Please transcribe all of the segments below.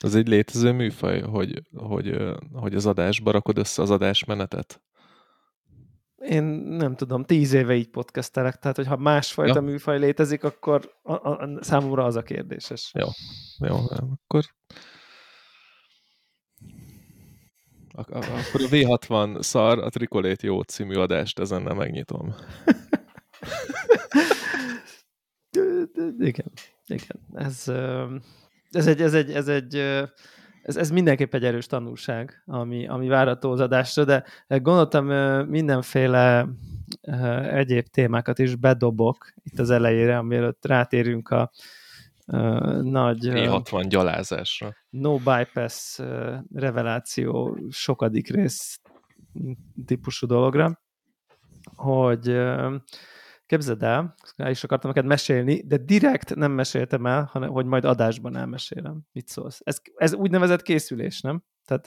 Ez egy létező műfaj, hogy az adásba rakod össze az adásmenetet? Én nem tudom, 10 éve így podcastelek, tehát hogyha másfajta Ja, műfaj létezik, akkor számomra az a kérdéses. jó. Jó, akkor akkor a V60 szar, a Trikolét jó című adást ezennel megnyitom. Igen, igen. Ez mindenképp egy erős tanulság, ami várható az adásra, de gondoltam mindenféle egyéb témákat is bedobok itt az elejére, amielőtt rátérünk a nagy V60 gyalázásra. no bypass reveláció sokadik rész típusú dologra, hogy képzeld el is akartam neked mesélni, de direkt nem meséltem el, hanem hogy majd adásban elmesélem. Mit szólsz? Ez úgynevezett készülés, nem? Tehát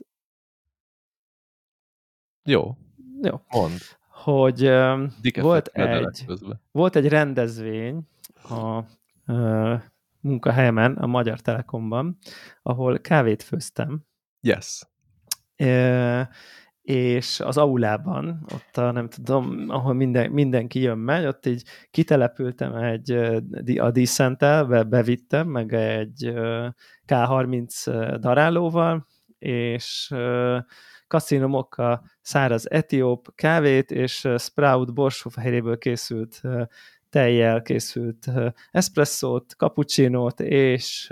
Jó, jó. mondd. Hogy Dikefekvedelek volt egy rendezvény a munkahelyemen, a Magyar Telekomban, ahol kávét főztem. Yes. És az aulában, ott nem tudom, ahol mindenki jön-megy, ott így kitelepültem a Decent-tel, bevittem, meg egy K30 darálóval, és Casino Mocha száraz etióp kávét, és Sprout borsófehérjéből készült tejjel készült eszpresszót, cappuccinót, és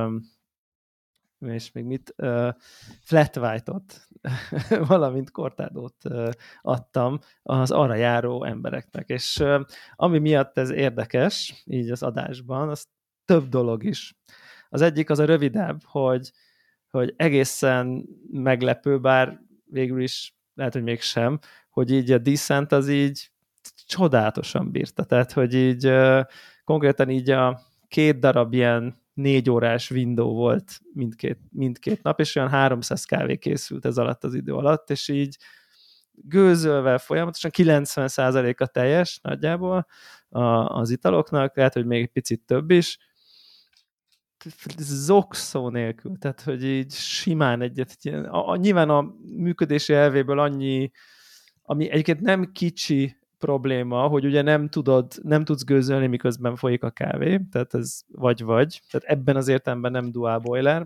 még mit? Flat white-ot, valamint kortádót adtam az arra járó embereknek. És ami miatt ez érdekes, így az adásban, az több dolog is. Az egyik az a rövidebb, hogy egészen meglepő, bár végül is lehet, hogy mégsem, hogy így a Descent az így csodálatosan bírta. Tehát, hogy így konkrétan így a 2 darab ilyen 4 órás window volt mindkét nap, és olyan 300 kávé készült ez alatt az idő alatt, és így gőzölve folyamatosan 90%-a teljes nagyjából az italoknak, lehet, hogy még egy picit több is, zokszó nélkül, tehát hogy így simán nyilván a működési elvéből annyi, ami egyébként nem kicsi probléma, hogy ugye nem tudsz gőzölni, miközben folyik a kávé, tehát ez vagy. Tehát ebben az értelemben nem dual boiler.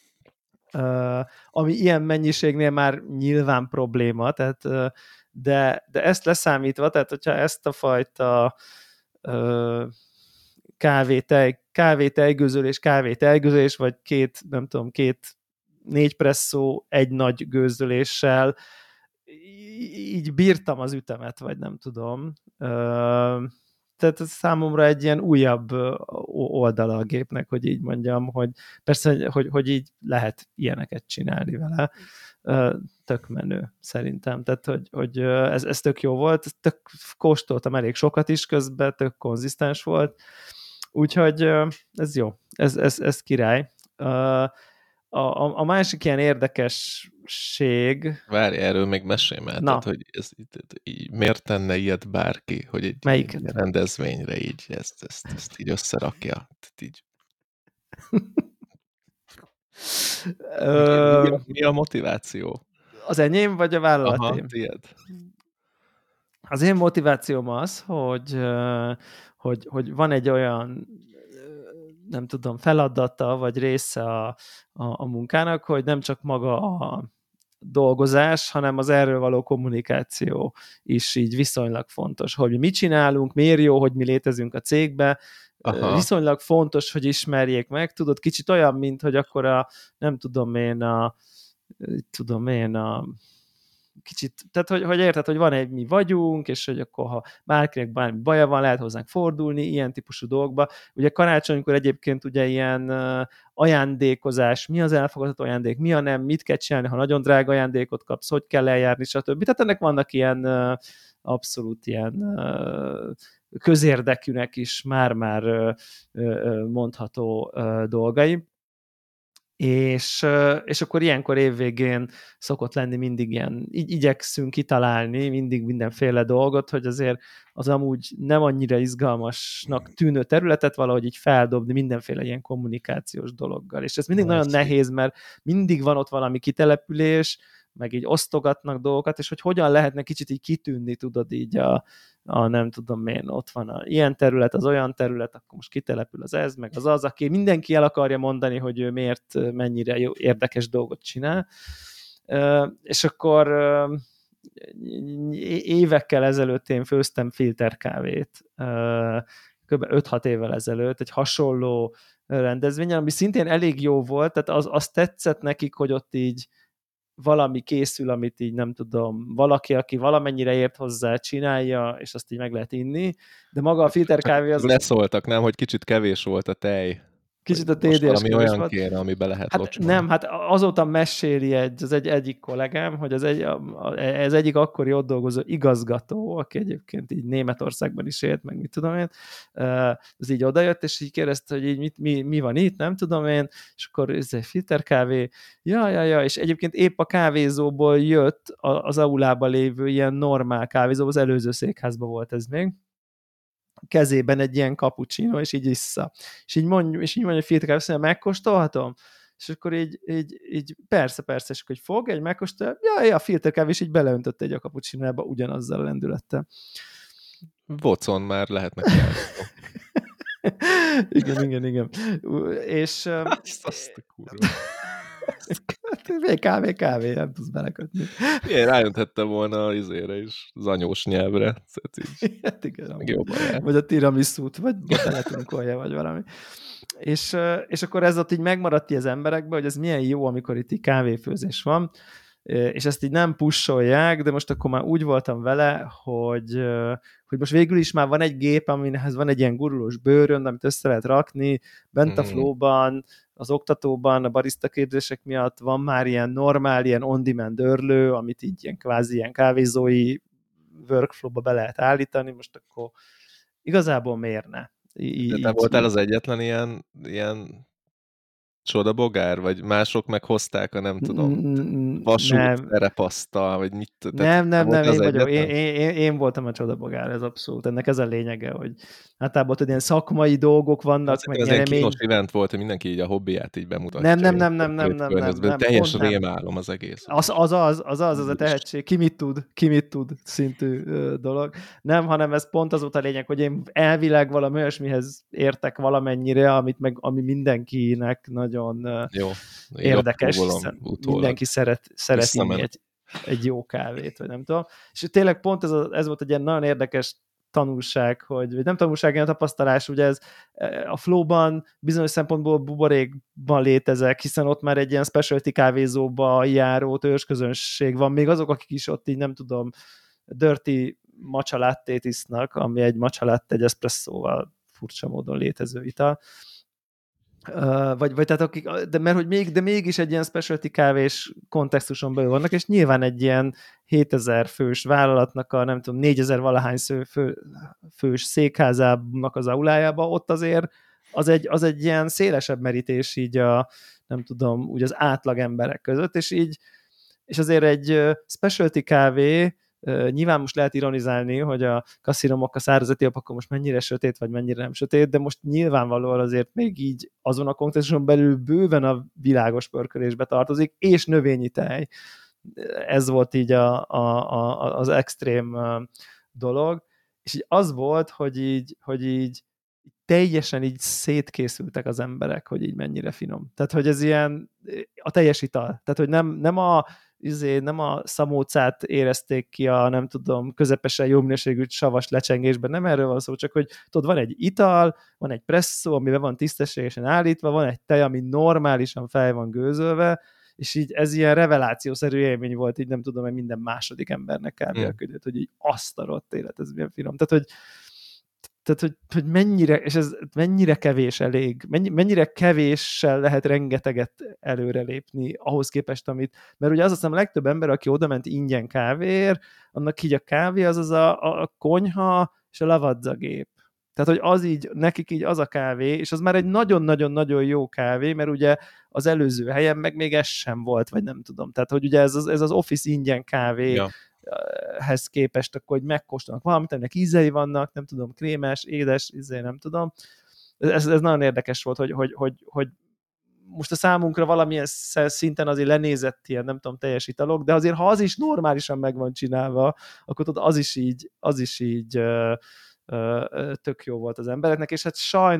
Ami ilyen mennyiségnél már nyilván probléma, tehát, de ezt leszámítva, tehát hogyha ezt a fajta kávé-tejgőzölés, vagy két 4 presszó, egy nagy gőzöléssel így bírtam az ütemet, vagy nem tudom. Tehát ez számomra egy ilyen újabb oldala a gépnek, hogy így mondjam, hogy persze, hogy így lehet ilyeneket csinálni vele. Tök menő, szerintem. Tehát, hogy ez tök jó volt. Kóstoltam elég sokat is közben, tök konzisztens volt. Úgyhogy ez jó. Ez király. A másik ilyen érdekesség... Várj, erről még mesélj már, tehát, hogy ez így, miért tenne ilyet bárki, hogy egy rendezvényre így ezt így összerakja. Tehát így. Mi a motiváció? Az enyém, vagy a vállalatém? Aha, tiéd. Az én motivációm az, hogy van egy olyan nem tudom, feladata, vagy része a munkának, hogy nem csak maga a dolgozás, hanem az erről való kommunikáció is így viszonylag fontos, hogy mi mit csinálunk, miért jó, hogy mi létezünk a cégbe, aha, viszonylag fontos, hogy ismerjék meg, tudod, kicsit olyan, mint hogy akkor nem tudom én kicsit, tehát hogy érted, hogy van egy mi vagyunk, és hogy akkor ha bárkinek bármi baja van, lehet hozzánk fordulni, ilyen típusú dolgokba. Ugye karácsonykor egyébként ugye ilyen ajándékozás, mi az elfogadható ajándék, mi a nem, mit kell csinálni, ha nagyon drága ajándékot kapsz, hogy kell eljárni, stb. Tehát ennek vannak ilyen abszolút ilyen közérdekűnek is már mondható dolgai. és akkor ilyenkor évvégén szokott lenni mindig ilyen, így igyekszünk kitalálni mindig mindenféle dolgot, hogy azért az amúgy nem annyira izgalmasnak tűnő területet valahogy így feldobni mindenféle ilyen kommunikációs dologgal. És ez mindig nagyon nehéz, mert mindig van ott valami kitelepülés, meg így osztogatnak dolgokat, és hogy hogyan lehetne kicsit így kitűnni, tudod így a nem tudom én, ott van ilyen terület, az olyan terület, akkor most kitelepül ez, meg az, aki mindenki el akarja mondani, hogy ő miért, mennyire jó, érdekes dolgot csinál. És akkor évekkel ezelőtt én főztem filterkávét, kb. 5-6 évvel ezelőtt, egy hasonló rendezvényen, ami szintén elég jó volt, tehát az tetszett nekik, hogy ott így valami készül, amit így nem tudom, valaki, aki valamennyire ért hozzá, csinálja, és azt így meg lehet inni, de maga a filterkávé az... Leszóltak, nem, hogy kicsit kevés volt a tej. Kicsit a TDS valami olyan kéne, amibe lehet locsolni. Nem, hát azóta meséli egyik kollégám, hogy az egyik akkori ott dolgozó igazgató, aki egyébként így Németországban is élt, meg mit tudom én, az így odajött, és így kérdezte, hogy így mi van itt, nem tudom én, és akkor ez egy filterkávé, ja, és egyébként épp a kávézóból jött az aulában lévő ilyen normál kávézó, az előző székházban volt ez még, kezében egy ilyen cappuccino, és így issza. És így mondja, hogy filterkávé, azt mondja, megkóstolhatom? És akkor így persze, és akkor fog, egy megkóstolja, a filterkávé, és így beleöntött egy a cappuccinoba ugyanazzal a lendülettel. Vocon már lehetnek kávézók. Igen. És... Azt a kurva. Kávé, nem tudsz belekötni. Én rájönthettem volna az izére is, az anyós nyelvre. Hát igen, vagy a tiramisút, vagy beletunkolja, vagy valami. És akkor ez ott így megmaradt az emberekbe, hogy ez milyen jó, amikor itt így kávéfőzés van, és ezt így nem pusolják, de most akkor már úgy voltam vele, hogy most végül is már van egy gép, aminek van egy ilyen gurulós bőrön, amit össze lehet rakni, bent a Flow-ban, az oktatóban, a barista kérdések miatt van már ilyen normál, ilyen on-demand örlő, amit így ilyen kvázi ilyen kávézói workflow-ba be lehet állítani, most akkor igazából miért ne? De te voltál az egyetlen ilyen csodabogár, vagy mások meghozták a nem tudom, vasút, terepasztal, vagy mit? Nem, én voltam a csodabogár, ez abszolút. Ennek ez a lényege, hogy általában ott ilyen szakmai dolgok vannak, meg nyeremény. Ez egy kínos event volt, hogy mindenki így a hobbiát így bemutatja. Nem. Teljes rémálom az egész. Az a tehetség, ki mit tud szintű dolog. Nem, hanem ez pont az volt a lényeg, hogy én elvileg valami olyasmihez értek valamennyire, ami mindenkinek nagyon érdekes, mindenki szeret inni egy jó kávét, vagy nem tudom. És tényleg pont ez volt egy ilyen nagyon érdekes tanulság, vagy nem tanulság, ilyen tapasztalás, ugye ez a Flow-ban bizonyos szempontból buborékban létezek, hiszen ott már egy ilyen specialty kávézóba járó törzsközönség van, még azok, akik is ott így nem tudom, dirty matcha lattét isznak, ami egy matcha latte egy eszpresszóval furcsa módon létező ital. Vagy tehát akik, de mégis egy ilyen specialty kávés kontextuson belül vannak, és nyilván egy ilyen 7000 fős vállalatnak a nem tudom, 4000 valahány fős székházának az aulájába, ott azért az egy ilyen szélesebb merítés így nem tudom, úgy az átlag emberek között, és azért egy specialty kávé, nyilván most lehet ironizálni, hogy a kaszinomok, a száraz etióp akkor most mennyire sötét, vagy mennyire nem sötét, de most nyilvánvalóan azért még így azon a kontextuson belül bőven a világos pörkölésbe tartozik, és növényi tej. Ez volt így az extrém dolog, és így az volt, hogy így teljesen így szétkészültek az emberek, hogy így mennyire finom. Tehát, hogy ez ilyen a teljes ital. Tehát, hogy nem a szamócát érezték ki a, nem tudom, közepesen jó minőségű savas lecsengésben, nem erről van szó, csak hogy tudod, van egy ital, van egy presszó, amiben van tisztességesen állítva, van egy tej, ami normálisan fel van gőzölve, és így ez ilyen revelációszerű élmény volt, így nem tudom, hogy minden második embernek kb. Hogy így azt a rott élet, ez milyen finom. Tehát, hogy mennyire, és ez mennyire kevés elég, mennyire kevéssel lehet rengeteget előrelépni ahhoz képest, mert ugye azt hiszem a legtöbb ember, aki oda ment ingyen kávéért, annak így a kávé az a konyha és a lavadzagép. Tehát, hogy az így, nekik így az a kávé, és az már egy nagyon-nagyon-nagyon jó kávé, mert ugye az előző helyen meg még ez sem volt, vagy nem tudom. Tehát, hogy ugye ez az Office ingyen kávéhez képest, akkor hogy megkóstolnak valamit, ennek ízei vannak, nem tudom, krémes, édes, nem tudom. Ez nagyon érdekes volt, hogy most a számunkra valamilyen szinten azért lenézett ilyen, nem tudom, teljes italok, de azért, ha az is normálisan meg van csinálva, akkor tudod, az is így tök jó volt az embereknek, és hát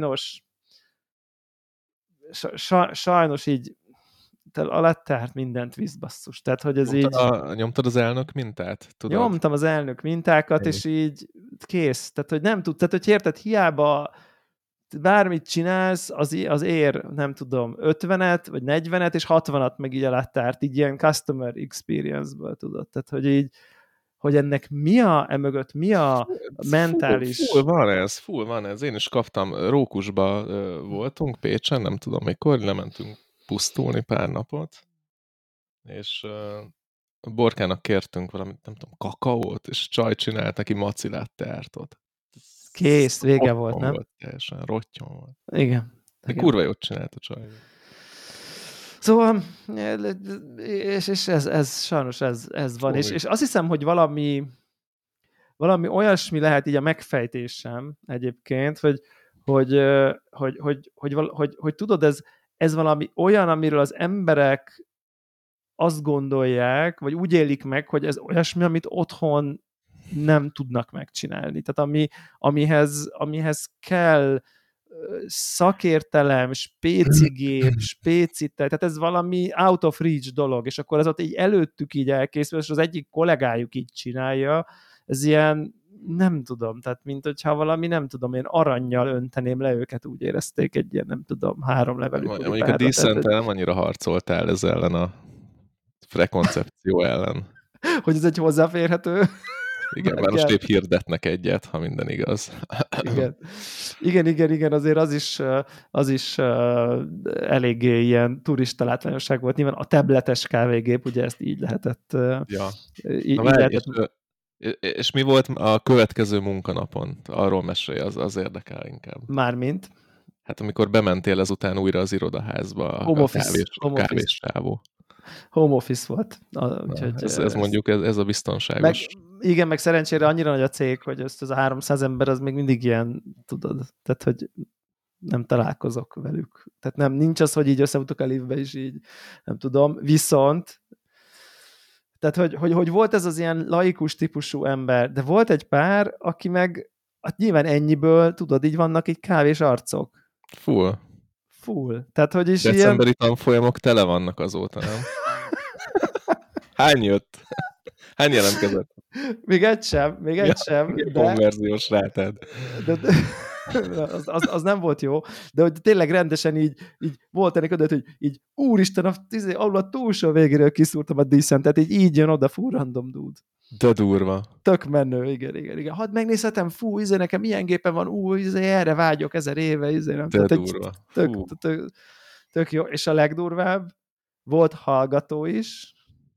sajnos így a lettárt mindent visz, basszus. Tehát, hogy ez Nyomtad az elnök mintát? Tudod? Nyomtam az elnök mintákat, és így kész. Tehát, hogy nem tud, tehát, hogy érted, hiába bármit csinálsz, az ér, nem tudom, 50-et, vagy 40-et, és 60-at meg így a lettárt, így ilyen customer experience-ből, tudod. Tehát, hogy így, hogy ennek emögött mi a mentális... Full van ez. Én is kaptam, Rókusba voltunk Pécsen, nem tudom mikor, lementünk pusztulni pár napot, és Borkának kértünk valamit, nem tudom, kakaót, és csaj csinált neki maci latte-ártot. Kész, vége volt, nem? Volt, teljesen rottyom volt. Igen. De kurva jót csinált a csaj. Szóval, és ez sajnos ez van, és azt hiszem, hogy valami olyasmi lehet így a megfejtésem egyébként, hogy tudod, ez valami olyan, amiről az emberek azt gondolják, vagy úgy élik meg, hogy ez olyasmi, amit otthon nem tudnak megcsinálni. Tehát amihez kell szakértelem, spécigép, tehát ez valami out of reach dolog, és akkor ez ott így előttük így elkészül, és az egyik kollégájuk így csinálja, ez ilyen, nem tudom, tehát mint hogyha valami, nem tudom, én arannyal önteném le őket, úgy érezték egy ilyen, nem tudom, 3 levelű. Mondjuk a Decent-tel nem annyira harcoltál ez ellen a prekoncepció ellen. Hogy ez egy hozzáférhető... Igen, bár most épp hirdetnek egyet, ha minden igaz. Igen, azért az is eléggé ilyen turista látványosság volt. Nyilván a tabletes kávégép, ugye ezt így lehetett... És mi volt a következő munkanapon? Arról mesélj, az érdekel inkább. Mármint? Hát amikor bementél ezután újra az irodaházba, a kávéssávó. Home office volt. Ez mondjuk, ez a biztonságos. Meg szerencsére annyira nagy a cég, hogy ez a 300 ember az még mindig ilyen, tudod, tehát, hogy nem találkozok velük. Tehát nincs az, hogy így összefutok a liftbe is így, nem tudom. Viszont, tehát, hogy volt ez az ilyen laikus típusú ember, de volt egy pár, aki meg, hát nyilván ennyiből, tudod, így vannak így kávés arcok. Full. Tehát, hogy is decemberi tanfolyamok tele vannak azóta, nem? Hány jött? Hány jelentkezett? Még egy sem. Konverziós rátád. Az nem volt jó, de hogy tényleg rendesen így volt ennek oda, hogy így úristen, alul a túlsó végéről kiszúrtam a Decentet, így jön oda, fú, random dude. De durva. Tök menő, igen. Hadd megnézhetem, fú, nekem milyen gépen van, erre vágyok 1000 éve, nem. De durva. Tök jó, és a legdurvább, volt hallgató is,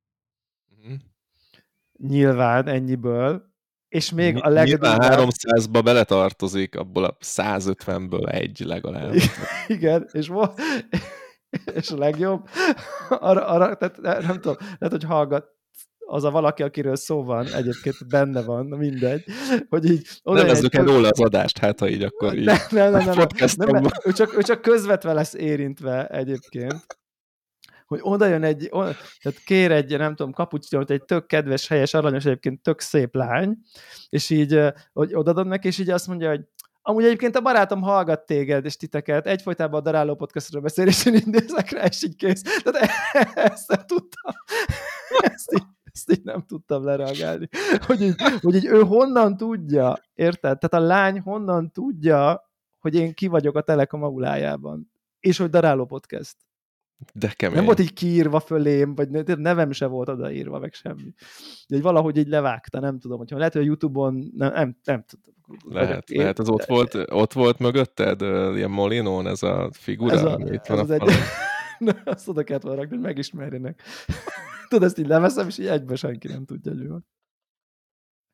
nyilván ennyiből, és még a legdurvább... 300-ba beletartozik, abból a 150-ből egy legalább. Igen, és a legjobb, arra, tehát nem tudom, lehet, hogy hallgat, az a valaki, akiről szó van, egyébként benne van, mindegy, hogy így... Nevezzük el róla az adást, hát ha így akkor így... Nem, ő csak közvetve lesz érintve egyébként, hogy oda jön tehát kér egy, nem tudom, kapucsinót, egy tök kedves, helyes, aranyos, egyébként tök szép lány, és így, hogy odadod neki, és így azt mondja, hogy amúgy egyébként a barátom hallgat téged, és titeket, egyfolytában a Daráló Podcastról beszél, és én így nézek rá, és így kész. Tehát ezt nem tudtam. Ezt így nem tudtam lereagálni. Hogy így ő honnan tudja, érted? Tehát a lány honnan tudja, hogy én ki vagyok a Telekom aulájában, és hogy Daráló Podcast. De kemény. Nem volt így kiírva fölém, vagy nevem se volt odaírva, meg semmi. De valahogy így levágta, nem tudom, hogy lehet, hogy a YouTube-on nem tudom. Lehet, az ott volt mögötted, ilyen Molinón ez a figura, itt van a falon. Azt oda kellett volna rakni, hogy megismerjenek. Tudod, ezt így leveszem, és így egyben senki nem tudja, hogy mi van.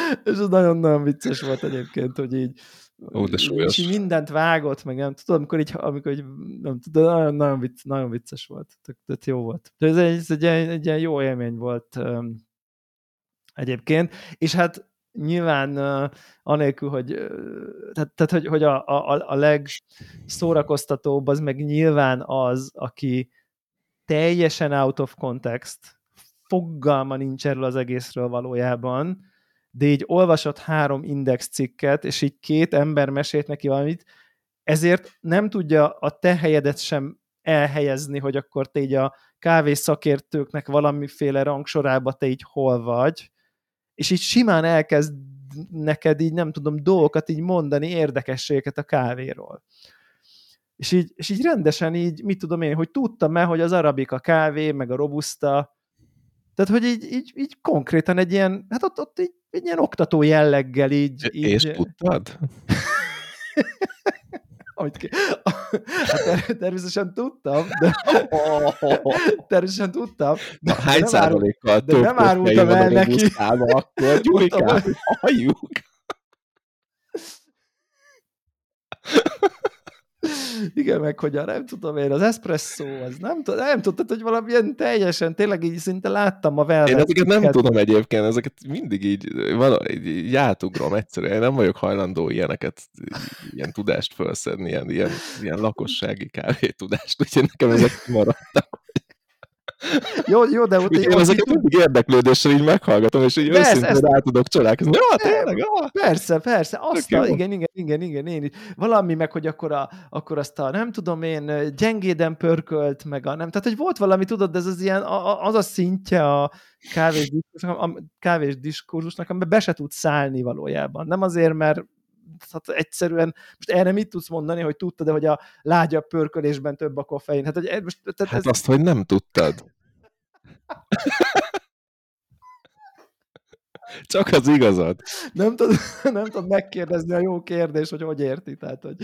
És ez nagyon-nagyon vicces volt egyébként, hogy így, Ó, de és így súlyos. mindent vágott, meg nem tudom, amikor így nem tudom, nagyon vicces volt. Tehát jó volt. De ez egy ilyen jó élmény volt egyébként, és hát nyilván anélkül, hogy hogy a legszórakoztatóbb az meg nyilván az, aki teljesen out of context, fogalma nincs erről az egészről valójában, de így olvasott 3 index cikket, és így 2 ember mesélt neki valamit, ezért nem tudja a te helyedet sem elhelyezni, hogy akkor te így a kávés szakértőknek valamiféle rangsorába te így hol vagy, és így simán elkezd neked így, nem tudom, dolgokat így mondani, érdekességeket a kávéról. És így rendesen így, mit tudom én, hogy tudtam-e, hogy az arabika kávé, meg a robusta, tehát, hogy így konkrétan egy ilyen, hát ott így, egy ilyen oktató jelleggel így... És tudtad? Hát természetesen tudtam, de természetesen tudtam, de hány százalékkal de nem árultam el neki. Akkor Gyurikát, hogy halljuk. Igen, meg hogy nem tudom én, az espresszó, az nem tudtad, hogy valamilyen teljesen, tényleg így szinte láttam a velvet. Én ezeket nem tudom egyébként, ezeket mindig így átugrom egyszerűen. Én nem vagyok hajlandó ilyen tudást felszedni, ilyen lakossági kávétudást, úgyhogy nekem ezek maradtak. Jó, de ott... Én ezeket mindig érdeklődéssel így meghallgatom, és így őszintén rá tudok csodálkozni. Ja, tényleg? Persze, igen, én valami meg, hogy akkor azt a, nem tudom én, gyengéden pörkölt, meg a nem, tehát, hogy volt valami, tudod, ez az ilyen, az a szintje a kávés diskurzusnak, amiben be se tud szállni valójában. Nem azért, mert hát egyszerűen, most erre mit tudsz mondani, hogy tudtad, hogy a lágyabb pörkölésben több a koffein? Hát, hogy most, hát azt, hogy nem tudtad. Csak az igazad. Nem tudod megkérdezni a jó kérdés, hogy érti. Tehát, hogy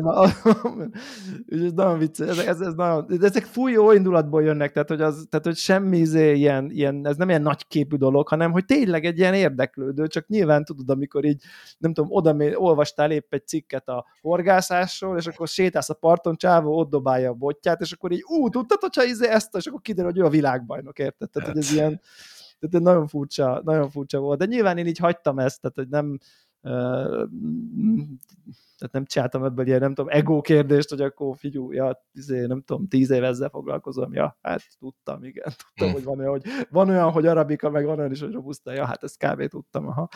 ez nagyon vicces. Ezek fúj jó indulatból jönnek, tehát, hogy semmi ilyen, ez nem ilyen nagyképű dolog, hanem, hogy tényleg egy ilyen érdeklődő, csak nyilván tudod, amikor így, nem tudom, olvastál épp egy cikket a horgászásról, és akkor sétálsz a parton, csávó ott dobálja a botját, és akkor így, tudtad, hogyha ezt, és akkor kiderül, hogy ő a világbajnok, érted? Tehát, hogy ez ilyen, tehát nagyon furcsa volt. De nyilván én így hagytam ezt, tehát hogy nem tehát nem csináltam ebből ilyen, nem tudom, ego kérdést, hogy akkor figyelj, ja, nem tudom, 10 éve ezzel foglalkozom, ja, hát tudtam, igen, tudtam, hogy van olyan, hogy arabika, meg van olyan is, hogy robusta, ja, hát ezt kb. Tudtam, aha.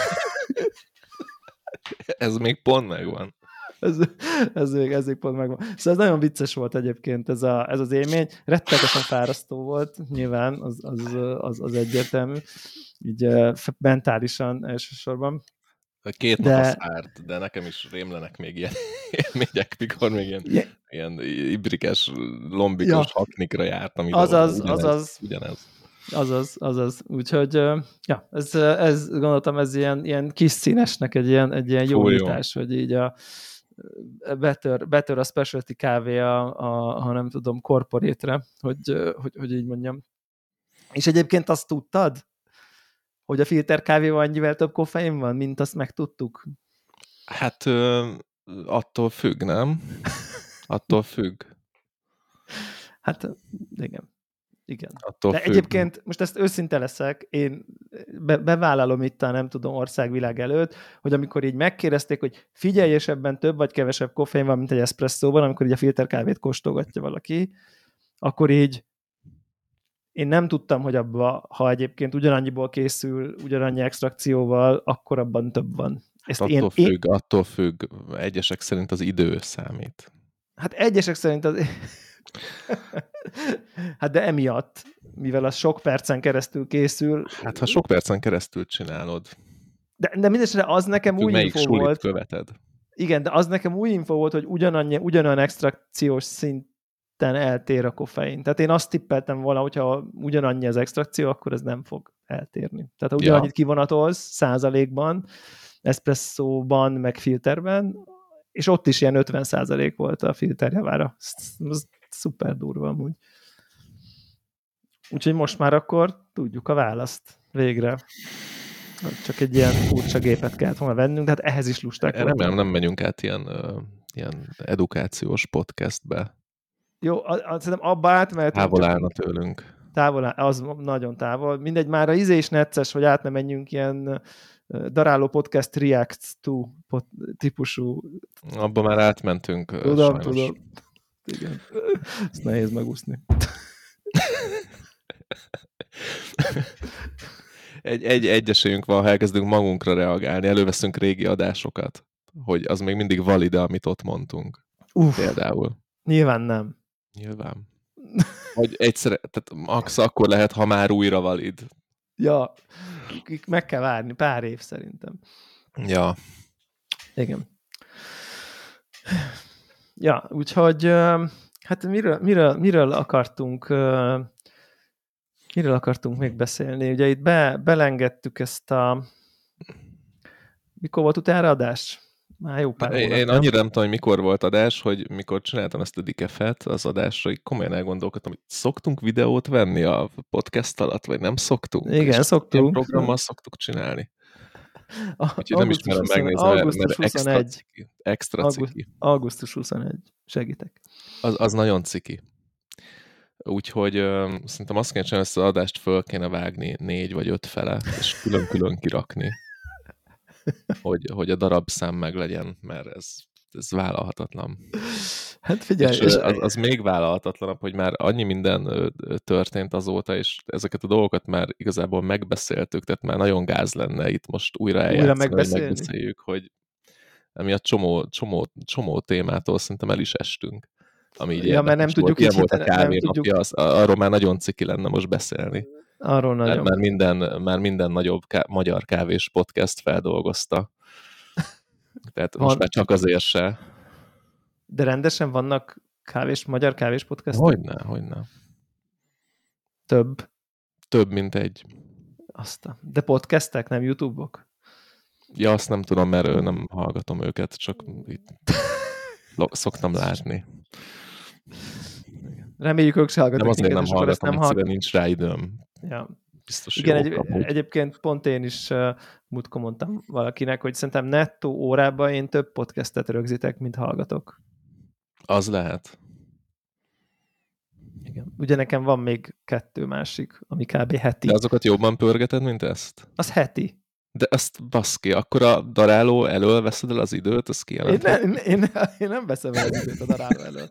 Ez még pont megvan. Ez még pont megvan. Szóval ez nagyon vicces volt egyébként ez az élmény. Rettenetesen fárasztó volt, nyilván, az egyértelmű. Így mentálisan elsősorban. 2 nap a szárt, de nekem is rémlenek még ilyen élmények, mikor még ilyen ibrikes, lombikos haknikra jártam. Azaz. Ugyanez. Úgyhogy, ja, ez gondoltam, ez ilyen kis színesnek egy ilyen jó nyitás, hogy így a better a specialty kávé ha nem tudom, corporate-re, hogy így mondjam. És egyébként azt tudtad, hogy a filter kávéban annyivel több koffein van, mint azt megtudtuk? Hát attól függ, nem? Attól függ. Hát igen. Attól de függ. Egyébként, most ezt őszinte leszek, én bevállalom itt a nem tudom országvilág előtt, hogy amikor így megkérdezték, hogy figyelj, és ebben több vagy kevesebb koffein van, mint egy eszpresszóban, amikor így a filterkávét kóstolgatja valaki, akkor így én nem tudtam, hogy abban, ha egyébként ugyanannyiból készül, ugyanannyi extrakcióval, akkor abban több van. Ezt attól függ. Egyesek szerint az idő számít. Hát egyesek szerint az... Hát de emiatt, mivel az sok percen keresztül készül... Hát ha sok percen keresztül csinálod. De mindesetre az nekem új info volt. Követed. Igen, de az nekem új info volt, hogy ugyanolyan extrakciós szinten eltér a koffein. Tehát én azt tippeltem volna, hogyha ugyanannyi az extrakció, akkor ez nem fog eltérni. Tehát ha ugyanannyit kivonatolsz százalékban, eszpresszóban, meg filterben, és ott is ilyen 50% volt a filterjavára. Ez szuper durva amúgy. Úgyhogy most már akkor tudjuk a választ végre. Csak egy ilyen furcsa gépet kellett volna vennünk, de hát ehhez is lusták voltunk. Remélem nem menjünk át ilyen edukációs podcastbe. Jó, szerintem abba átmehetünk. Távol állna tőlünk. Távol, az nagyon távol. Mindegy, már a izé is necces, hogy át ne menjünk ilyen daráló podcast reacts to típusú. Abba már átmentünk. Tudom. Igen. Ezt nehéz megúszni. Egy esélyünk van, ha elkezdünk magunkra reagálni, előveszünk régi adásokat, hogy az még mindig valid, amit ott mondtunk. Például. Nyilván nem. Nyilván. Hogy egyszer, tehát max akkor lehet, ha már újra valid. Ja, meg kell várni, pár év szerintem. Ja. Igen. Ja, úgyhogy hát miről akartunk még beszélni? Ugye itt belengedtük ezt a... Mikor volt utána adás? Már jó pár hónap. Én annyira nem tudom, hogy mikor volt adás, hogy mikor csináltam ezt a dikefet az adásra, hogy komolyan elgondolkodtam, hogy szoktunk videót venni a podcast alatt, vagy nem szoktunk? Igen, szoktunk. Ilyen programmal szoktuk csinálni. Úgyhogy nem is merem megnézni, mert extra ciki. Augusztus 21. Segítek. Az nagyon ciki. Úgyhogy szerintem azt kéne csinálni, ezt az adást föl kéne vágni 4 vagy 5 fele, és külön-külön kirakni. Hogy a darabszám meg legyen, mert ez vállalhatatlan. Hát figyelj. És az még vállalhatatlanabb, hogy már annyi minden történt azóta, és ezeket a dolgokat már igazából megbeszéltük, tehát már nagyon gáz lenne itt most újra eljátszani, hogy megbeszéljük, hogy emiatt csomó témától szerintem el is estünk. Ami így mert nem tudjuk így volt a kávé napja, arról már nagyon ciki lenne most beszélni. Arról nagyon. Már minden nagyobb magyar kávés podcast feldolgozta. Tehát most már csak azért se. De rendesen vannak magyar kávés podcastok? Hogyne. Több? Több, mint egy. De podcastek, nem YouTube-ok? Ja, azt nem tudom, mert nem hallgatom őket, csak itt szoktam látni. Reméljük, ők se hallgatnak. Nem azért nem hallgatom, egyszerűen nincs rá időm. Ja. Biztos igen, egyébként pont én is múltkor mondtam valakinek, hogy szerintem nettó órában én több podcastet rögzítek, mint hallgatok. Az lehet. Igen. Ugye nekem van még 2 másik, ami kb. Heti. De azokat jobban pörgeted, mint ezt? Az heti. De azt baszki, akkor a daráló elől veszed el az időt, az kijelenthet? Én nem veszem el az időt a daráló elől.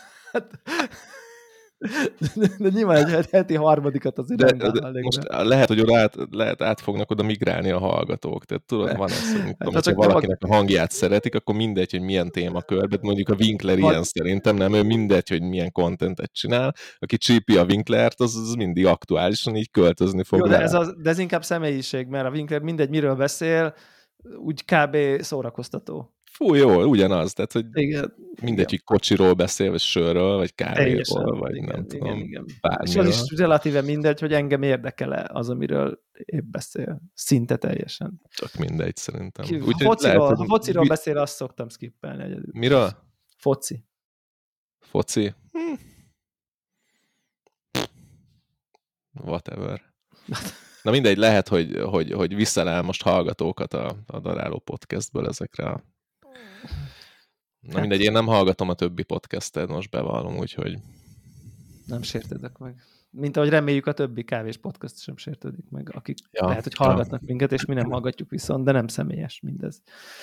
De nyilván egy heti harmadikat azért nem vállalnék. Most lehet, hogy lehet át fognak oda migrálni a hallgatók. Tehát tudod, van ez, hogy hogyha valakinek a hangját szeretik, akkor mindegy, hogy milyen témakörben. Mondjuk a Winkler ilyen szerintem, nem, ő mindegy, hogy milyen contentet csinál. Aki csípi a Winklert, az mindig aktuálisan így költözni fog. Jó, de ez inkább személyiség, mert a Winkler mindegy, miről beszél, úgy kb. Szórakoztató. Fú, jó, ugyanaz, tehát, hogy igen, mindegy, hogy kocsiról beszél, vagy sörről, vagy kávéról, teljesen, vagy igen, nem tudom, bármiről. És az is relatíve mindegy, hogy engem érdekel-e az, amiről épp beszél. Szinte teljesen. Csak mindegy, szerintem. Ha fociról beszél, azt szoktam skippelni egyedül. Miről? Foci? Whatever. Na mindegy, lehet, hogy visszalál most hallgatókat a daráló podcastből ezekre. Na mindegy, én nem hallgatom a többi podcastet, most bevallom, úgyhogy... Nem sértődök meg. Mint ahogy reméljük, a többi kávés podcast sem sértődik meg, akik lehet, hogy hallgatnak minket, és mi nem hallgatjuk viszont, de nem személyes mindez.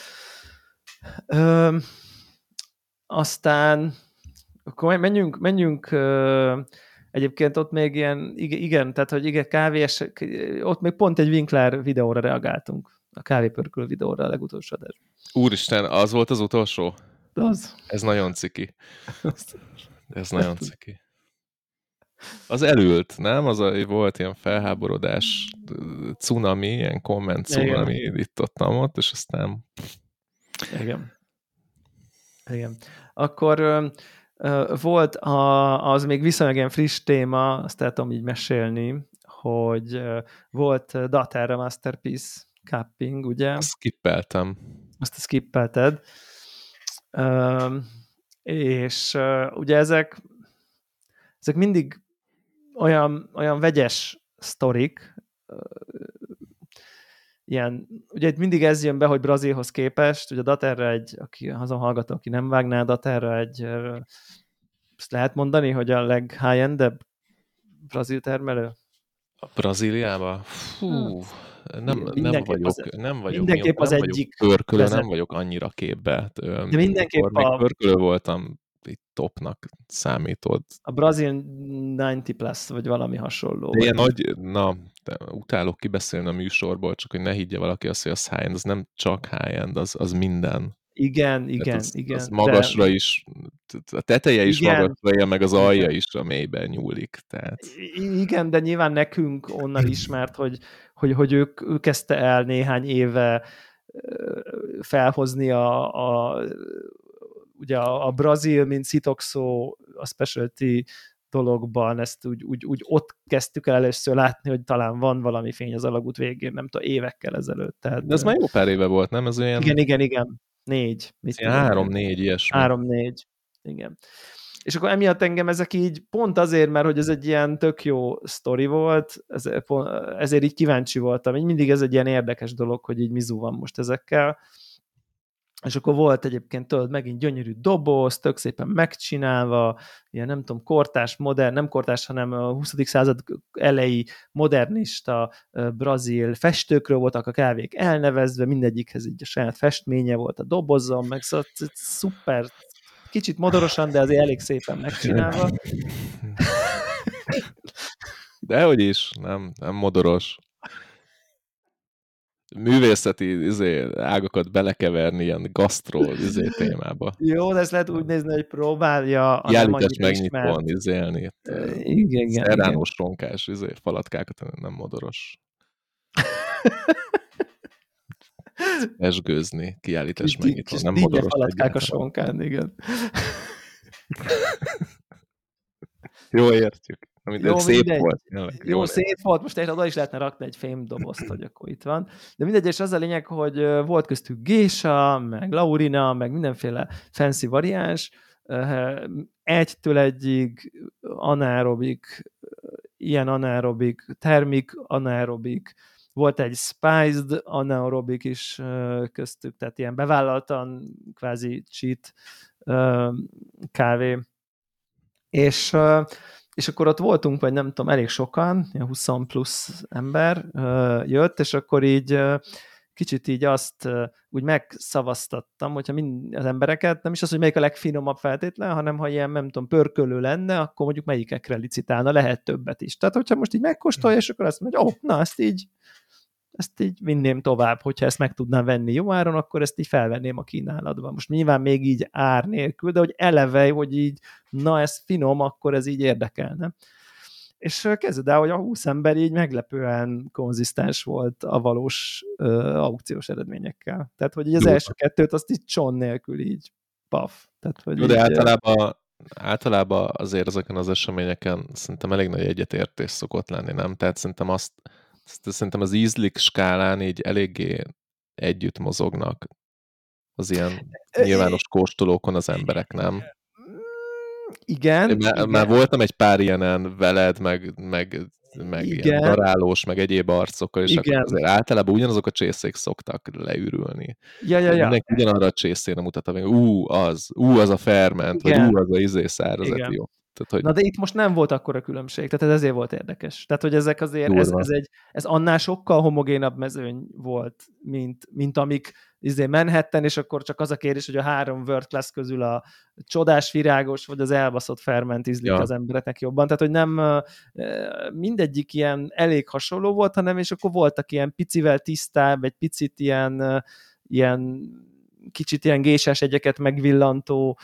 Aztán akkor menjünk egyébként ott még ilyen, igen, tehát, hogy igen, kávés, ott még pont egy Winkler videóra reagáltunk. A kávépörkölő videóra a legutolsó adás. Úristen, az volt az utolsó? Az. Ez nagyon ciki. Ez nagyon ciki. Az elült, nem? Volt ilyen felháborodás, cunami, ilyen komment cunami, itt ott, és aztán... Igen. Akkor volt az még viszonylag ilyen friss téma, azt el tudom így mesélni, hogy volt Daterra Masterpiece Cupping, ugye? Azt skippeltem. Azt skippelted. És ugye ezek mindig olyan vegyes sztorik, ilyen, ugye itt mindig ez jön be, hogy Brazilhoz képest, ugye a Daterra aki azon hallgató, aki nem vágná, a Daterra ezt lehet mondani, hogy a high-endebb brazil termelő? A Brazíliába? Hát, Fú, nem vagyok, mindenképp mióta az nem vagyok egyik pörkölő, nem vezet. vagyok annyira képbe. De Mikor mindenképp még pörkölő voltam, így topnak számított. a Brazil 90 plus, vagy valami hasonló. De ilyen Vagy nagy, de utálok kibeszélni a műsorból, csak hogy ne higgye valaki azt, hogy az high-end, az nem csak high-end, az minden. igen, Tehát igen, az igen, de magasra is, a teteje is igen, magasra él, meg az alja igen. is a mélyben nyúlik. Tehát Igen, de nyilván nekünk onnan ismert, hogy ő kezdte el néhány éve felhozni ugye a brazil, mint Citoxo, a specialty dologban, ezt úgy ott kezdtük el először látni, hogy talán van valami fény az alagút végén, nem tudom, évekkel ezelőtt. Tehát, de ez már jó pár éve volt, nem? Ez olyan igen. 4, mit tudom én. 3-4 ilyesmi. 3-4, igen. És akkor emiatt engem ezek így, pont azért, mert hogy ez egy ilyen tök jó sztori volt, ezért így kíváncsi voltam. Így mindig ez egy ilyen érdekes dolog, hogy így mizu van most ezekkel. És akkor volt egyébként, tudod, megint gyönyörű doboz, tök szépen megcsinálva, ilyen nem tudom, kortárs, modern, nem kortárs, hanem a 20. század elejé modernista brazil festőkről voltak a kávék elnevezve, mindegyikhez így a saját festménye volt a dobozon, meg szóval szuper, kicsit modorosan, de azért elég szépen megcsinálva. Dehogy is, nem modoros. Művészeti ágakat belekeverni ilyen gasztró témába. Jó, de ezt lehet úgy nézni, hogy próbálja a nem Kiállítás annyira ismert. megnyitón élni. Igen. Szerránós ronkás falatkákat, nem modoros. Esgőzni, kiállítás megnyitón, nem modoros Falatkák a egyáltalán. sonkán, igen. Jó, értjük. Jó, szép mindegy. volt. Jó, szép volt, most oda is lehetne rakni egy fémdobozt, hogy akkor itt van. De mindegy, és az a lényeg, hogy volt köztük Gésa, meg Laurina, meg mindenféle fancy variáns, egytől egyig anaerobik, ilyen anaerobik, termik anaerobik, volt egy spiced anaerobik is köztük, tehát ilyen bevállaltan kvázi cheat kávé. És akkor ott voltunk, vagy nem tudom, elég sokan, 20 plusz ember jött, és akkor így kicsit így azt úgy megszavaztattam, hogyha az embereket, nem is az, hogy melyik a legfinomabb feltétlen, hanem ha ilyen, nem tudom, pörkölő lenne, akkor mondjuk melyikekre licitálna, lehet többet is. Tehát, hogyha most így megkóstolja, és akkor azt mondja, hogy na, ezt így vinném tovább, hogyha ezt meg tudnám venni jó áron, akkor ezt így felvenném a kínálatban. Most nyilván még így ár nélkül, de hogy eleve, hogy így, na ez finom, akkor ez így érdekelne. És kezded el, hogy a 20 ember így meglepően konzisztens volt a valós aukciós eredményekkel. Tehát, hogy így az első kettőt azt így cson nélkül így paf. Tehát, hogy jó, de így, általában azért ezeken az eseményeken szerintem elég nagy egyetértés szokott lenni, nem? Tehát szerintem az ízlik skálán így eléggé együtt mozognak az ilyen nyilvános kóstolókon az emberek, nem? Igen. Már voltam egy pár ilyenen veled, meg ilyen darálós, meg egyéb arcokkal, és akkor azért általában ugyanazok a csészék szoktak leürülni. Ja. Mindenki ugyanarra a csészére mutat, hogy az a ferment, vagy az a szárazat, jó. Tehát, hogy... Na de itt most nem volt akkora különbség, tehát ez ezért volt érdekes. Tehát, hogy ezek azért, ez annál sokkal homogénabb mezőny volt, mint amik Manhattan, és akkor csak az a kérdés, hogy a 3 world class közül a csodás virágos, vagy az elbaszott ferment ízlik az embereknek jobban. Tehát, hogy nem mindegyik ilyen elég hasonló volt, hanem és akkor voltak ilyen picivel tisztább, egy picit ilyen kicsit ilyen gésás egyeket megvillantó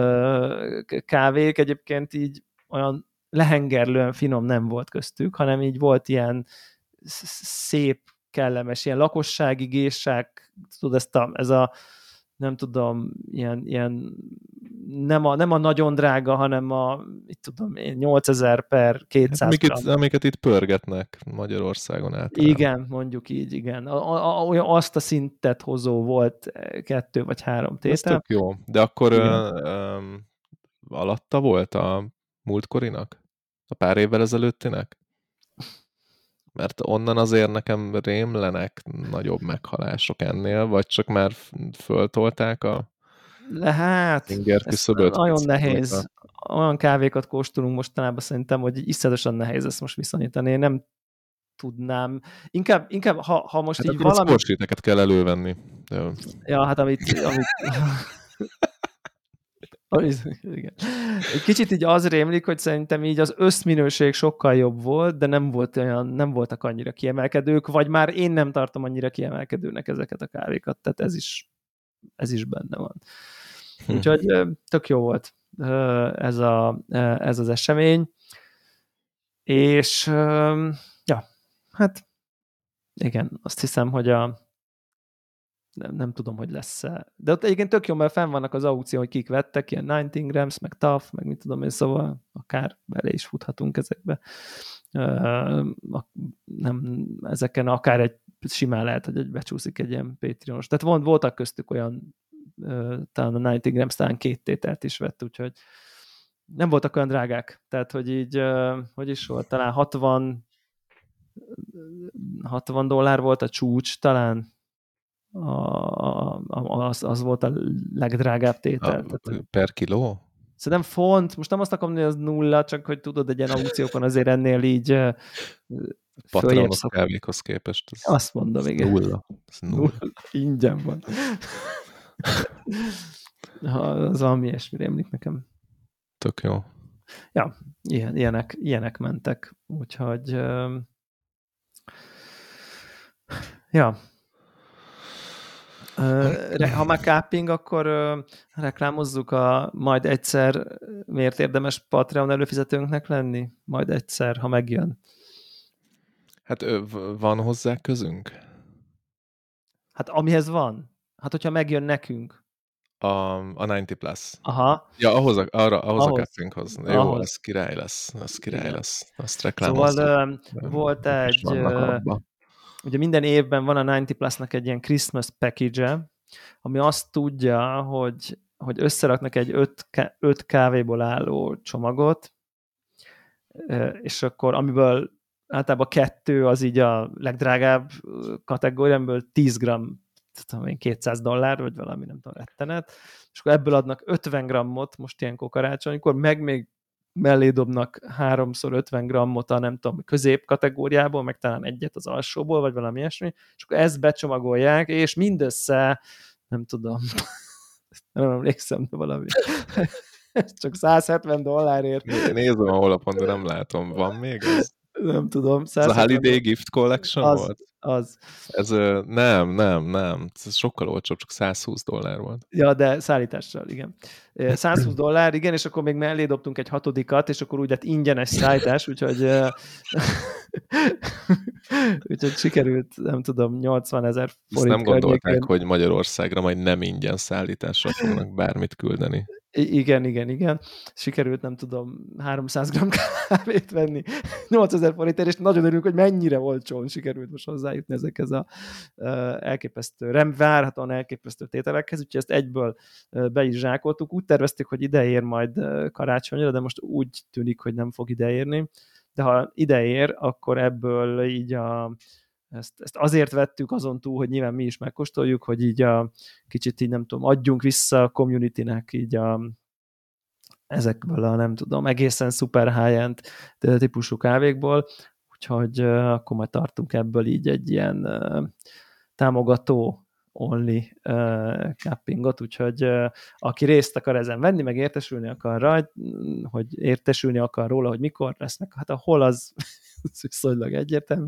kávék, egyébként így olyan lehengerlően finom nem volt köztük, hanem így volt ilyen szép, kellemes, ilyen lakossági gésák, tudod, ez a nem tudom, ilyen nem a nagyon drága, hanem mit tudom én, 8000 per 200 amiket itt pörgetnek Magyarországon általában. Igen, mondjuk így, igen. Azt a szintet hozó volt 2 vagy 3 tétel. Ez tök jó. De akkor alatta volt a múltkorinak? A pár évvel ezelőttinek? Mert onnan azért nekem rémlenek nagyobb meghalások ennél, vagy csak már föltolták a Hát, inger ez küszöböt nagyon picit ennek a... nehéz. Olyan kávékat kóstolunk mostanában szerintem, hogy így iszonyatosan nehéz ezt most viszonyítani. Én nem tudnám. Inkább ha most Hát így akkor a valamit... scoresheeteket kell elővenni. Ja, hát igen. Egy kicsit így az rémlik, hogy szerintem így az összminőség sokkal jobb volt, de nem voltak annyira kiemelkedők, vagy már én nem tartom annyira kiemelkedőnek ezeket a kávékat, tehát ez is benne van. Úgyhogy tök jó volt ez az esemény, és ja, hát igen, azt hiszem, hogy nem tudom, hogy lesz-e. De ott egyébként tök jó, mert fenn vannak az aukció, hogy kik vettek, ilyen 19 grams, meg TAF, meg mit tudom én, szóval akár belé is futhatunk ezekbe. Nem, ezeken akár simán lehet, hogy becsúszik egy ilyen Patreon-os. Tehát voltak köztük olyan, talán a 19 grams talán 2 tételt is vett, úgyhogy nem voltak olyan drágák. Tehát, hogy így, hogy is volt, talán $60 volt a csúcs, talán az volt a legdrágább tétel. Per kiló? Szerintem font, most nem azt akarom mondani, hogy az nulla, csak hogy tudod, egy ilyen aukciókon azért ennél így Patronos kávékhoz képest. Azt mondom, igen. Nulla. Nulla. Ingyen van. Az valami ilyesmi rémlik nekem. Tök jó. Ja, ilyenek mentek. Úgyhogy ja. Ha már cupping, akkor reklámozzuk majd egyszer, miért érdemes Patreon előfizetőnknek lenni? Majd egyszer, ha megjön. Hát van hozzá közünk? Hát amihez van. Hát hogyha megjön nekünk. A 90 plus. Aha. Ja, ahhoz a cuppinghoz. Jó, az király lesz. Igen. Azt reklámozzuk. Szóval volt egy... Ugye minden évben van a 90 Plus-nak egy ilyen Christmas package-e, ami azt tudja, hogy összeraknak egy 5 kávéból álló csomagot, és akkor amiből általában 2 az így a legdrágább kategóriából 10 gramm, $200, vagy valami, nem tudom, rettenet, és akkor ebből adnak 50 grammot, most ilyenkor karácsonykor, meg még mellé dobnak 3x50 grammot a nem tudom, közép kategóriából, meg talán egyet az alsóból, vagy valami ilyesmi, és akkor ezt becsomagolják, és mindössze, nem tudom, nem emlékszem, de valami. Csak $170. Nézem a honlapon, de nem látom. Van még ez? Nem tudom. Ez a Holiday Gift Collection volt? Az. Ez nem. Ez sokkal olcsóbb, csak $120 volt. Ja, de szállítással, igen. $120, igen, és akkor még mellé dobtunk egy 6-at, és akkor úgy lett ingyenes szállítás, úgyhogy sikerült, nem tudom, 80 000 forint. Ezt nem gondolták, hogy Magyarországra majd nem ingyen szállítással fognak bármit küldeni. Igen. Sikerült, nem tudom, 300 g kávét venni 8000 forintért, és nagyon örülünk, hogy mennyire olcsón sikerült most hozzájutni ezekhez a várhatóan elképesztő tételekhez, úgyhogy ezt egyből be is zsákoltuk. Úgy terveztük, hogy ideér majd karácsonyra, de most úgy tűnik, hogy nem fog ideérni. De ha ideér, akkor ebből így ezt azért vettük azon túl, hogy nyilván mi is megkóstoljuk, hogy így kicsit így nem tudom, adjunk vissza a communitynek így ezekből a nem tudom, egészen szuper high-end típusú kávékból, úgyhogy akkor majd tartunk ebből így egy ilyen támogató only cuppingot, úgyhogy aki részt akar ezen venni, meg értesülni akar róla, hogy mikor lesznek, hát a hol az viszonylag egyértelmű.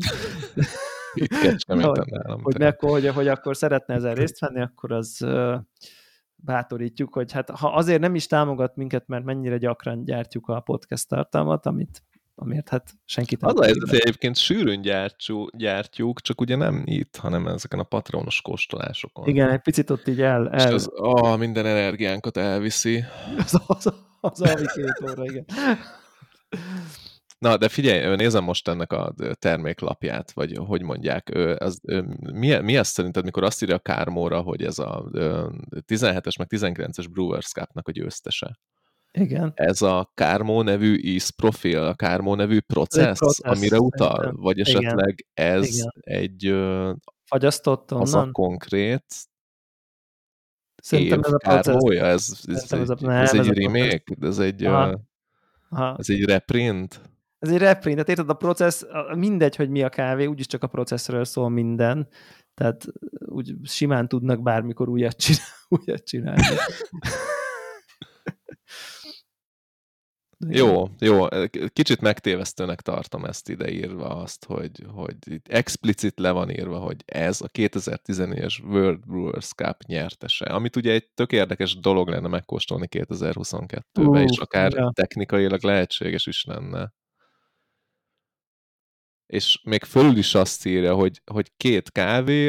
hogy akkor szeretne ezen részt venni, akkor az bátorítjuk, hogy hát ha azért nem is támogat minket, mert mennyire gyakran gyártjuk a podcast tartalmat, amiért hát senkit nem. Az a helyzet, hogy egyébként sűrűn gyártjuk, csak ugye nem itt, hanem ezeken a patronos kóstolásokon. Igen, egy picit ott így és az minden energiánkat elviszi. Az alvi 2 óra, igen. Na, de figyelj, nézem most ennek a terméklapját, vagy hogy mondják, mi ez szerinted, mikor azt írja a Kármóra, hogy ez a 17-es meg 19-es Brewers Cup-nak a győztese? Igen. Ez a Kármó nevű ízprofil, a Kármó nevű Ez egy processz, processz, amire utal? szerintem. Vagy Igen. esetleg ez Igen. egy Fagyasztott az a onnan? konkrét Szerintem év ez a processz. Kármója? Szerintem Ez nem, ez egy a processz. remake? Aha. Aha. Ez egy reprint? Ez egy reprint, tehát érted, a processz, mindegy, hogy mi a kávé, úgyis csak a processzről szól minden, tehát úgy simán tudnak bármikor újat csinálni. Jó, jó. Kicsit megtévesztőnek tartom ezt ideírva azt, hogy itt explicit le van írva, hogy ez a 2014-es World Brewers Cup nyertese, amit ugye egy tök érdekes dolog lenne megkóstolni 2022-ben, és akár ja. technikailag lehetséges is lenne. És még fölül is azt írja, hogy 2 kávé,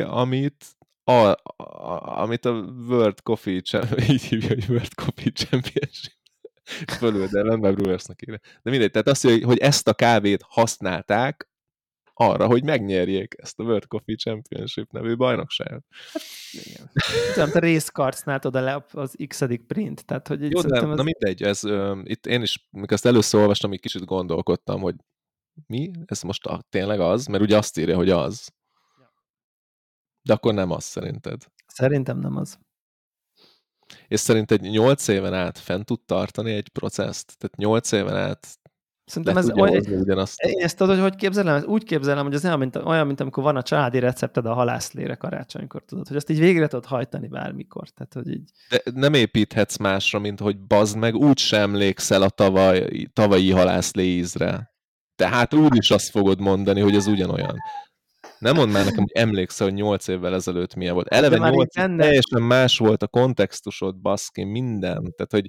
amit a World Coffee így hívja, hogy World Coffee Championship. Fölül, de nem Brewersnek írja. De mindegy, tehát azt mondja, hogy ezt a kávét használták arra, hogy megnyerjék ezt a World Coffee Championship nevű bajnokságot. Igen. Tudom, te részkarcnál oda le az x-edik print, tehát hogy Jó, de na mindegy, itt én is, mikor ezt először olvastam, így kicsit gondolkodtam, hogy mi? Ez most tényleg az? Mert ugye azt írja, hogy az. De akkor nem az szerinted. Szerintem nem az. És szerinted 8 éven át fent tud tartani egy processzt? Tehát 8 éven át szerintem ez ugyanazt. Én ezt tudod, hogy képzelem? Úgy képzelem, hogy ez olyan, mint amikor van a családi recepted a halászlére karácsonykor, tudod, hogy azt így végre tudod hajtani bármikor. Tehát, hogy így... De nem építhetsz másra, mint hogy bazd meg, úgy sem emlékszel a tavalyi halászlé ízre. Tehát úgyis azt fogod mondani, hogy ez ugyanolyan. Nem mondd már nekem, hogy emlékszel, hogy 8 évvel ezelőtt milyen volt. Eleve 8 teljesen más volt a kontextusod, baszki, minden. Tehát, hogy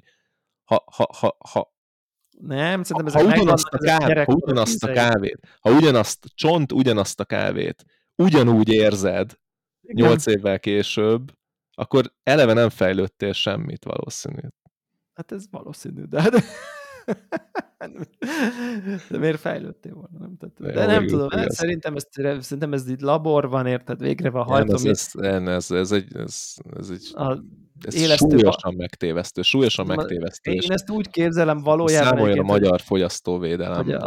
nem, szerintem ha ugyanazt a kávét, ugyanazt a kávét, ugyanúgy érzed 8 évvel később, akkor eleve nem fejlődtél semmit valószínű. Hát ez valószínű, de miért fejlődtél volna? Nem tudom. De nem tudom, szerintem ez így laborban, érted, végre van hajtom. Ez egy súlyosan megtévesztő. Én ezt úgy képzelem valójában. Számoljon a magyar fogyasztóvédelem.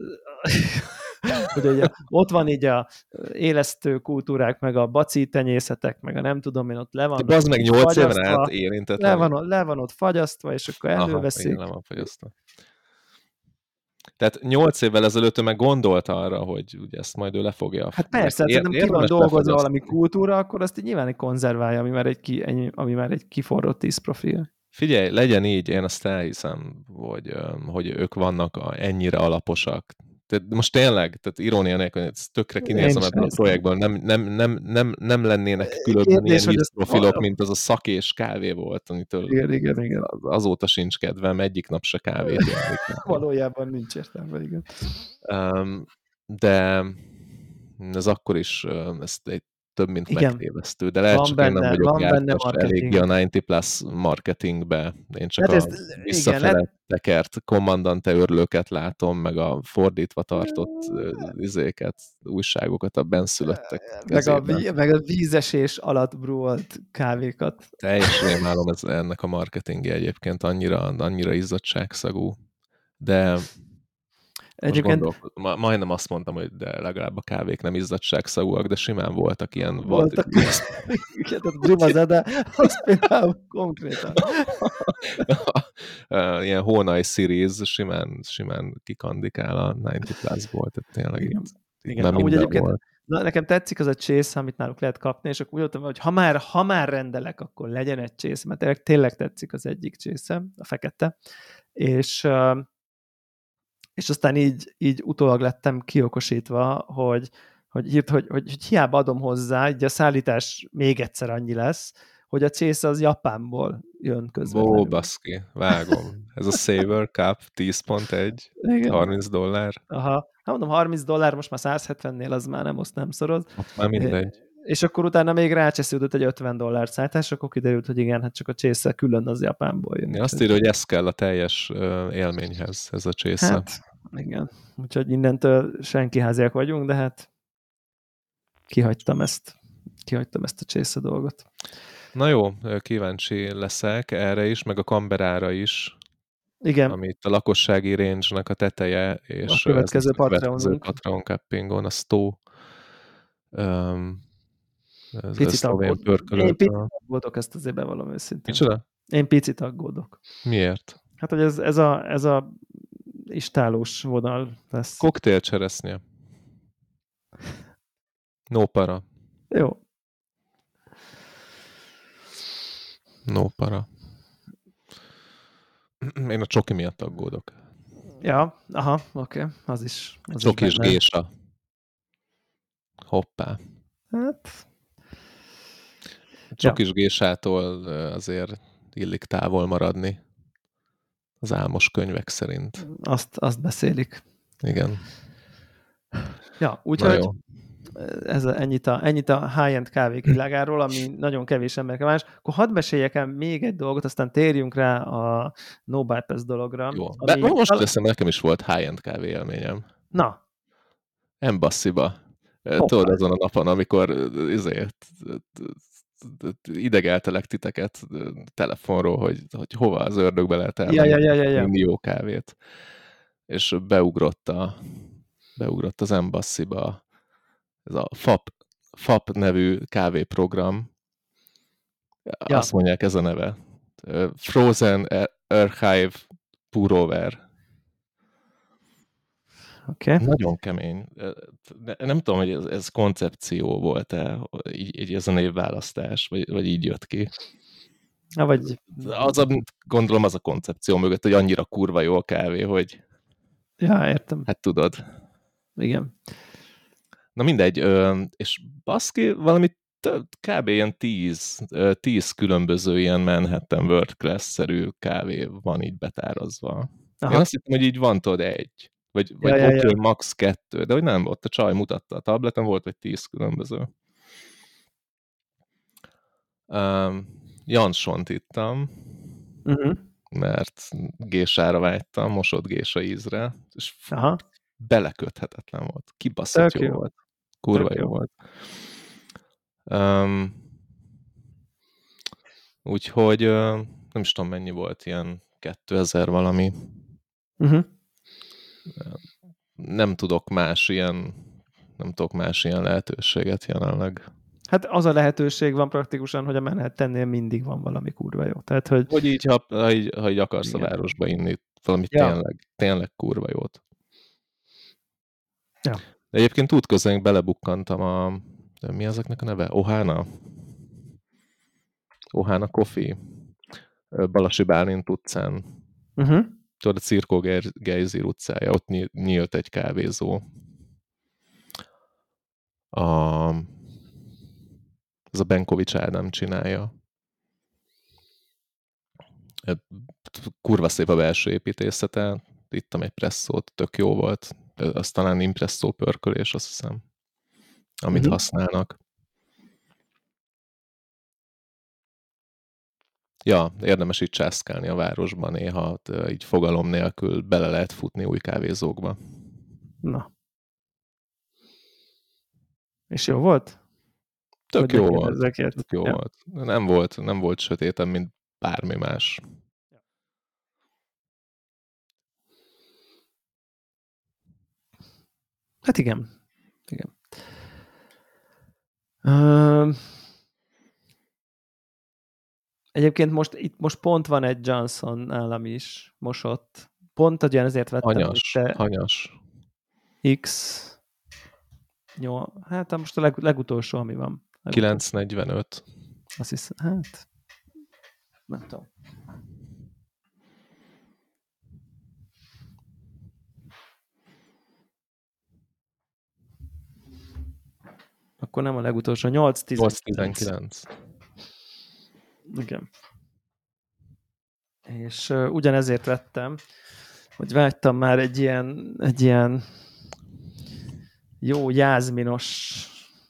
Hogy ugye, ott van így a élesztő kultúrák, meg a baci tenyészetek, meg a nem tudom én, ott le van. De az meg 8 éven át érintetlen. Le van ott fagyasztva, és akkor előveszik. Igen, le van fagyasztva. Tehát 8 évvel ezelőtt ő meg gondolt arra, hogy ugye ezt majd ő le fogja. Hát persze, szerintem ki van dolgozva valami kultúra, akkor azt így nyilván egy konzerválja, ami már egy kiforrott ízprofil. Figyelj, legyen így, én azt elhiszem, hogy ők vannak ennyire alaposak. Tehát most tényleg, tehát irónia nélkül, tökre kinézem ebből a projektből, nem lennének különben ilyen ízprofilok, mint az a szak és kávé volt, amitől igen. azóta sincs kedvem, egyik nap se kávét. Valójában nincs értelme, igen. De ez akkor is ezt egy több, mint megtévesztő. De lehet csak én nem vagyok jártas eléggé a 90 Plus marketingbe. Én csak a visszafele tekert kommandante örlőket látom, meg a fordítva tartott újságokat a benszülöttek kezében. Meg a vízesés alatt brúolt kávékat. Teljes rémálom ennek a marketingje egyébként, annyira izzadságszagú. De majdnem azt mondtam, hogy de legalább a kávék nem izzadságszagúak, de simán voltak ilyen voltak. Igen, tehát Brimazada, az például konkrétan. Ilyen Hónai series simán kikandikál a 90 Plus-ból, tehát tényleg igen. Amúgy egyébként nekem tetszik az a csésze, amit náluk lehet kapni, és akkor úgy voltam, hogy ha már rendelek, akkor legyen egy csésze, mert tényleg tetszik az egyik csésze, a fekete, és aztán így utólag lettem kiokosítva, hogy hiába adom hozzá, így a szállítás még egyszer annyi lesz, hogy a csésze az Japánból jön közvetlenül. Baszki, vágom. Ez a Saver Cup 10.1, $30. Aha, hát mondom, $30, most már 170-nél az már nem szoroz. Már mindegy. És akkor utána még rácsesződött egy $50 szállítás, akkor kiderült, hogy igen, hát csak a csésze külön az Japánból jön. Azt írja, hogy ez kell a teljes élményhez, ez a csésze. Hát, igen. Úgyhogy innentől senki háziak vagyunk, de hát kihagytam ezt a csésze dolgot. Na jó, kíváncsi leszek erre is, meg a Canberrára is. Igen, ami itt a lakossági range-nek a teteje, a és ez lesz következő a következő Patreonunk. Patreon cappingon, a Sto, ez Picit szlovén aggódok. Én picit pörkölőtől. aggódok, ezt azért bevallom őszintén. Micsoda? Én picit aggódok. Miért? Hát, hogy ez a istálós vonal lesz. Koktélcseresznye. No para. Jó. No para. Én a csoki miatt aggódok. Ja, aha, oké. Az is Csokis benne. gésa. Hoppá. Hát, Csokis gésától azért illik távol maradni. Az álmos könyvek szerint. azt beszélik. Igen. Ja, Na úgyhogy jó. ennyit a high-end kávék világáról, ami nagyon kevés emberke más. Akkor hadd meséljek el még egy dolgot, aztán térjünk rá a no bypass dologra. Jó. Ami Most teszem, nekem is volt high-end kávé élményem. Na, Embassy-ba. hoppá. Tudod, azon a napon, amikor idegeltelek titeket telefonról, hogy hova az ördögbe lehet elmenni Ja. jó kávét. És beugrott az Embassy-ba ez a FAP nevű kávéprogram. Ja, Azt mondják, ez a neve. Frozen Archive Purover. oké. Nagyon kemény. Nem tudom, hogy ez koncepció volt-e, így ez a névválasztás, vagy így jött ki. Na, vagy... Gondolom az a koncepció mögött, hogy annyira kurva jó a kávé, hogy Ja, értem. hát tudod. Igen. Na mindegy, és baszki, valami kb. Ilyen 10 különböző ilyen Manhattan World Class-szerű kávé van így betárazva. Aha. Én azt hittem, hogy így van tudod egy, vagy oké, max 2, de hogy nem, ott a csaj mutatta a tableten, volt vagy 10 különböző. Jansont ittam, mert gésára vágytam, mosott gésa ízre, és beleköthetetlen volt. Kibaszott jó volt. Kurva jó volt. Úgyhogy nem is tudom mennyi volt, ilyen 2000 valami. Nem tudok más ilyen lehetőséget jelenleg. Hát az a lehetőség van praktikusan, hogy a Manhattannél mindig van valami kurva jó. Tehát, hogy így, ha így akarsz a városba inni, valami tényleg kurva jót. Ja. De egyébként útközben belebukkantam mi ezeknek a neve? Ohana Coffee. Balasi Bálint utcán. Tudod, a Cirkó Gejzír utcája, ott nyílt egy kávézó. Ez a Benkovics Ádám csinálja. Kurva szép a belső építészete. Ittam egy presszót, tök jó volt. Az talán impresszó pörkölés, azt hiszem, amit használnak. Ja, érdemes így császkálni a városban néha, így fogalom nélkül bele lehet futni új kávézókba. Na. És jó volt? Tök jó volt. Nem volt sötétebb, mint bármi más. Hát igen. Egyébként most pont van egy Johnson nálam is, mosott. Pont azért vettem. Hanyas. X. Jó, hát most a legutolsó, ami van. 945. Azt hiszem, hát nem tudom. Akkor nem a legutolsó, 819. Igen. És ugyanezért vettem, hogy vágytam már egy ilyen jó jázminos,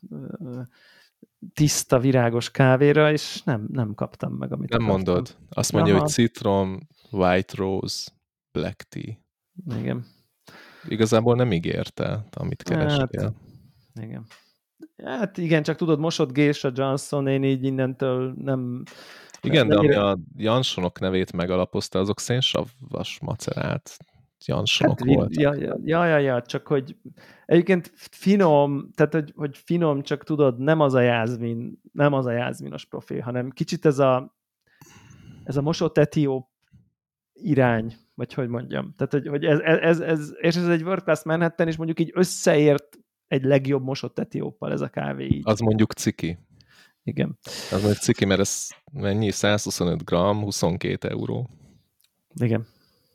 tiszta, virágos kávéra, és nem kaptam meg, amit nem akartam. Mondod. Azt mondja, hogy citrom, white rose, black tea. Igen. Igazából nem ígérte, amit kerestél. Igen. Hát igen, csak tudod, mosott Geisha Johnson, én így innentől nem... Igen, de nem ami ére... a Jansonok nevét megalapozta, azok szénsavas macerát Hát, Jansonok voltak. ja, csak hogy egyébként finom, tehát hogy finom, csak tudod, nem az a jászmin, nem az a jászminos profil, hanem kicsit ez a mosott etióp irány, vagy hogy mondjam. Tehát, hogy és ez egy World Class Manhattan, és mondjuk így összeért egy legjobb mosott etióppal ez a kávé így. Az mondjuk ciki. Igen. Az mondjuk ciki, mert ez mennyi? 125 gram, 22 euró. Igen.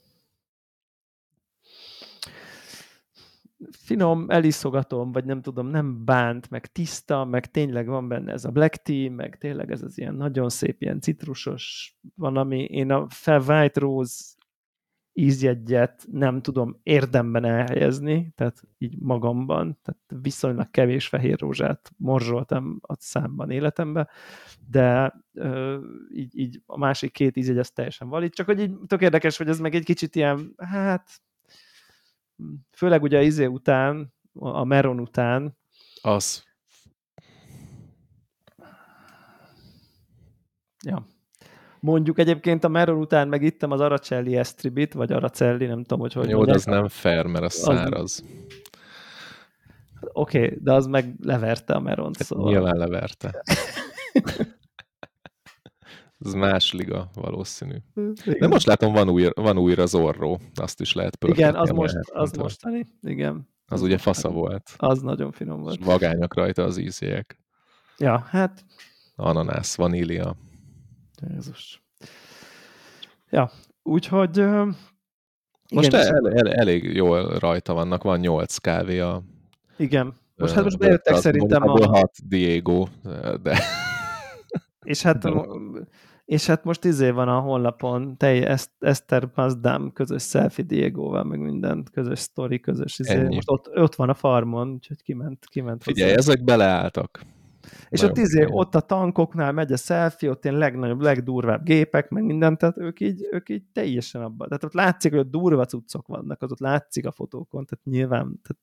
Finom, eliszogatom, vagy nem tudom, nem bánt, meg tiszta, meg tényleg van benne ez a black tea, meg tényleg ez az ilyen nagyon szép, ilyen citrusos valami. Én a White Rose ízjegyet nem tudom érdemben elhelyezni, tehát így magamban, tehát viszonylag kevés fehér rózsát morzsoltam a számban életemben, de így a másik két ízjegy az teljesen valid, csak hogy így tök érdekes, hogy ez meg egy kicsit ilyen, hát főleg ugye az után, a Meron után. Az. Ja. Mondjuk egyébként a Meron után megittem az Aracelli Estribit, vagy Aracelli, nem tudom, hogy Jó, de az nem fair, mert az száraz. Oké, de az meg leverte a Meront, hát szóval. Nyilván leverte. Ez más liga, valószínű. De most látom, van újra Zorro. Azt is lehet pörgetni. Igen, az mostani. Igen. Az ugye fasza volt. Az nagyon finom volt. És vagányak rajta az ízjegyek. Ja, hát. Ananász, vanília. Jézus. Ja, úgyhogy... Most elég jól rajta vannak, van 8 kávé a... Igen. Most bejöttek szerintem a... 6 Diego, de... És hát most van a honlapon, Eszter Mazdám közös selfie Diegóval, meg minden közös sztori, közös Most ott van a farmon, úgyhogy kiment Figyelj, hozzá. Ezek beleálltak. És nagyon ott a tankoknál megy a selfie, ott ilyen legnagyobb, legdurvább gépek, meg mindent, tehát ők így teljesen abban. Tehát ott látszik, hogy ott durva cuccok vannak, ott látszik a fotókon, tehát nyilván... Tehát...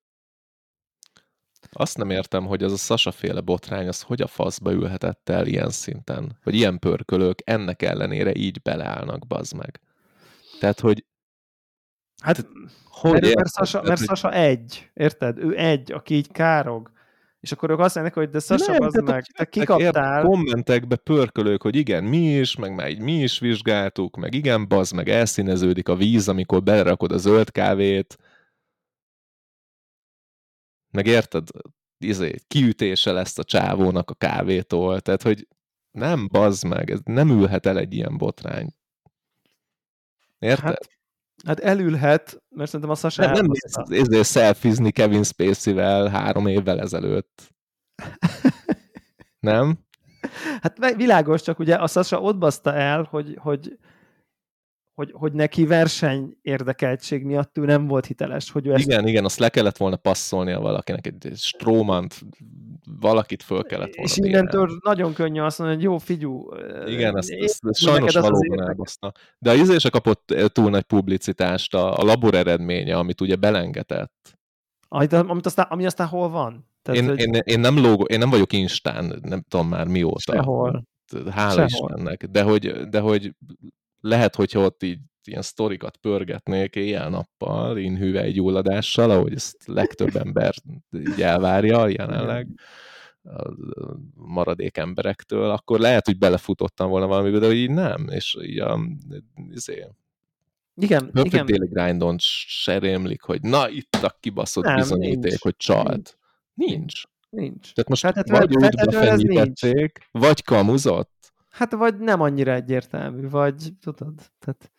Azt nem értem, hogy az a Sasa-féle botrány, az hogy a faszba ülhetett el ilyen szinten, hogy ilyen pörkölők ennek ellenére így beleállnak, bazd meg. Tehát, hogy... Hát, mert Sasa egy, érted? Ő egy, aki így károg. És akkor ők azt mondják, hogy de Sasa, bazd meg, te kikaptál. Kommentekbe pörkölők, hogy igen, mi is, meg már így mi is vizsgáltuk, meg igen, bazd meg, elszíneződik a víz, amikor belerakod a zöld kávét. Meg érted? Kiütése lesz a csávónak a kávétól, tehát, hogy nem, bazd meg, ez nem ülhet el egy ilyen botrány. Érted? Hát elülhet, mert szerintem a Sasa nem ezért selfizni Kevin Spacey-vel 3 évvel ezelőtt. Nem? Hát világos, csak ugye a Sasa ott baszta el, hogy neki verseny érdekeltség miatt ő nem volt hiteles. Hogy ő igen, azt le kellett volna passzolnia valakinek, egy Strómant, valakit föl kellett volna. És innentől nagyon könnyű azt mondani, hogy jó, figyú. Igen, ezt sajnos valóban elbaszta. De a izé se kapott túl nagy publicitást a labor eredménye, amit ugye belengetett. Ami aztán hol van? Tehát, én nem vagyok Instán, nem tudom már mióta. Sehol. Hála Istennek. De hogy lehet, hogyha ott így ilyen sztorikat pörgetnék éjjel-nappal, én hüvelygyulladással, ahogy ezt legtöbb ember így elvárja jelenleg a maradék emberektől, akkor lehet, hogy belefutottam volna valamibe, de így nem, és így igen. Daily Grindon se rémlik, hogy na, itt a kibaszott nem, bizonyíték, hogy csalt. Nincs. Tehát most vagy útba fenyítették, vagy kamuzott. Hát vagy nem annyira egyértelmű, vagy tudod, tehát...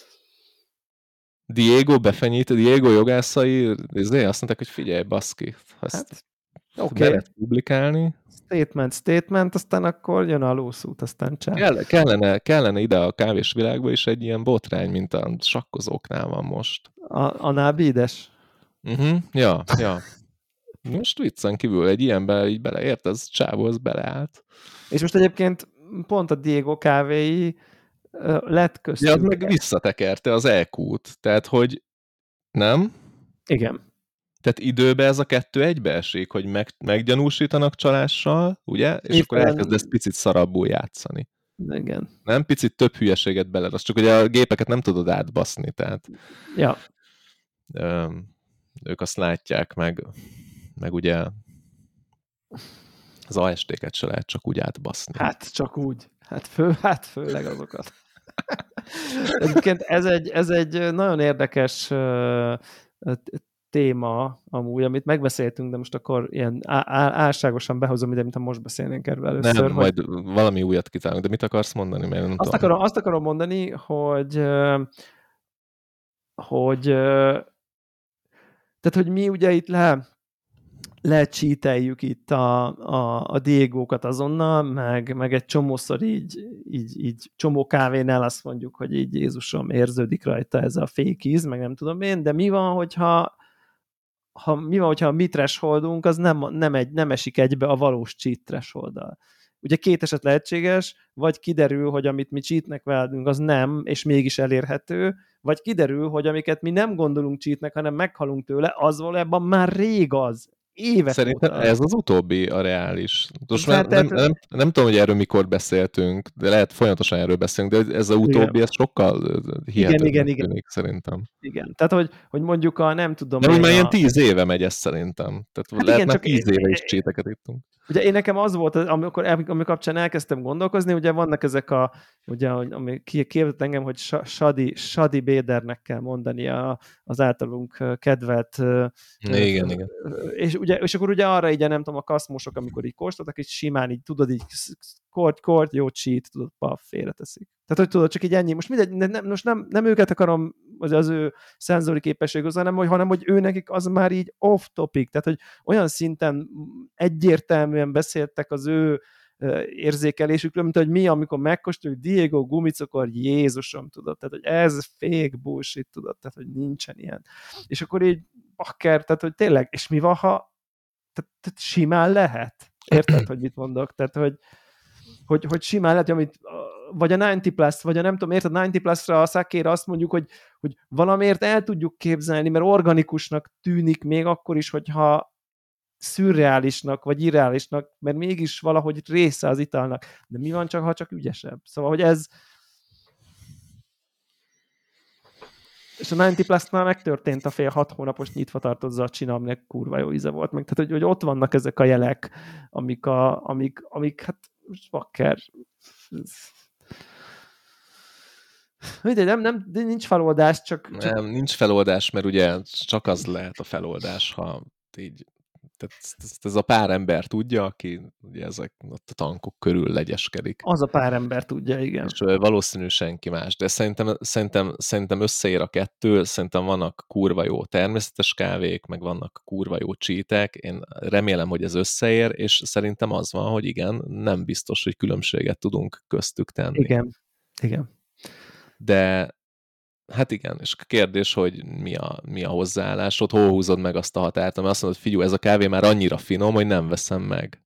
Diego jogászai azt mondták, hogy figyelj, baszki, ezt be lehet publikálni. Statement, aztán akkor jön a lószút, aztán csá. Kellene ide a kávés világba is egy ilyen botrány, mint a sakkozóknál van most. A nábídes? Ja. Most viccen kívül egy ilyenben így beleért, az csávó, az beleállt. És most egyébként pont a Diego kávéi lett köztük. Ja, az meg visszatekerte az EQ-t, tehát hogy nem? Igen. Tehát időben ez a kettő egybeesik, hogy meggyanúsítanak csalással, ugye? És akkor Éppen, elkezdesz picit szarabbul játszani. igen. Nem picit több hülyeséget belerasz, csak ugye a gépeket nem tudod átbaszni, tehát Ja, ők azt látják, meg ugye az AST-ket se lehet csak úgy átbaszni. hát csak úgy. Hát főleg azokat. Egyébként ez egy nagyon érdekes téma amúgy, amit megbeszéltünk, de most akkor ilyen álságosan behozom ide, mintha most beszélnénk erről először. Nem, hogy majd valami újat kitálunk, de mit akarsz mondani? Mert nem tudom. azt akarom mondani, hogy tehát, hogy mi ugye itt lecsíteljük itt a Diegókat azonnal, meg egy csomószor így csomó kávénál azt mondjuk, hogy így Jézusom érződik rajta ez a fake íz, meg nem tudom én, de mi van, hogyha a mi thresholdunk az nem esik egybe a valós cheat thresholddal. Ugye két eset lehetséges, vagy kiderül, hogy amit mi cheatnek váltunk, az nem, és mégis elérhető, vagy kiderül, hogy amiket mi nem gondolunk cheatnek, hanem meghalunk tőle, az valójában már rég az. Évek Szerintem óta. ez az utóbbi a reális. Most már Tehát, nem tudom, hogy erről mikor beszéltünk, de lehet folyamatosan erről beszélünk, de ez az utóbbi, ez sokkal hihetetlenül tűnik, szerintem. Igen. Tehát, hogy mondjuk nem tudom De úgy én már ilyen 10 éve megy ez szerintem. Tehát Hát lehet igen, már csak 10 éve is cheateket ittunk. ugye én nekem az volt, amikor kapcsán elkezdtem gondolkozni, ugye vannak ezek ugye, ami kérdezett engem, hogy Sadi Bédernek kell mondani az általunk kedvelt Igen. és akkor ugye arra így nem tudom, a kaszmosok, amikor így kóstoltak, így simán így tudod, így kort, jó cheat, tudod, paf, félreteszik. Tehát, hogy tudod, csak így ennyi. Most mindegy, most nem őket akarom, az ő szenzori képességhoz, hanem hogy ő nekik az már így off topic, tehát, hogy olyan szinten egyértelműen beszéltek az ő érzékelésükről, mint hogy mi, amikor megkóstoljuk Diego gumicokor, Jézusom, tudod, tehát, hogy ez fake bullshit, tudod, tehát, hogy nincsen ilyen. És akkor így bakker, tehát, hogy tényleg, és mi van, ha tehát simán lehet? Érted, hogy mit mondok? Tehát, hogy simán lehet, amit vagy a 90 plus, vagy a nem tudom, érted, 90 plus-ra a szakére azt mondjuk, hogy valamiért el tudjuk képzelni, mert organikusnak tűnik még akkor is, hogyha szürreálisnak, vagy irreálisnak, mert mégis valahogy része az italnak. De mi van csak, ha csak ügyesebb? Szóval, hogy ez és a 90 plus-nál megtörtént a fél 6 hónapos nyitva tartott zaccsina, aminek kurva jó íze volt meg. Tehát, hogy ott vannak ezek a jelek, amik hát bakker. Nem, nincs feloldás, csak... Nem, nincs feloldás, mert ugye csak az lehet a feloldás, ha így tehát ez a pár ember tudja, aki ugye ezek ott a tankok körül legyeskedik. Az a pár ember tudja, igen. És valószínű senki más. De szerintem összeér a kettő, szerintem vannak kurva jó természetes kávék, meg vannak kurva jó cheatek. Én remélem, hogy ez összeér, és szerintem az van, hogy igen, nem biztos, hogy különbséget tudunk köztük tenni. Igen. De hát igen, és a kérdés, hogy mi a hozzáállásod, hol húzod meg azt a határt, ami azt mondod, figyelj, ez a kávé már annyira finom, hogy nem veszem meg.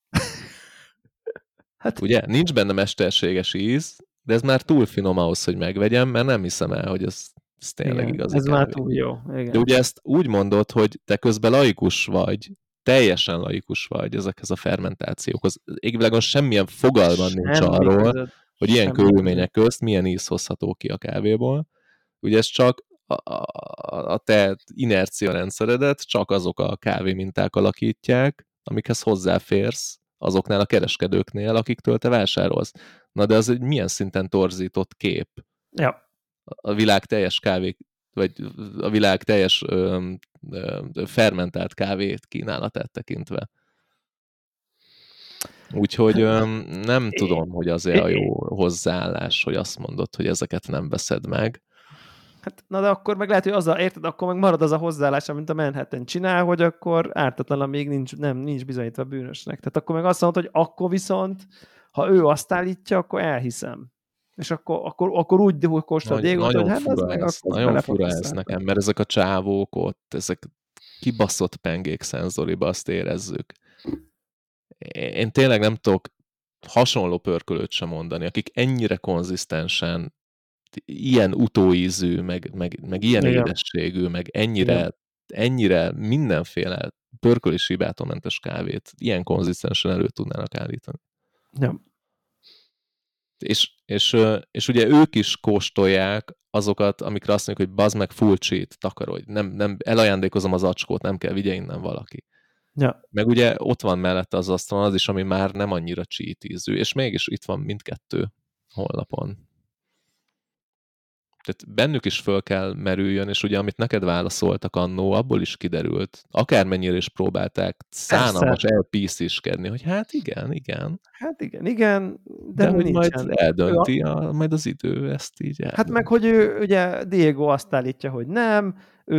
Hát, ugye? Nincs benne mesterséges íz, de ez már túl finom ahhoz, hogy megvegyem, mert nem hiszem el, hogy ez tényleg igen, igazi ez kávé. már túl jó. Igen. De ugye ezt úgy mondod, hogy te közben laikus vagy, teljesen laikus vagy ezekhez a fermentációkhoz. Égvilágon semmilyen fogalmad nincs arról, hogy ilyen körülmények közt milyen íz hozható ki a kávéból. Ugye ez csak a te inercia rendszeredet csak azok a kávéminták alakítják, amikhez hozzáférsz azoknál a kereskedőknél, akiktől te vásárolsz. Na de az egy milyen szinten torzított kép? Ja. A világ teljes kávé, vagy a világ teljes fermentált kávét kínálatát tekintve. Úgyhogy nem tudom, hogy azért a jó hozzáállás, hogy azt mondod, hogy ezeket nem veszed meg. Hát, na de akkor meg lehet, hogy érted, akkor meg marad az a hozzáállás, amit a Manhattan csinál, hogy akkor ártatlan, amíg nincs bizonyítva bűnösnek. Tehát akkor meg azt mondod, hogy akkor viszont, ha ő azt állítja, akkor elhiszem. És akkor úgy kóstol a Diego-t, hogy hát az meg akkor nagyon fura ez nekem, mert ezek a csávók ott, ezek kibaszott pengék szenzoriba, azt érezzük. Én tényleg nem tudok hasonló pörkölőt sem mondani, akik ennyire konzisztensen ilyen utóízű, meg ilyen édességű, meg ennyire ennyire mindenféle pörkölési hibától mentes kávét ilyen konzisztensen elő tudnának állítani. Ja. És ugye ők is kóstolják azokat, amikre azt mondjuk, hogy bazd meg, full cheat, takarodj, nem elajándékozom az acskót, nem kell, vigye innen valaki. Ja. Meg ugye ott van mellette az asztalon az is, ami már nem annyira cheat ízű, és mégis itt van mindkettő honlapon. Tehát bennük is föl kell merüljön, és ugye amit neked válaszoltak annó, abból is kiderült, akármennyire is próbálták szánalmas elpisziskedni, hogy hát igen. Hát igen, de hogy nincsen. majd eldönti, majd az idő ezt így eldönti. Hát meg, hogy ő, ugye Diego azt állítja, hogy nem,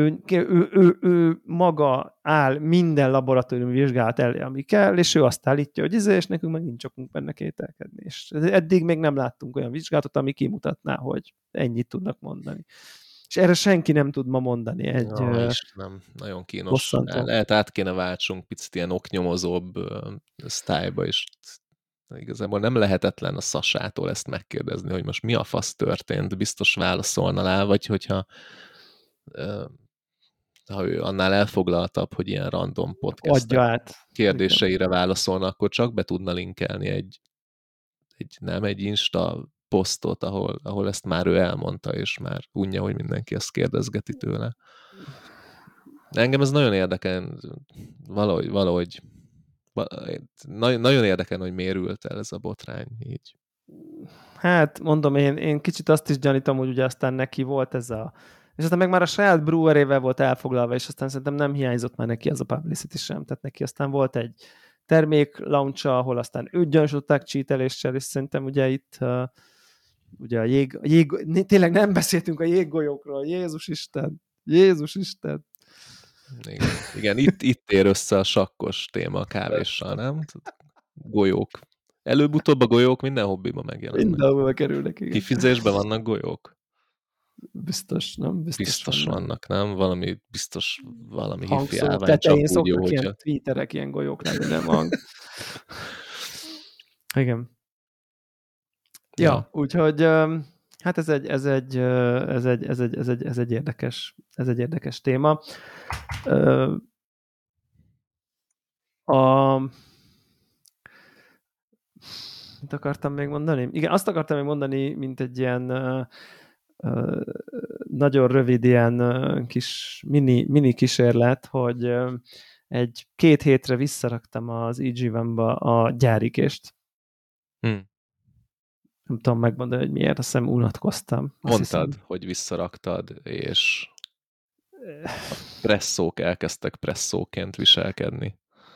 ő maga áll minden laboratóriumi vizsgálat elé, ami kell, és ő azt állítja, hogy és nekünk meg nincs okunk benne kételkedni. És eddig még nem láttunk olyan vizsgálatot, ami kimutatná, hogy ennyit tudnak mondani. És erre senki nem tud ma mondani egy... Istenem, nagyon kínos. Lehet át kéne váltsunk picit ilyen oknyomozóbb sztályba, és igazából nem lehetetlen a Sasától ezt megkérdezni, hogy most mi a fasz történt, biztos válaszolna rá, vagy hogyha ha ő annál elfoglaltabb, hogy ilyen random podcastek kérdéseire válaszolna, akkor csak be tudna linkelni egy Insta posztot, ahol ezt már ő elmondta, és már unja, hogy mindenki ezt kérdezgeti tőle. De engem ez nagyon érdekel, valahogy nagyon érdekel, hogy miért ült el ez a botrány így. Hát, mondom, én kicsit azt is gyanítom, hogy ugye aztán neki volt ez a... És aztán meg már a saját brewerével volt elfoglalva, és aztán szerintem nem hiányzott már neki az a publicity sem. Tehát neki aztán volt egy termék launcha, ahol aztán őt gyanúsították cheateléssel, és szerintem ugye itt ugye a tényleg nem beszéltünk a jéggolyókról, Jézus Isten. Igen, itt ér össze a sakkos téma a kávéssal, nem? Golyók. Előbb-utóbb a golyók minden hobbiban megjelennek. Mindenhova kerülnek, igen. Kifizetésben vannak golyók? Biztos, nem? Biztos vannak, nem? Valami hifi állvány csak tetején úgy szoktak jó, ilyen tweeterek, ilyen golyók lenni, nem hang. Igen. Ja, úgyhogy hát ez egy érdekes téma. Mit akartam még mondani? Igen, azt akartam még mondani, mint egy ilyen nagyon rövid ilyen kis mini kísérlet, hogy 2 hétre visszaraktam az EG-ben a gyárikést. Nem tudom megmondani, hogy miért, azt hiszem unatkoztam. Mondtad, hogy visszaraktad, és a presszók elkezdtek presszóként viselkedni.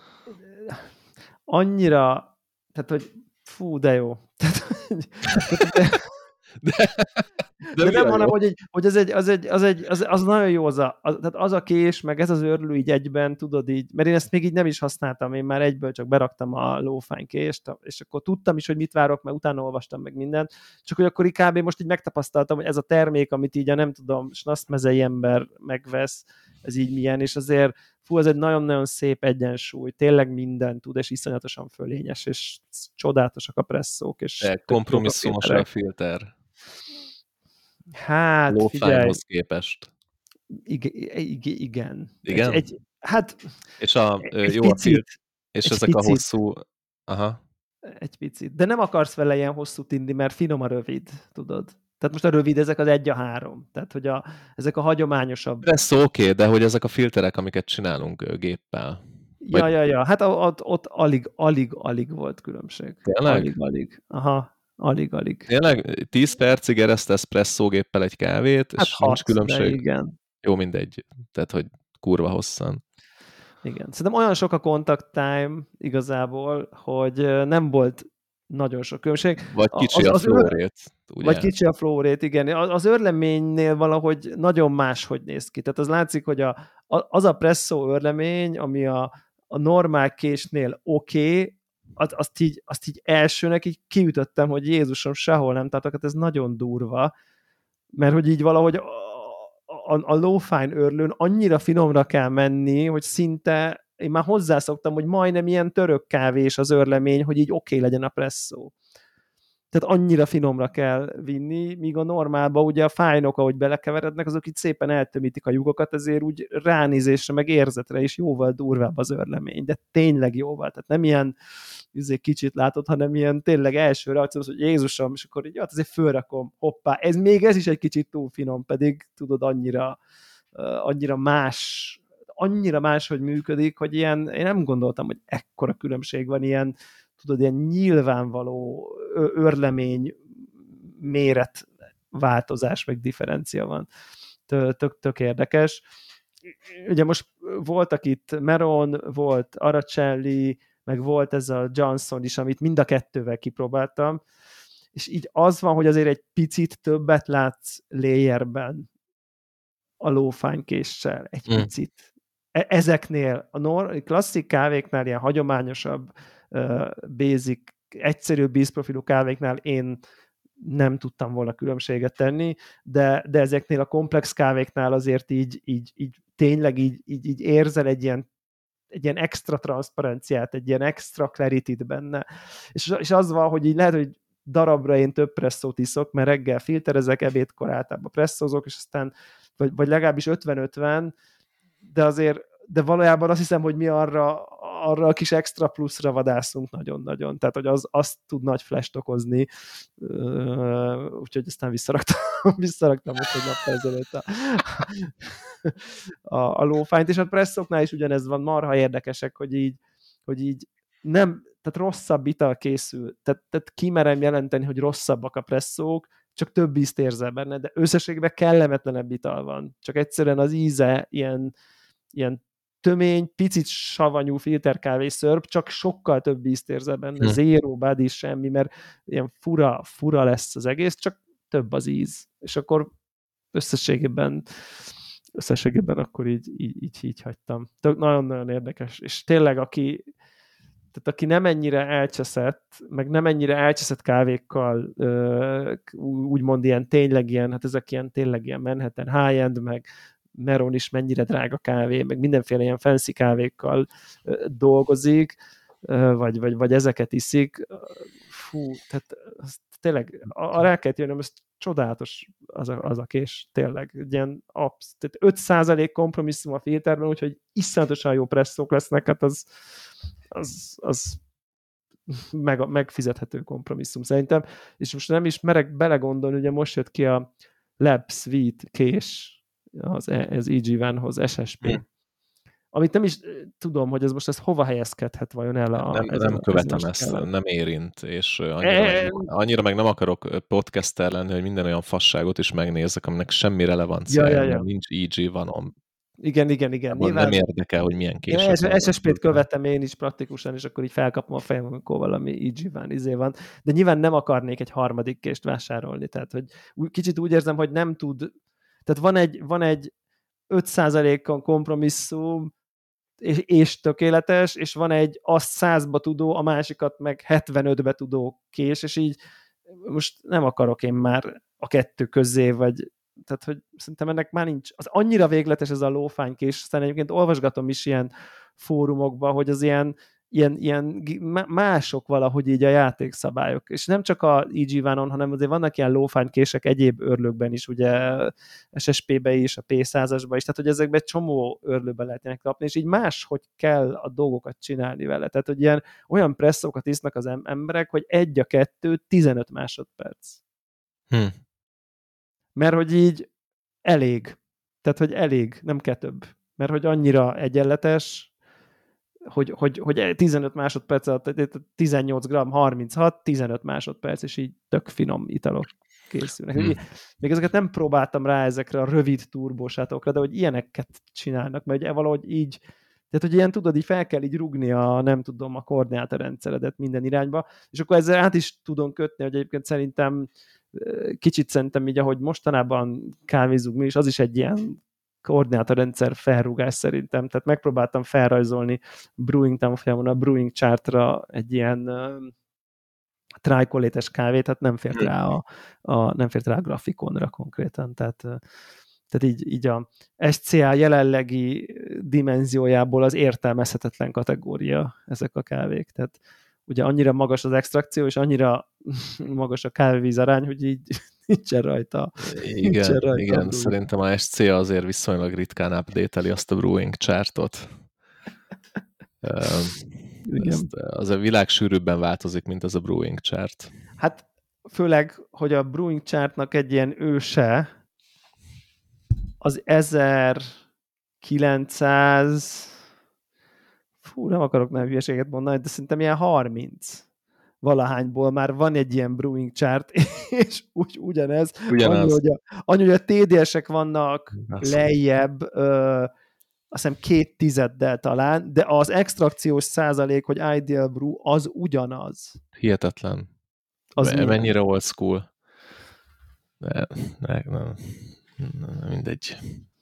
Annyira, tehát, hogy fú, de jó. De nem, hanem, hogy az nagyon jó, tehát az a kés, meg ez az őrlő így egyben, tudod így, mert én ezt még így nem is használtam, én már egyből csak beraktam a low-fine kést, és akkor tudtam is, hogy mit várok, mert utána olvastam meg mindent, csak hogy akkor kb. Most így megtapasztaltam, hogy ez a termék, amit így a nem tudom, snasztmezei ember megvesz, ez így milyen, és azért ez egy nagyon-nagyon szép egyensúly, tényleg minden tud, és iszonyatosan fölényes, és csodálatosak a presszók. És kompromisszumos a filter. Hát, Low-fine-hoz képest. Igen. Hát, és egy picit. És ezek picit. A hosszú... Aha. Egy picit. De nem akarsz vele ilyen hosszút inni, mert finom a rövid, tudod. Tehát most a rövid, ezek az 1-3. Tehát, hogy ezek a hagyományosabb... Ez oké, de hogy ezek a filterek, amiket csinálunk géppel. Ja. Hát ott alig volt különbség. Tényleg? Alig. Aha. Alig. Tényleg 10 percig eresztesz presszógéppel egy kávét, hát és nincs különbség? Igen. Jó, mindegy. Tehát, hogy kurva hosszan. Igen. Szerintem olyan sok a contact time igazából, hogy nem volt nagyon sok különbség. Vagy kicsi a flow rate. Vagy kicsi a flow rate, igen. Az őrleménynél valahogy nagyon máshogy néz ki. Tehát az látszik, hogy az a presszó őrlemény, ami a normál késnél oké, azt így elsőnek így kiütöttem, hogy Jézusom, sehol nem tartok, ez nagyon durva, mert hogy így valahogy a low-fine őrlőn annyira finomra kell menni, hogy szinte én már hozzászoktam, hogy majdnem ilyen török kávés az őrlemény, hogy így oké legyen a presszó. tehát annyira finomra kell vinni, míg a normálban ugye a fájnok, ahogy belekeverednek, azok itt szépen eltömítik a lyukokat, ezért úgy ránézésre, meg érzetre is jóval durvább az őrlemény, de tényleg jóval, tehát nem ilyen kicsit látod, hanem ilyen tényleg első reakció, hogy Jézusom, és akkor így, azért fölrakom, hoppá, ez is egy kicsit túl finom, pedig tudod, annyira más, hogy működik, hogy ilyen, én nem gondoltam, hogy ekkora különbség van, ilyen, tudod, ilyen nyilvánvaló őrlemény méret változás, meg differencia van. Tök érdekes. Ugye most voltak itt Meron, volt Aracelli, meg volt ez a Johnson is, amit mind a kettővel kipróbáltam, és így az van, hogy azért egy picit többet látsz layerben a lófánykéssel, egy picit. Ezeknél, a klasszik kávéknál, ilyen hagyományosabb, basic, egyszerű bízprofilú kávéknál én nem tudtam volna különbséget tenni, de ezeknél a komplex kávéknál azért így tényleg így érzel egy ilyen extra transzparenciát, egy ilyen extra clarity-t benne. És az van, hogy így lehet, hogy darabra én több presszót iszok, mert reggel filterezek, ebédkor általában presszózok, és aztán vagy legalábbis 50-50, de valójában azt hiszem, hogy mi arra a kis extra pluszra vadászunk nagyon-nagyon. Tehát, hogy az tud nagy flash-t okozni. Úgyhogy aztán visszaraktam most egy nappal ezelőtt a lófányt, és a presszoknál is ugyanez van, marha érdekesek, hogy így nem, tehát rosszabb ital készül. Tehát kimerem jelenteni, hogy rosszabbak a presszók, csak több ízt érzel benne, de összességben kellemetlenebb ital van. Csak egyszerűen az íze ilyen tömény, picit savanyú filterkávé szörp, csak sokkal több ízt érzel benne, zero body, semmi, mert ilyen fura lesz az egész, csak több az íz. És akkor összességében akkor így hagytam. Nagyon-nagyon érdekes. És tényleg, aki nem ennyire elcseszett, meg nem ennyire elcseszett kávékkal, úgymond ilyen tényleg ilyen, hát ezek ilyen tényleg ilyen Manhattan high-end, meg Meron is mennyire drága kávé, meg mindenféle ilyen fancy kávékkal dolgozik, vagy ezeket iszik. Fú, tehát tényleg rá kellett jönnöm, ez csodálatos az a kés, tényleg. Ilyen tehát 5% kompromisszum a filterben, úgyhogy iszonyatosan jó presszók lesznek, hát az megfizethető kompromisszum szerintem. És most nem is merek belegondolni, ugye most jött ki a Lab Suite kés, az EG Vanhoz SSP. Amit nem is tudom, hogy ez hova helyezkedhet vajon el nem követem ezt, nem érint, és annyira meg nem akarok podcaster lenni, hogy minden olyan fasságot is megnézek, aminek semmi relevanciája, nincs EG Vanom. Igen. Nyilván nem érdekel, hogy milyen kések van. SSP-t követem én is praktikusan, és akkor így felkapom a fejem, amikor valami EG van, de nyilván nem akarnék egy harmadik kést vásárolni, tehát hogy kicsit úgy érzem, hogy nem tud, tehát van egy 5%-on kompromisszum, és tökéletes, és van egy azt 100-ba tudó, a másikat meg 75-be tudó kés, és így most nem akarok én már a kettő közé, vagy tehát, hogy szerintem ennek már nincs. Az annyira végletes ez a lófánykés, aztán egyébként olvasgatom is ilyen fórumokban, hogy az ilyen mások valahogy így a játékszabályok. És nem csak a EG Vanon, hanem azért vannak ilyen lófánykések egyéb őrlőkben is, ugye SSP-be is, a P100-asba is, tehát hogy ezekben egy csomó őrlőben lehetnek kapni, és így máshogy kell a dolgokat csinálni vele. Tehát, hogy olyan presszókat isznak az emberek, hogy 1-2, 15 másodperc. Mert hogy így elég. Tehát, hogy elég, nem kell több. Mert hogy annyira egyenletes, hogy 15 másodperc alatt 18 gram, 36, 15 másodperc, és így tök finom italok készülnek. Még ezeket nem próbáltam rá ezekre a rövid turbósátokra, de hogy ilyeneket csinálnak, mert valahogy így, tehát hogy ilyen tudod, így fel kell így rugni a koordinátorrendszeredet minden irányba, és akkor ezzel át is tudom kötni, hogy egyébként szerintem így, ahogy mostanában kávézunk mi is, az is egy ilyen koordinátorrendszer felrúgás szerintem. Tehát megpróbáltam felrajzolni brewing tanfolyamon a brewing chartra egy ilyen tricolétes kávét, tehát nem fért rá a grafikonra konkrétan. Tehát így a SCA jelenlegi dimenziójából az értelmezhetetlen kategória ezek a kávék. Tehát ugye annyira magas az extrakció, és annyira magas a kávévíz arány, hogy így nincsen rajta. Nincsen rajta a Igen, brewing. szerintem a SC azért viszonylag ritkán update-eli azt a brewing chartot. Igen. Az a világ sűrűbben változik, mint az a brewing chart. Hát főleg, hogy a brewing chartnak egy ilyen őse az 1900 nem akarok nem hülyeséget mondani, de szerintem ilyen 30 valahányból már van egy ilyen brewing chart, és ugyanez. Ugyanaz. Annyi, hogy a TDS-ek vannak Az. lejjebb, azt hiszem 2/10 talán, de az extrakciós százalék, hogy ideal brew, az ugyanaz. Hihetetlen. Az mennyire old school. Nem, mindegy.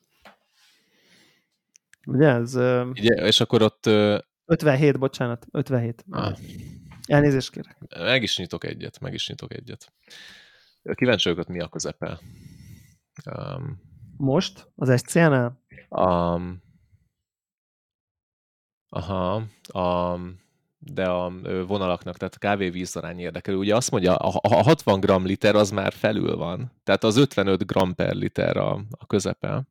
Ugye ez... Ugye, és akkor ott... 57, bocsánat, 57. Elnézést kérek. Meg is nyitok egyet. Kíváncsi vagyok, mi a közepe. Most? Az SC-nál? Aha. De a vonalaknak, tehát a kávévízarány érdekel. Ugye azt mondja, a 60 g liter az már felül van. Tehát az 55 g per liter a közepe.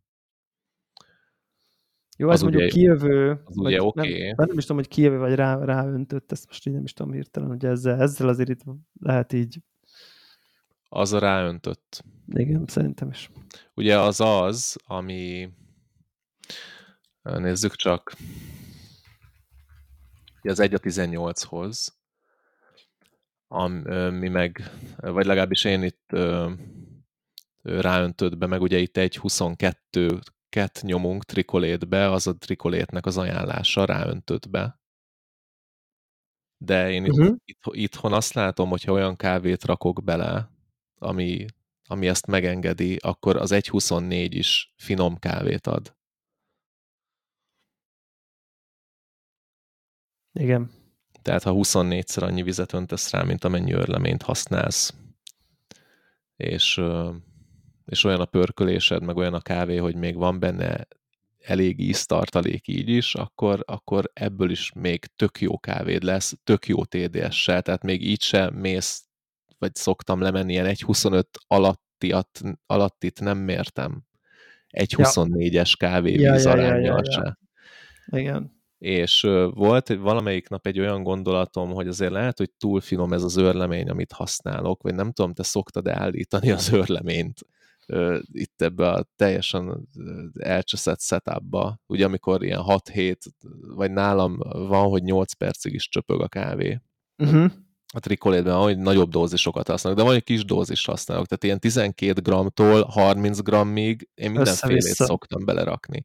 Jó, ez mondjuk kijövő. Az ugye oké. Nem is tudom, hogy kijövő vagy ráöntött, ezt most így nem is tudom hirtelen, hogy ezzel azért itt lehet így. Az a ráöntött. Igen, szerintem is. Ugye az, ami nézzük csak, az 1/18-hoz, mi meg, vagy legalábbis én itt ráöntött be, meg ugye itt 1/22-ket nyomunk trikolétbe, az a trikolétnek az ajánlása ráöntött be. De én itthon azt látom, hogyha olyan kávét rakok bele, ami ezt megengedi, akkor az 1/24 is finom kávét ad. Igen. Tehát ha 24-szer annyi vizet öntesz rá, mint amennyi őrleményt használsz, és olyan a pörkölésed, meg olyan a kávé, hogy még van benne elég íztartalék így is, akkor ebből is még tök jó kávéd lesz, tök jó TDS-sel, tehát még így sem mész, vagy szoktam lemenni ilyen 1,25 alattit nem mértem. 1,24-es kávévíz aránnyal se. Igen. És volt valamelyik nap egy olyan gondolatom, hogy azért lehet, hogy túl finom ez az őrlemény, amit használok, vagy nem tudom, te szoktad-e állítani az őrleményt itt ebbe a teljesen elcseszett setupba, ugye amikor ilyen 6-7, vagy nálam van, hogy 8 percig is csöpög a kávé. A trikolétben van, hogy nagyobb dózisokat használok, de van, hogy kis dózis használok, tehát ilyen 12 g-tól 30 g-ig én mindenfélét szoktam belerakni.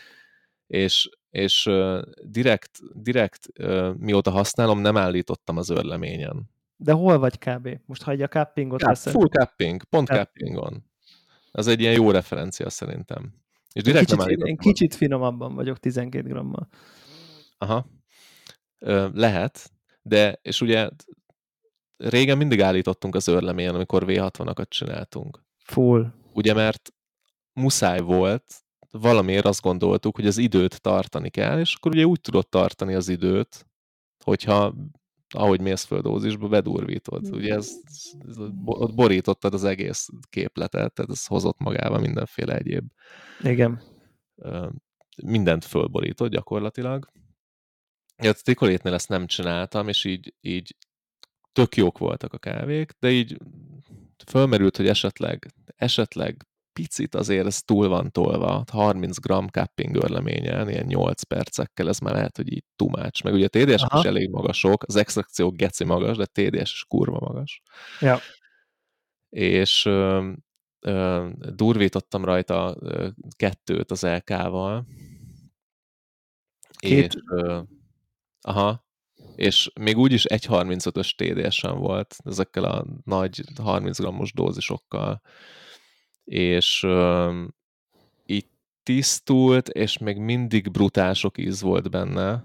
És direkt mióta használom, nem állítottam az őrleményen. De hol vagy kb? Most ha egy a cuppingot veszed? Full cupping, pont cuppingon. Ez egy ilyen jó referencia szerintem. És direkt nem állítottam. Én kicsit finomabban vagyok 12 g-mal. Aha. Lehet, de és ugye régen mindig állítottunk az őrleményen, amikor V60-akat csináltunk. Full. Ugye, mert muszáj volt, valamiért azt gondoltuk, hogy az időt tartani kell, és akkor ugye úgy tudod tartani az időt, hogyha ahogy mész föl dózisba, bedurvítod. Ugye ott borítottad az egész képletet, tehát ez hozott magával mindenféle egyéb. Igen. Mindent fölborítod gyakorlatilag. A trikolétnél ezt nem csináltam, és így tök jók voltak a kávék, de így fölmerült, hogy esetleg picit azért ez túl van tolva, 30 g cupping őrleményen, ilyen 8 percekkel, ez már lehet, hogy így too much. Meg ugye a TDS-ek is elég magasok, az extrakció geci magas, de TDS is kurva magas. Ja. És durvítottam rajta 2 az LK-val. És még úgyis 1,35-ös TDS-en volt, ezekkel a nagy 30 g-os dózisokkal. És így tisztult, és még mindig brutál sok íz volt benne,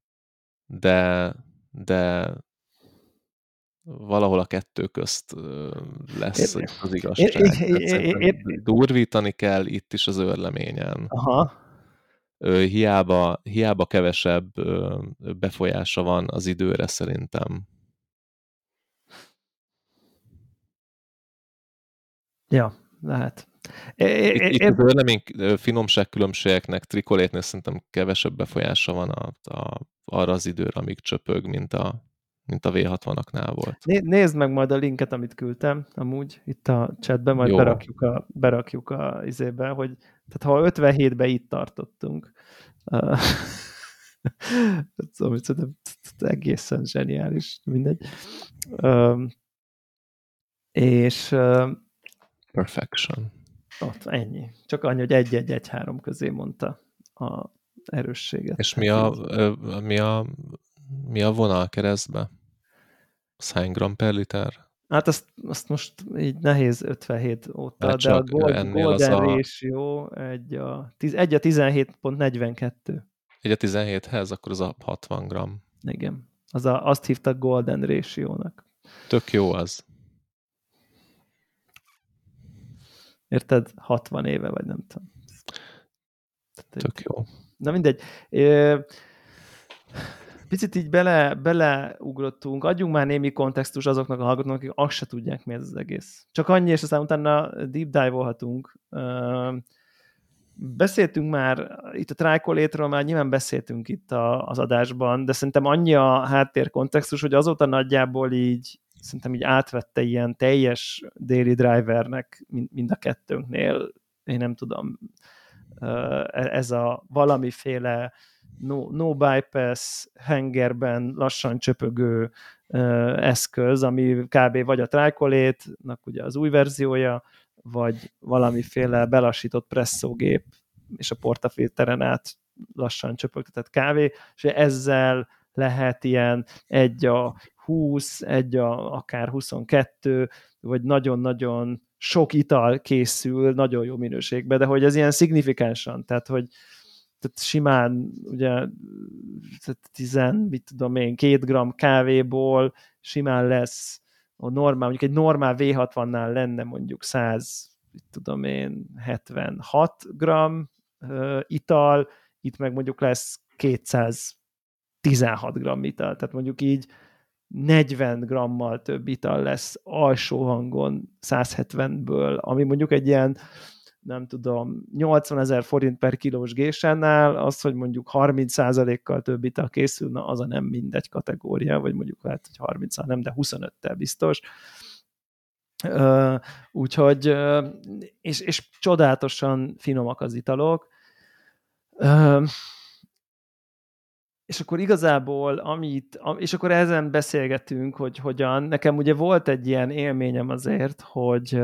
de valahol a kettő közt lesz az igazság. Durvítani kell itt is az őrleményen. Aha. hiába kevesebb befolyása van az időre szerintem. Ja, lehet. Itt az örlemény finomságkülönbségeknek trikolétnél szerintem kevesebb befolyása van arra az időre, amíg csöpög, mint a V60-aknál volt. Nézd meg majd a linket, amit küldtem, amúgy itt a chatben, majd Jó. berakjuk a izébe, hogy tehát ha 57-ben itt tartottunk, szóval szerintem egészen zseniális, mindegy. És Perfection. ott ennyi. Csak annyi, hogy 1-1-1-3 közé mondta a erősséget. És mi a vonal keresztbe? Az hány gram per liter? Hát azt most így nehéz 57 óta, Hát de a csak ennél az golden a ratio 1-17.42. 1/17-hez, akkor az a 60 gram. Igen. Azt hívtak golden ratio-nak. Tök jó az. Érted? 60 éve, vagy nem tudom. Tök jó. Na mindegy. Picit így beleugrottunk, adjunk már némi kontextus azoknak a hallgatóknak, akik azt se tudják, mi ez az egész. Csak annyi, és aztán utána deep dive-olhatunk. Beszéltünk már itt a Tricolétről, már nyilván beszéltünk itt az adásban, de szerintem annyi a háttérkontextus, hogy azóta nagyjából így szerintem így átvette ilyen teljes daily drivernek mind a kettőnknél, én nem tudom, ez a valamiféle no bypass hangerben lassan csöpögő eszköz, ami kb. Vagy a Tricolate-nak ugye az új verziója, vagy valamiféle belassított presszógép, és a portafilteren át lassan csöpögtetett kávé, és ezzel lehet ilyen 1/20, akár 22, vagy nagyon-nagyon sok ital készül, nagyon jó minőségben, de hogy ez ilyen szignifikánsan, tehát hogy simán ugye 2 gram kávéból simán lesz a normál, mondjuk egy normál V60-nál lenne mondjuk 76 gram ital, itt meg mondjuk lesz 216 gram ital, tehát mondjuk így 40 grammal több ital lesz alsó hangon 170-ből, ami mondjuk egy ilyen, nem tudom, 80 000 forint per kilós gésennál, az, hogy mondjuk 30%-kal több ital készül, na az a nem mindegy kategória, vagy mondjuk lehet, hogy 30-al nem, de 25-tel biztos. Úgyhogy, és csodálatosan finomak az italok. És akkor igazából, és akkor ezen beszélgetünk, hogy hogyan, nekem ugye volt egy ilyen élményem azért, hogy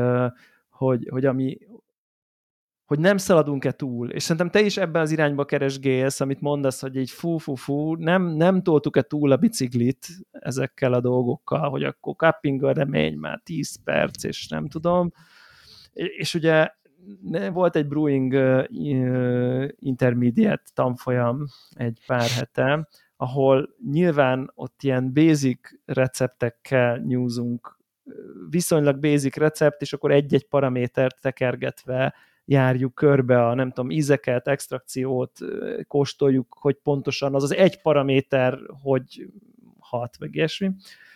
nem szaladunk-e túl, és szerintem te is ebben az irányba keresgélsz, amit mondasz, hogy így fú, nem toltuk-e túl a biciklit ezekkel a dolgokkal, hogy akkor Kappinger remény már 10 perc, és nem tudom. És ugye volt egy brewing intermediate tanfolyam egy pár hete, ahol nyilván ott ilyen basic receptekkel nyúzunk, viszonylag basic recept, és akkor egy-egy paramétert tekergetve járjuk körbe a, nem tudom, ízeket, extrakciót, kóstoljuk, hogy pontosan az egy paraméter, hogy hat, meg ilyesmi.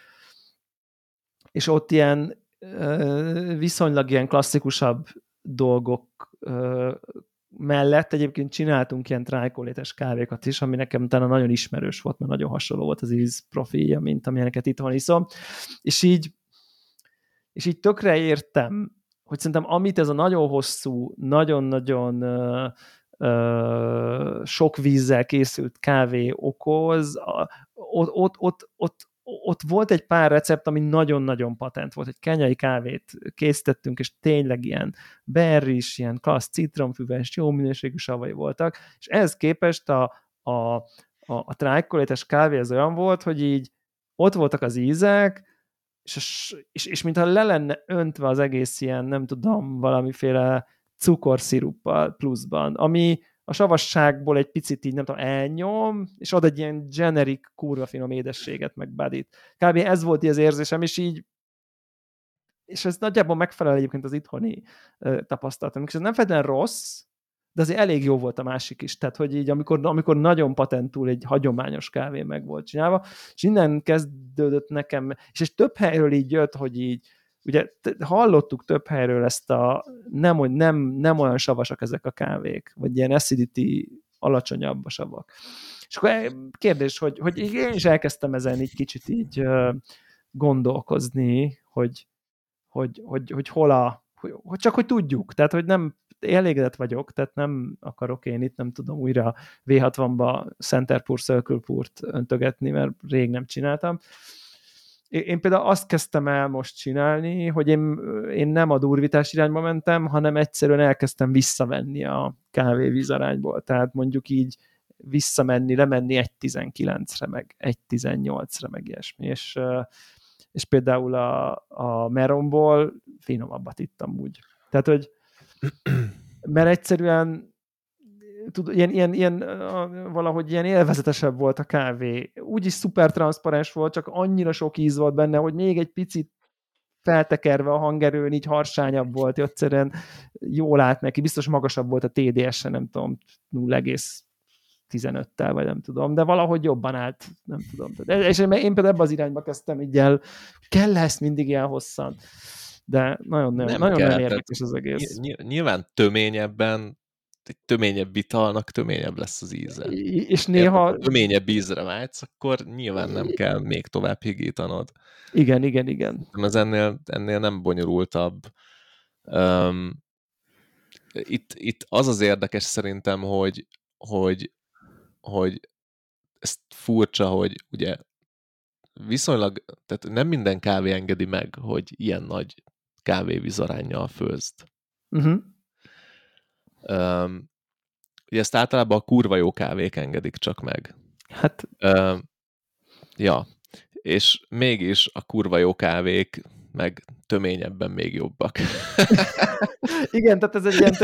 És ott ilyen viszonylag ilyen klasszikusabb dolgok mellett egyébként csináltunk ilyen Tricolate-es kávékat is, ami nekem utána nagyon ismerős volt, mert nagyon hasonló volt az íz profilja, mint amilyeneket itt van iszom. És így tökre értem, hogy szerintem amit ez a nagyon hosszú, nagyon-nagyon sok vízzel készült kávé okoz, ott volt egy pár recept, ami nagyon-nagyon patent volt. Egy kenyai kávét készítettünk, és tényleg ilyen berries, ilyen klassz citromfüves, jó minőségű savai voltak, és ehhez képest a Tricolate-es kávé az olyan volt, hogy így ott voltak az ízek, és mintha le lenne öntve az egész ilyen, nem tudom, valamiféle cukorsziruppal pluszban, ami a savasságból egy picit így, nem tudom, elnyom, és ad egy ilyen generic, kurva finom édességet, meg budit. Kb. Ez volt így az érzésem, és ez nagyjából megfelel egyébként az itthoni tapasztalatom. És ez nem feltétlenül rossz, de azért elég jó volt a másik is. Tehát, hogy így amikor nagyon patentul egy hagyományos kávé meg volt csinálva, és innen kezdődött nekem, és több helyről így jött, hogy így, ugye hallottuk több helyről ezt nem olyan savasak ezek a kávék, vagy ilyen acidity alacsonyabb a savak. És akkor kérdés, hogy én is elkezdtem ezen így kicsit így gondolkozni, hogy hol hogy csak hogy tudjuk, tehát hogy nem elégedett vagyok, tehát nem akarok én itt, nem tudom újra V60-ba Centerpur, Circle Purt öntögetni, mert rég nem csináltam. Én például azt kezdtem el most csinálni, hogy én nem a durvítás irányba mentem, hanem egyszerűen elkezdtem visszavenni a kávé-víz arányból. Tehát mondjuk így lemenni 1,19-re, meg 1,18-re, meg ilyesmi. És például a Meronból finomabbat ittam úgy. Tehát, hogy mert egyszerűen valahogy ilyen élvezetesebb volt a kávé. Úgyis szuper transzparens volt, csak annyira sok íz volt benne, hogy még egy picit feltekerve a hangerőn, így harsányabb volt, egyszerűen jól állt neki, biztos magasabb volt a TDS-e, nem tudom, 0,15-tel, vagy nem tudom, de valahogy jobban állt, nem tudom. És én például ebbe az irányba kezdtem így el, kell ezt mindig ilyen hosszan. De nagyon érdekes az egész. Nyilván töményebben, egy töményebb italnak töményebb lesz az íze. És néha... Ha töményebb ízre vágysz, akkor nyilván nem kell még tovább higítanod. Igen. Ez ennél nem bonyolultabb. Itt az érdekes szerintem, hogy ez furcsa, hogy ugye viszonylag, tehát nem minden kávé engedi meg, hogy ilyen nagy kávévízaránnyal főzd. Ugye ezt általában a kurva jó kávék engedik csak meg. Hát... Ja, és mégis a kurva jó kávék meg töményebben még jobbak. Igen, tehát ez egy ilyen...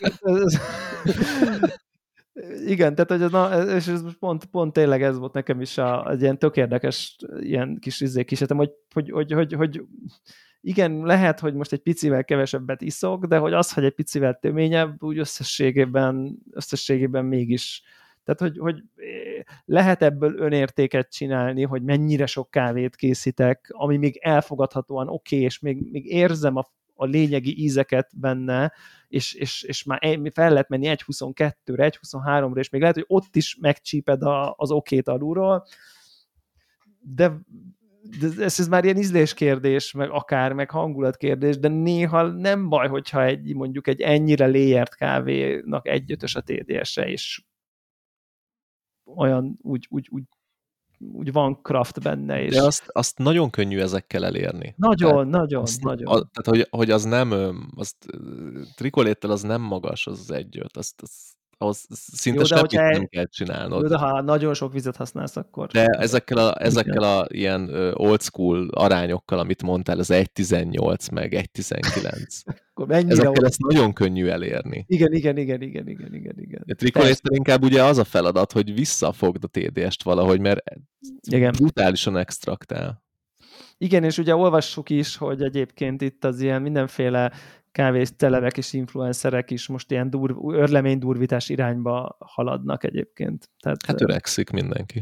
Igen, tehát hogy és ez pont tényleg ez volt nekem is egy ilyen tök érdekes ilyen kis kísérletem, hogy igen, lehet, hogy most egy picivel kevesebbet iszok, de hogy az, hogy egy picivel töményebb, úgy összességében mégis. Tehát, hogy lehet ebből önértéket csinálni, hogy mennyire sok kávét készítek, ami még elfogadhatóan oké, és még érzem a lényegi ízeket benne, és már fel lehet menni 1,22-re, 1,23-ra, és még lehet, hogy ott is megcsíped az okét alulról, de ez már ilyen ízléskérdés, meg hangulatkérdés, de néha nem baj, hogyha mondjuk egy ennyire léjert kávénak 1,5-ös a TDS-e, és olyan úgy van craft benne. És... De azt nagyon könnyű ezekkel elérni. Nagyon. Tehát, hogy az nem, trikoléttel az nem magas, az 1,5. Ahhoz szinte semmit nem kell csinálnod. Jó, de ha nagyon sok vizet használsz, akkor... De ezekkel a ilyen old school arányokkal, amit mondtál, az 1,18 meg 1,19. Ezekkel ezt nagyon könnyű elérni. Igen. A trikoléttel inkább ugye az a feladat, hogy visszafogd a TDS-t valahogy, mert brutálisan extraktál. Igen, és ugye olvassuk is, hogy egyébként itt az ilyen mindenféle kávés celebek és influencerek is most ilyen örlemény-durvítás irányba haladnak egyébként. Tehát, hát öregszik mindenki.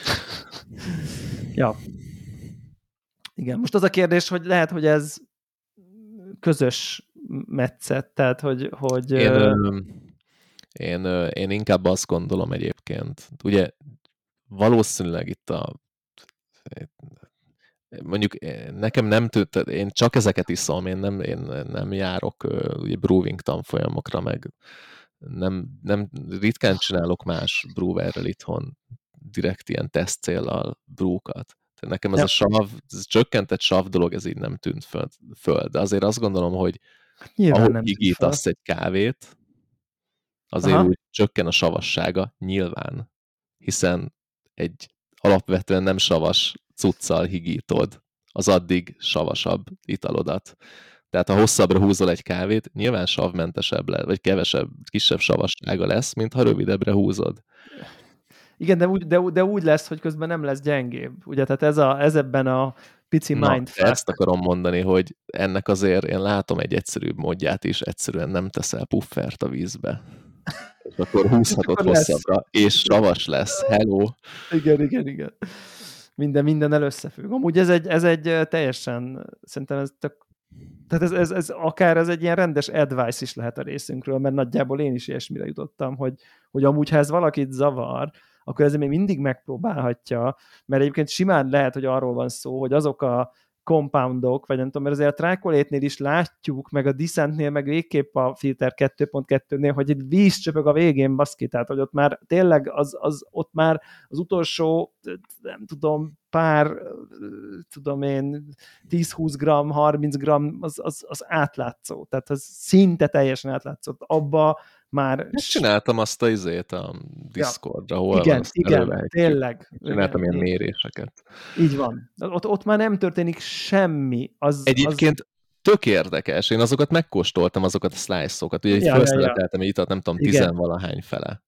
Ja. Igen, most az a kérdés, hogy lehet, hogy ez közös metszet, tehát hogy Én inkább azt gondolom egyébként. Ugye valószínűleg itt mondjuk nekem nem én csak ezeket iszom, én nem járok ugye brewing tanfolyamokra, meg nem ritkán csinálok más brewerrel itthon direkt ilyen teszt céllal brewkat. Tehát nekem ez ez csökkentett sav dolog, ez így nem tűnt föl. De azért azt gondolom, hogy ahogy higítasz egy kávét, azért úgy csökken a savassága, nyilván. Hiszen egy alapvetően nem savas cuccal higítod az addig savasabb italodat. Tehát ha hosszabbra húzol egy kávét, nyilván savmentesebb lesz, vagy kisebb savassága lesz, mint ha rövidebbre húzod. Igen, de úgy lesz, hogy közben nem lesz gyengébb. Ugye, tehát ez ebben a pici mindfuck. Ezt akarom mondani, hogy ennek azért én látom egy egyszerűbb módját is, egyszerűen nem teszel puffert a vízbe. és akkor És húzhatod akkor lesz. hosszabbra, és savas lesz. Hello! Igen. Mindennel összefügg. Amúgy ez egy teljesen, szerintem ez tök, tehát ez akár ez egy ilyen rendes advice is lehet a részünkről, mert nagyjából én is ilyesmire jutottam, hogy amúgy, ha ez valakit zavar, akkor ezzel még mindig megpróbálhatja, mert egyébként simán lehet, hogy arról van szó, hogy azok a compoundok, vagy nem tudom, mert azért a Tricolétnél is látjuk, meg a Descentnél, meg végképp a Filter 2.2-nél, hogy egy víz csöpög a végén, baszki, tehát hogy ott már tényleg ott már az utolsó, nem tudom, tudom én, 10-20 gram, 30 gram, az átlátszó. Tehát az szinte teljesen átlátszó. Abba már... Csináltam azt a izét a Discordra, hol van, azt Igen, elővehetjük. tényleg. Csináltam ilyen méréseket. Így van. Ott már nem történik semmi. Egyébként tök érdekes. Én azokat megkóstoltam, azokat a slice-okat. Ugye így felszeleteltem egy itat, nem tudom, 10-valahány fele.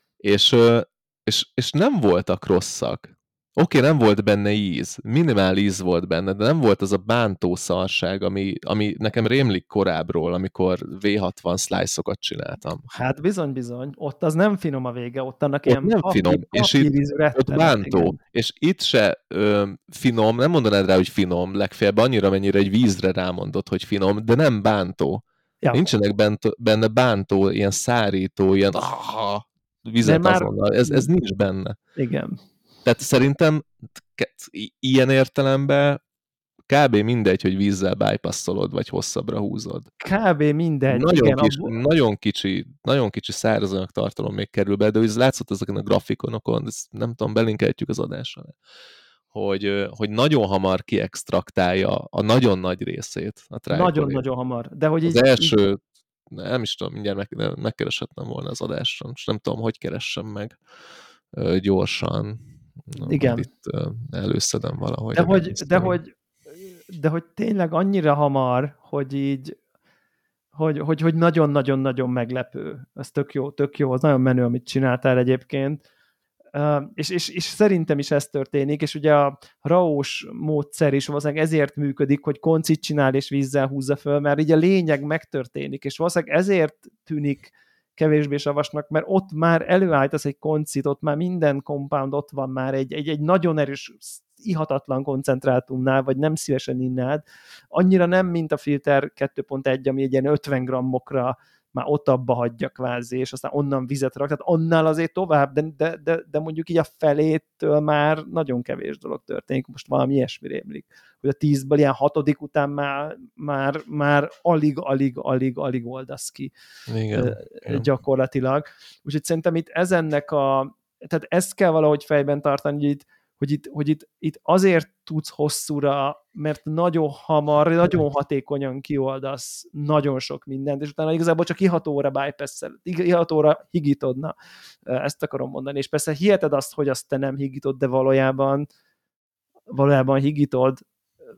És nem voltak rosszak. Oké, nem volt benne íz. Minimál íz volt benne, de nem volt az a bántó szarság, ami nekem rémlik korábbról, amikor V60 slice-okat csináltam. Hát bizony. Ott az nem finom a vége, ott annak ott ilyen nem finom, és itt ott bántó. Igen. És itt se finom, nem mondanád rá, hogy finom, legfeljebb annyira, mennyire egy vízre rámondott, hogy finom, de nem bántó. Ja. Nincsenek benne bántó, ilyen szárító, ilyen vizet már... azonnal. Ez nincs benne. Igen. Tehát szerintem ilyen értelemben kb. Mindegy, hogy vízzel bypasszolod, vagy hosszabbra húzod. Kb. Mindegy. Nagyon kicsi szárazanyag tartalom még kerül be, de ez látszott ezeken a grafikonokon, ezt nem tudom, belinkelhetjük az adásra, hogy nagyon hamar kiextraktálja a nagyon nagy részét a Tricolate. Nagyon hamar. De hogy az első, nem is tudom, mindjárt megkereshettem volna az adásra, és nem tudom, hogy keressem meg gyorsan. Igen. Itt előszedem valahogy. De hogy tényleg annyira hamar, hogy így hogy nagyon-nagyon-nagyon meglepő. Ez tök jó, az nagyon menő, amit csináltál egyébként. És szerintem is ez történik, és ugye a RAW-s módszer is valószínűleg ezért működik, hogy koncit csinál és vízzel húzza föl, mert így a lényeg megtörténik, és valószínűleg ezért tűnik kevésbé savasnak, mert ott már előállítasz egy koncit, ott már minden compound ott van már egy nagyon erős, ihatatlan koncentrátumnál, vagy nem szívesen innád. Annyira nem, mint a Filter 2.1, ami egy ilyen 50 grammokra már ott abba hagyja kvázi, és aztán onnan vizet rak, tehát annál azért tovább, de mondjuk így a felétől már nagyon kevés dolog történik, most valami ilyesmi rémlik, hogy a 10-ből ilyen 6. után már alig oldasz ki. Igen. Gyakorlatilag. Úgyhogy szerintem itt tehát ezt kell valahogy fejben tartani, hogy itt azért tudsz hosszúra, mert nagyon hamar, nagyon hatékonyan kioldasz nagyon sok mindent, és utána igazából csak ihatóra bypass-el, ihatóra higítodna. Ezt akarom mondani. És persze hiheted azt, hogy azt te nem higítod, de valójában higítod,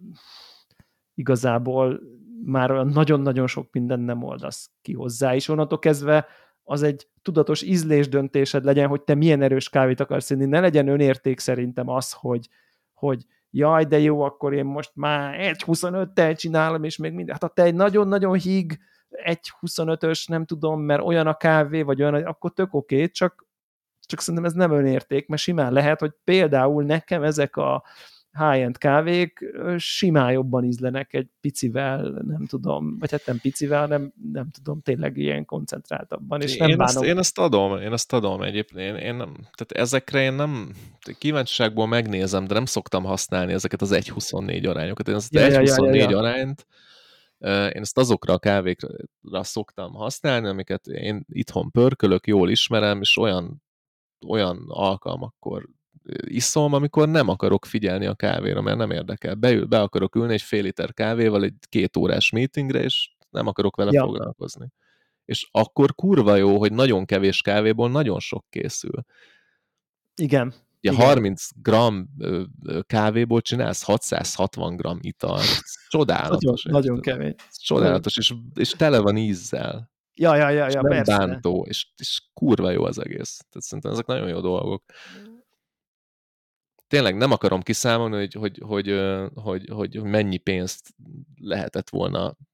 igazából már olyan nagyon-nagyon sok mindent nem oldasz ki hozzá, és onnantól kezdve az egy tudatos ízlésdöntésed legyen, hogy te milyen erős kávét akarsz inni. Ne legyen önérték szerintem az, hogy jaj, de jó, akkor én most már 1.25-tel csinálom, és még minden. Hát ha te egy nagyon-nagyon híg 1.25-ös, nem tudom, mert olyan a kávé, vagy olyan, akkor tök oké, csak szerintem ez nem önérték, mert simán lehet, hogy például nekem ezek a high-end kávék simán jobban ízlenek egy picivel, nem tudom, vagy hát nem picivel, nem tudom, tényleg ilyen koncentráltabban, és nem bánom. Én ezt adom egyébként, én nem, tehát ezekre én nem, kíváncsiságból megnézem, de nem szoktam használni ezeket az 1.24 arányokat. Én ezt 1.24 arányt, én ezt azokra a kávékra szoktam használni, amiket én itthon pörkölök, jól ismerem, és olyan alkalmakkor iszom, amikor nem akarok figyelni a kávéra, mert nem érdekel. Be akarok ülni egy fél liter kávéval egy 2 órás meetingre, és nem akarok vele foglalkozni. És akkor kurva jó, hogy nagyon kevés kávéból nagyon sok készül. Igen. Ugye 30 gram kávéból csinálsz 660 gram italt. Csodálatos. Nagyon kemény. Csodálatos, és tele van ízzel. Ja, nem persze. bántó, és kurva jó az egész. Tehát szerintem ezek nagyon jó dolgok. Tényleg nem akarom kiszámolni, hogy mennyi pénzt lehetett volna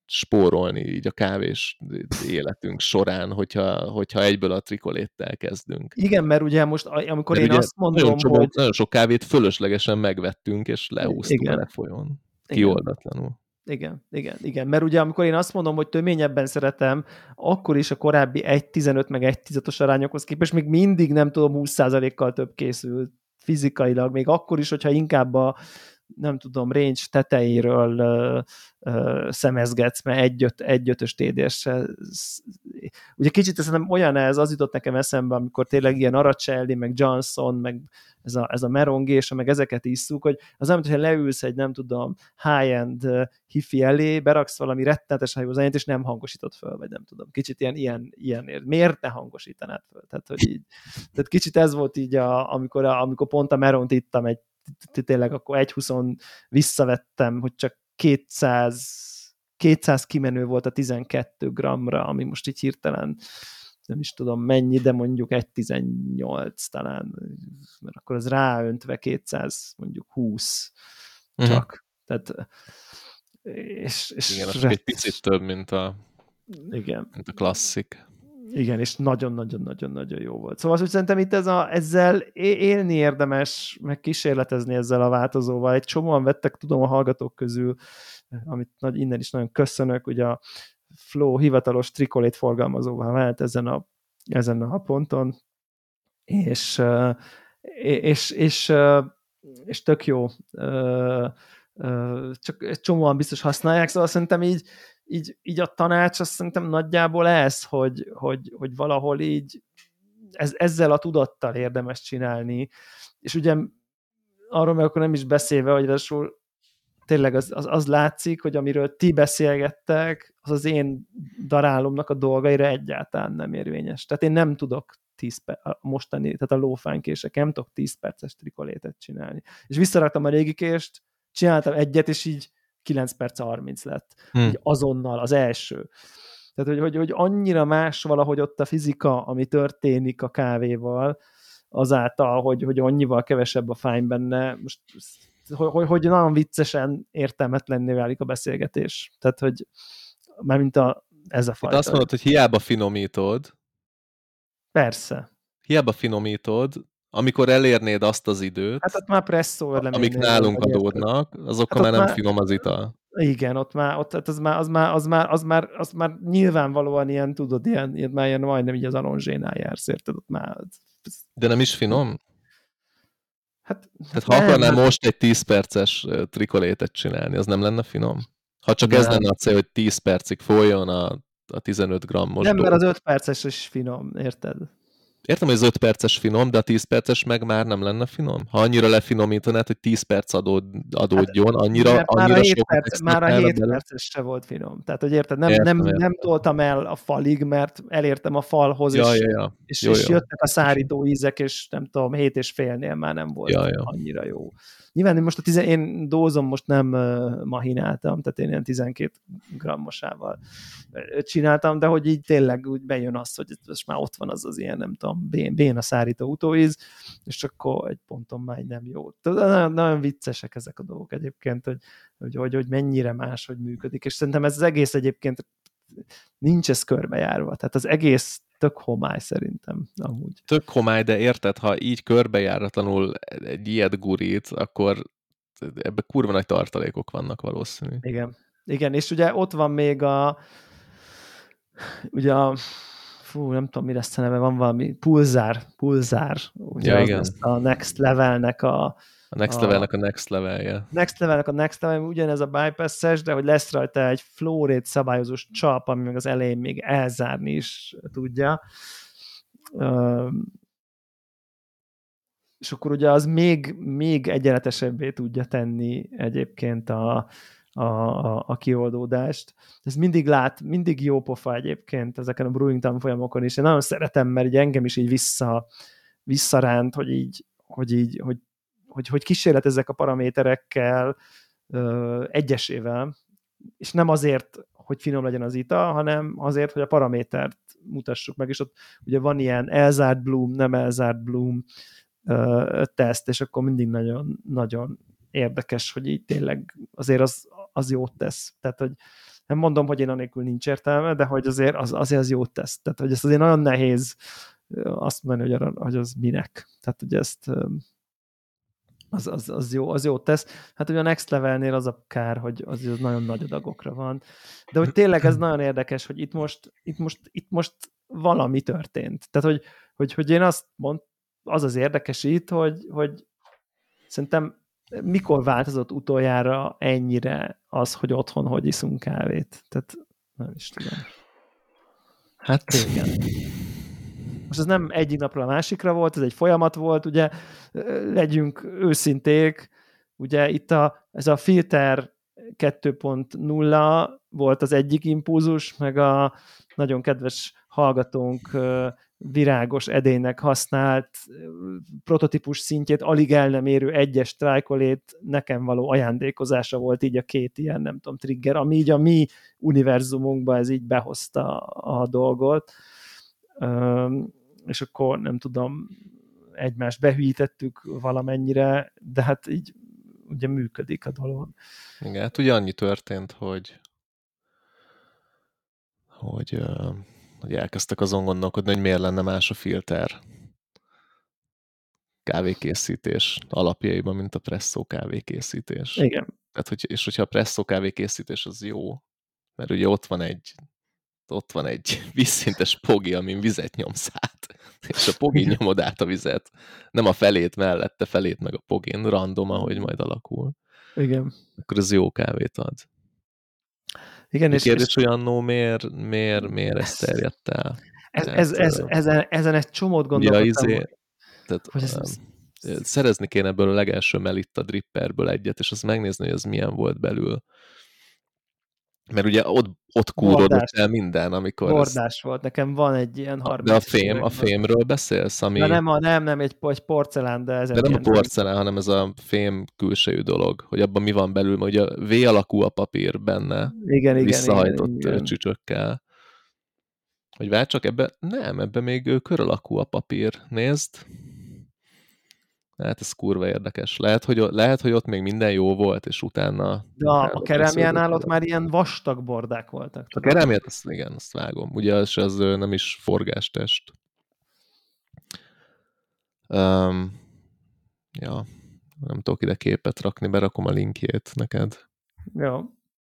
spórolni így a kávés életünk során, hogyha egyből a trikoléttel kezdünk. Igen, mert ugye most, amikor Mert én ugye azt mondom, hogy... nagyon sok kávét fölöslegesen megvettünk, és lehúztuk a Igen, lefolyón. igen. Kioldatlanul. Igen. Mert ugye amikor én azt mondom, hogy töményebben szeretem, akkor is a korábbi 1,15 meg 1,16-os arányokhoz képest még mindig nem tudom 20%-kal több készült fizikailag, még akkor is, hogyha inkább a nem tudom, range tetejéről szemezgetsz, mert 1,5-ös TDS-sel. Ugye kicsit szerintem olyan az jutott nekem eszembe, amikor tényleg ilyen Aracelli, meg Johnson, meg ez a merongés, meg ezeket isszuk, hogy az nem, hogyha leülsz egy, nem tudom, high-end hifi elé, beraksz valami rettenetesen jó zenét, és nem hangosítod föl, vagy nem tudom. Kicsit ilyen miért ne hangosítanád föl? Tehát kicsit ez volt így, amikor pont a Meront ittam tényleg akkor 1,20 visszavettem, hogy csak 200 kimenő volt a 12 grammra, ami most így hirtelen nem is tudom mennyi, de mondjuk 1,18 talán, mert akkor az ráöntve 200, mondjuk 20 csak. Tehát, igen, az egy picit több, mint a klasszik. Igen, és nagyon-nagyon-nagyon jó volt. Szóval hogy szerintem itt ezzel élni érdemes, meg kísérletezni ezzel a változóval. Egy csomóan vettek, tudom, a hallgatók közül, amit innen is nagyon köszönök, ugye a Flow hivatalos trikolét forgalmazóvá vált ezen a ponton, és tök jó. Csak egy csomóan biztos használják, szóval szerintem így a tanács azt szerintem nagyjából ez, hogy valahol így ezzel a tudattal érdemes csinálni, és ugye arról meg akkor nem is beszélve, hogy ráadásul tényleg az látszik, hogy amiről ti beszélgettek, az én darálomnak a dolgaira egyáltalán nem érvényes. Tehát én nem tudok 10 mostani, tehát a lófánykések, nem tudok 10 perces trikolétet csinálni. És visszaraktam a régi kést, csináltam egyet, és így 9 perc 30 lett. Így azonnal, az első. Tehát, hogy annyira más valahogy ott a fizika, ami történik a kávéval, azáltal, hogy annyival kevesebb a fájn benne, most hogy nagyon viccesen értelmetlenné válik a beszélgetés. Tehát, hogy mármint ez a fajta. Itt azt mondod, hogy hiába finomítod. Persze. Hiába finomítod, amikor elérnéd azt az időt, hát ott már presszó amik nálunk adódnak, azokkal már nem finom az ital. Igen, az már nyilvánvalóan ilyen, tudod, ilyen majdnem így az alonzsénál jársz, érted? Ott már... De nem is finom? Tehát ha nem, akarnál most egy 10 perces trikolétet csinálni, az nem lenne finom? Ha csak ez lenne a cél, hogy 10 percig folyjon a 15 grammos nem, mert az 5 perces is finom, érted? Értem, hogy az 5 perces finom, de a 10 perces meg már nem lenne finom? Ha annyira lefinomítanád, hogy 10 perc adódjon, annyira már a 7 perces se volt finom. Tehát, hogy érted, nem toltam el a falig, mert elértem a falhoz, és jöttek a szárító ízek, és nem tudom, 7,5-nél már nem volt annyira jó. Nyilván most én dózom most nem mahináltam, tehát én ilyen 12 grammosával csináltam, de hogy így tényleg úgy bejön az, hogy most már ott van az ilyen, nem tudom, béna szárító utóíz, és akkor egy ponton már nem jó. Nagyon viccesek ezek a dolgok egyébként, hogy mennyire máshogy működik, és szerintem ez az egész egyébként nincs ez körbejárva, tehát az egész tök homály szerintem amúgy. Tök homály, de érted, ha így körbejáratlanul egy ilyet gurít, akkor ebbe kurva nagy tartalékok vannak valószínű. Igen, és ugye ott van még ugye nem tudom, mi lesz a neve, van valami Pulsar, ugye igen. az a Next Levelnek a Next Levelnek a Next Levelje. Next Levelnek a Next Level, ugyanez a bypass-es, de hogy lesz rajta egy flow rate szabályozós csap, ami meg az elején még elzárni is tudja. És akkor ugye az még egyenletesebbé tudja tenni egyébként a kioldódást. Ez mindig jó pofa egyébként ezeken a brewing tanfolyamokon is. Én nagyon szeretem, mert így engem is így visszaránt, hogy kísérletezzek a paraméterekkel egyesével, és nem azért, hogy finom legyen az ital, hanem azért, hogy a paramétert mutassuk meg, és ott ugye van ilyen elzárt bloom, nem elzárt bloom teszt, és akkor mindig nagyon, nagyon érdekes, hogy így tényleg azért az jót tesz. Tehát, hogy Nem mondom, hogy én anélkül nincs értelme, de hogy azért az jót tesz. Tehát, hogy ezt azért nagyon nehéz azt mondani, hogy az minek. Tehát, hogy ezt az jót tesz. Hát ugye a Next Levelnél az a kár, hogy az nagyon nagy adagokra van. De hogy tényleg ez nagyon érdekes, hogy itt most valami történt. Tehát, hogy én azt mondom, az érdekes itt, hogy szerintem mikor változott utoljára ennyire az, hogy otthon hogy iszunk kávét? Tehát nem is tudom. Hát igen. Most ez nem egyik napról a másikra volt, ez egy folyamat volt, ugye legyünk őszinték, ugye itt ez a filter 2.0 volt az egyik impulzus, meg a nagyon kedves hallgatónk virágos edénynek használt prototípus szintjét alig el nem érő egyes trájkolét nekem való ajándékozása volt így a két ilyen, nem tudom, trigger, ami így a mi univerzumunkba ez így behozta a dolgot. És akkor nem tudom, egymást behűítettük valamennyire, de hát így ugye működik a dolog. Igen, hát ugye annyi történt, hogy elkezdtek azon gondolkodni, hogy miért lenne más a filter kávékészítés alapjaiban, mint a presszó kávékészítés. Igen. Tehát, hogyha a presszó kávékészítés az jó, mert ugye ott van egy vízszintes pogi, amin vizet nyomsz át, és a pogi nyomod át a vizet. Nem a felét mellette, felét meg a pogin, random, ahogy majd alakul. Igen. Akkor ez jó kávét ad. Igen, és kérdés, hogy annó miért ez terjedt el? Ezen egy csomót gondolkodtam. Tehát, szerezni kéne ebből a legelső Melitta dripperből egyet, és azt megnézni, hogy az milyen volt belül. Mert ugye ott kúrodott el minden, amikor... Bordás volt, nekem van egy ilyen 30. De a fémről beszélsz, ami... De nem egy porcelán, de nem a porcelán, hanem ez a fém külsejű dolog, hogy abban mi van belül, mert ugye V alakú a papír benne, visszahajtott csücsökkel. Hogy várj csak, ebbe még kör alakú a papír, nézd. Hát ez kurva érdekes. Lehet, hogy ott még minden jó volt, és utána... De a kerámiánál ott már ilyen vastag bordák voltak. A kerámiát, azt vágom. Ugye az nem is forgástest. Ja, nem tudok ide képet rakni, berakom a linkjét neked. Jó.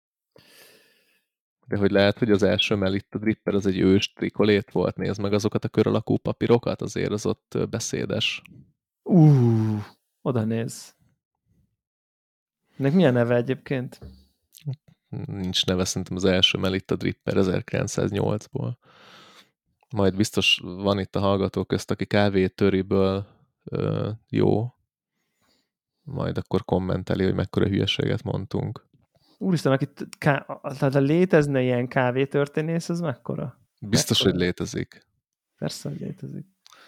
De hogy lehet, hogy az első Melitta dripper az egy ős trikolét volt. Nézd meg azokat a kör alakú papírokat, azért az ott beszédes. Oda néz. Ennek milyen neve egyébként? Nincs neve, szerintem az első Melitta dripper 1908-ból. Majd biztos van itt a hallgatók közt, aki kávétöriből jó. Majd akkor kommenteli, hogy mekkora hülyeséget mondtunk. Úristen, akit tehát létezne ilyen kávétörténész, az mekkora? Biztos, hogy létezik. Persze, hogy létezik.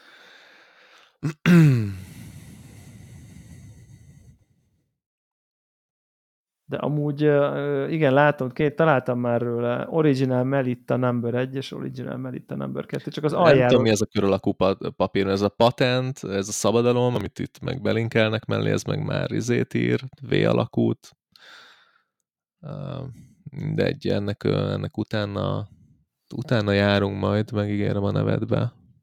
De amúgy, igen, találtam már róla Original Melitta number 1 és Original Melitta number 2, csak az aljáról... Nem tudom, mi ez a kör alakú papír, ez a patent, ez a szabadalom, amit itt meg belinkelnek mellé, ez meg már ír, V alakút. Mindegy, ennek utána járunk majd, megígérem a nevedbe.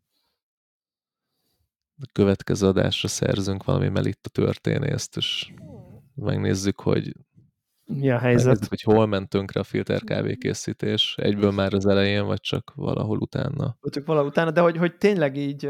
A következő adásra szerzünk valami Melitta történészt, és megnézzük, hogy mi a helyzet? Hogy hol ment tönkre a filter kávékészítés. Egyből már az elején, vagy csak valahol utána. Csak valahol utána, de hogy tényleg így...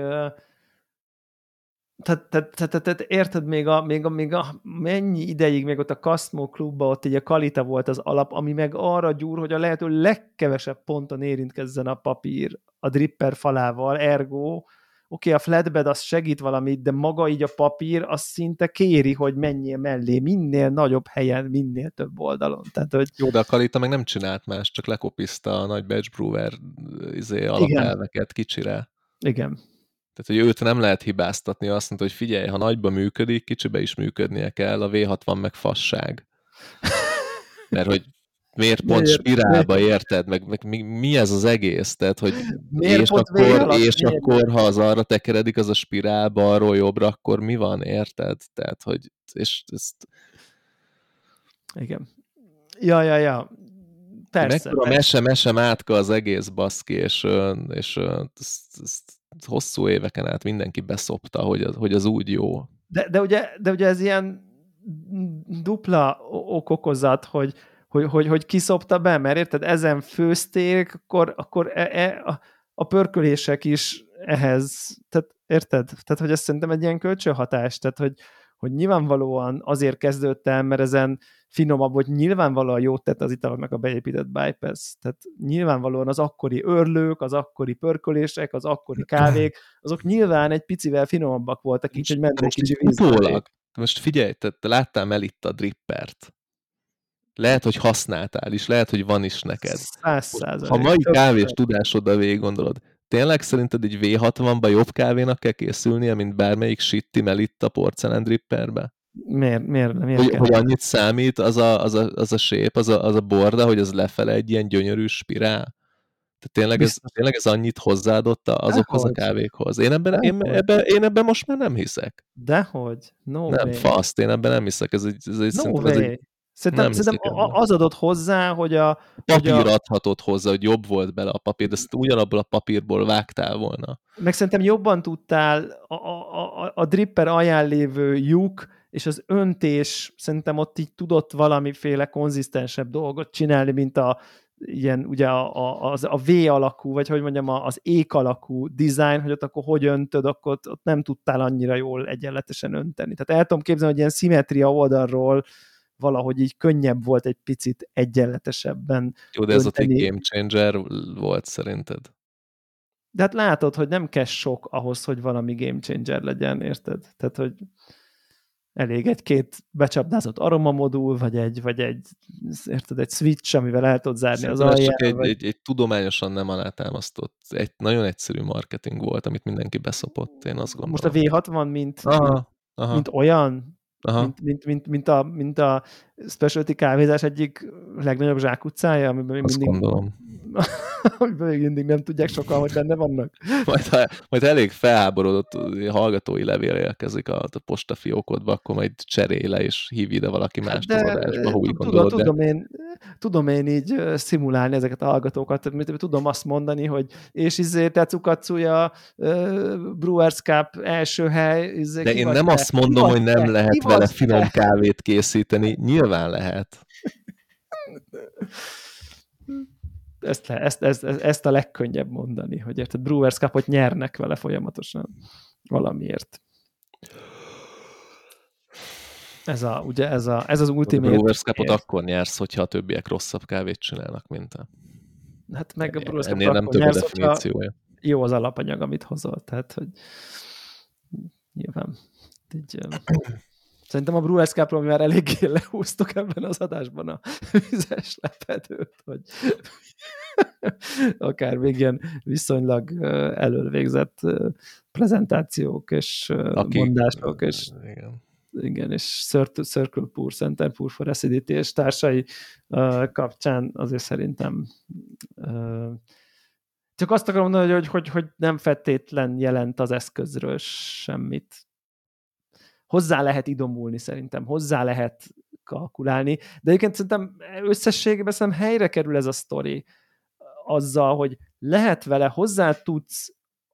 Tehát érted, még a mennyi ideig még ott a Cosmo klubban ott így a Kalita volt az alap, ami meg arra gyúr, hogy a lehető legkevesebb ponton érintkezzen a papír a dripper falával, ergo oké, a flatbed az segít valamit, de maga így a papír az szinte kéri, hogy menjél mellé minél nagyobb helyen, minél több oldalon. Tehát, hogy... Jó, de a Kalita meg nem csinált más, csak lekopizta a nagy batch brewer alapelveket kicsire. Igen. Tehát, hogy őt nem lehet hibáztatni, azt mondta, hogy figyelj, ha nagyba működik, kicsibe is működnie kell, a V60 meg fasság. Mert hogy miért pont spirálba, érted? Meg mi ez az egész? Tehát, hogy akkor, ha az arra tekeredik, az a spirál balról jobbra, akkor mi van, érted? Tehát, hogy és ezt... Igen. Ja. Persze, mekkora persze. mese mátka az egész baszki, és ezt hosszú éveken át mindenki beszopta, hogy az úgy jó. De ugye ez ilyen dupla okokozat, hogy kiszopta be, mert érted, ezen főzték, akkor a pörkölések is ehhez, tehát érted? Tehát, hogy ez szerintem egy ilyen kölcsönhatás, tehát, hogy nyilvánvalóan azért kezdődött el, mert ezen finomabb, hogy nyilvánvalóan jót tett az italoknak a beépített bypass. Tehát nyilvánvalóan az akkori örlők, az akkori pörkölések, az akkori kávék, azok nyilván egy picivel finomabbak voltak, így, hogy ment egy kicsi vízbe. Most figyelj, te láttál Melitta drippert. Lehet, hogy használtál is, lehet, hogy van is neked. 100%. Ha mai kávés tudásoddal végig gondolod, tényleg szerinted egy V60-ba jobb kávénak kell készülnie, mint bármelyik shitti Melitta porcelán dripperbe? Miért Hogy annyit számít az a shape, az a borda, hogy az lefele egy ilyen gyönyörű spirál? Tehát tényleg ez annyit hozzáadott azokhoz a kávékhoz. Én ebben most már nem hiszek. Dehogy? No Nem, way. faszt, én ebben nem hiszek. Szerintem az adott hozzá, hogy a papír adhatott hozzá, hogy jobb volt bele a papír, de ezt ugyanabból a papírból vágtál volna. Meg szerintem jobban tudtál a dripper alján lévő lyuk és az öntés, szerintem ott így tudott valamiféle konzisztensebb dolgot csinálni, mint ilyen, ugye a V alakú, vagy hogy mondjam, az ék alakú design, hogy ott akkor hogy öntöd, akkor ott nem tudtál annyira jól egyenletesen önteni. Tehát el tudom képzelni, hogy ilyen szimmetria oldalról valahogy így könnyebb volt egy picit egyenletesebben jó, de ez ott egy game changer volt szerinted? De hát látod, hogy nem kell sok ahhoz, hogy valami game changer legyen, érted? Tehát, hogy elég egy-két becsapdázott aromamodul, vagy egy érted, egy switch, amivel el tudod zárni szerintem az alján. alján. Csak egy tudományosan nem alátámasztott, egy nagyon egyszerű marketing volt, amit mindenki beszopott, én azt gondolom. Most a V60 mint olyan, aha. mint a specialty kávézás egyik legnagyobb zsákutcája, amiben még mindig nem tudják sokan, hogy benne vannak. Majd elég felháborodott hallgatói levél érkezik a postafiókodba, akkor majd cserélj le, és hívj ide valaki mást az adásba, ha úgy gondolod. Tudom én így szimulálni ezeket a hallgatókat, tudom azt mondani, hogy és Tetsukacuja, Brewers Cup első hely. De én nem azt mondom, hogy nem lehet vele finom kávét készíteni. Nyilván lehet. Ezt a legkönnyebb mondani, hogy érted, Brewers Cupot nyernek vele folyamatosan valamiért. Ez az ultimate. A Brewers Cupot akkor nyersz, hogyha a többiek rosszabb kávét csinálnak, mint a... Hát meg a Brewers Cupot ennél nem több a definíciója. Jó az alapanyag, amit hozol, tehát, hogy nyilván így... Szerintem a Brewers Cupról mi már eléggé lehúztuk ebben az adásban a vizes lepedőt, hogy akár még ilyen viszonylag elölvégzett prezentációk és mondások, és igen, és Circle Pour, Center Pour for Acidity és társai kapcsán azért szerintem csak azt akarom mondani, hogy nem feltétlen jelent az eszközről semmit. Hozzá lehet idomulni szerintem, hozzá lehet kalkulálni, de egyébként szerintem összességében szerintem helyre kerül ez a sztori azzal, hogy lehet vele, hozzá tudsz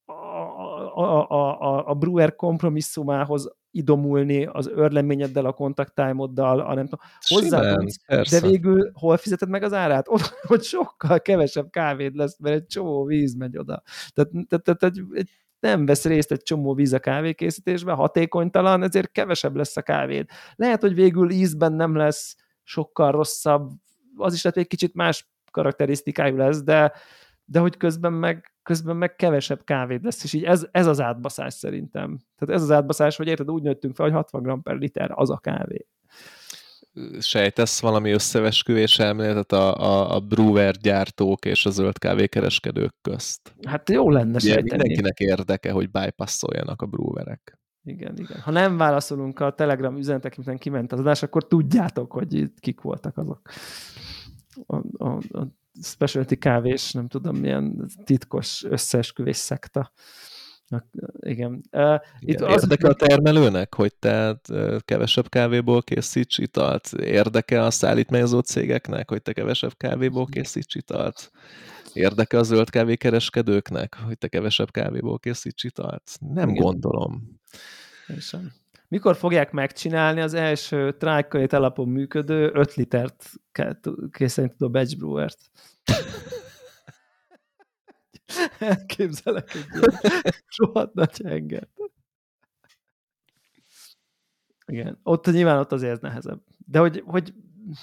a brewer kompromisszumához idomulni az őrleményeddel, a contact time-oddal, nem tudom, hozzá tudsz, de végül hol fizeted meg az árát? Oda, hogy sokkal kevesebb kávéd lesz, mert egy csomó víz megy oda. Tehát nem vesz részt egy csomó víz a kávékészítésben, hatékonytalan, ezért kevesebb lesz a kávéd. Lehet, hogy végül ízben nem lesz sokkal rosszabb, az is lehet, hogy egy kicsit más karakterisztikájú lesz, de hogy közben meg kevesebb kávéd lesz, és így ez az átbaszás szerintem. Tehát ez az átbaszás, hogy érted, úgy nőttünk fel, hogy 60 g per liter az a kávé. Sejtesz valami összevesküvés elméletet a brewer gyártók és a zöld kávékereskedők közt? Hát jó lenne sejteni. Mindenkinek érdeke, hogy bypasszoljanak a brewerek. Igen. Ha nem válaszolunk a Telegram üzenetek, miután kiment az adás, akkor tudjátok, hogy itt kik voltak azok. A specialty kávés, nem tudom milyen titkos összeesküvés szekta Igen. Érdekel a termelőnek, hogy te kevesebb kávéból készíts italt? Érdekel a szállítmányozó cégeknek, hogy te kevesebb kávéból készíts italt? Érdekel a zöld kávékereskedőknek, hogy te kevesebb kávéból készíts italt? Nem igen. Gondolom. Sem. Mikor fogják megcsinálni az első trájkolét alapon működő 5 litert készíteni tudó batch brewert? Elképzelek egy ilyen rohadt nagy henget. Igen. Nyilván ott azért nehezebb. De hogy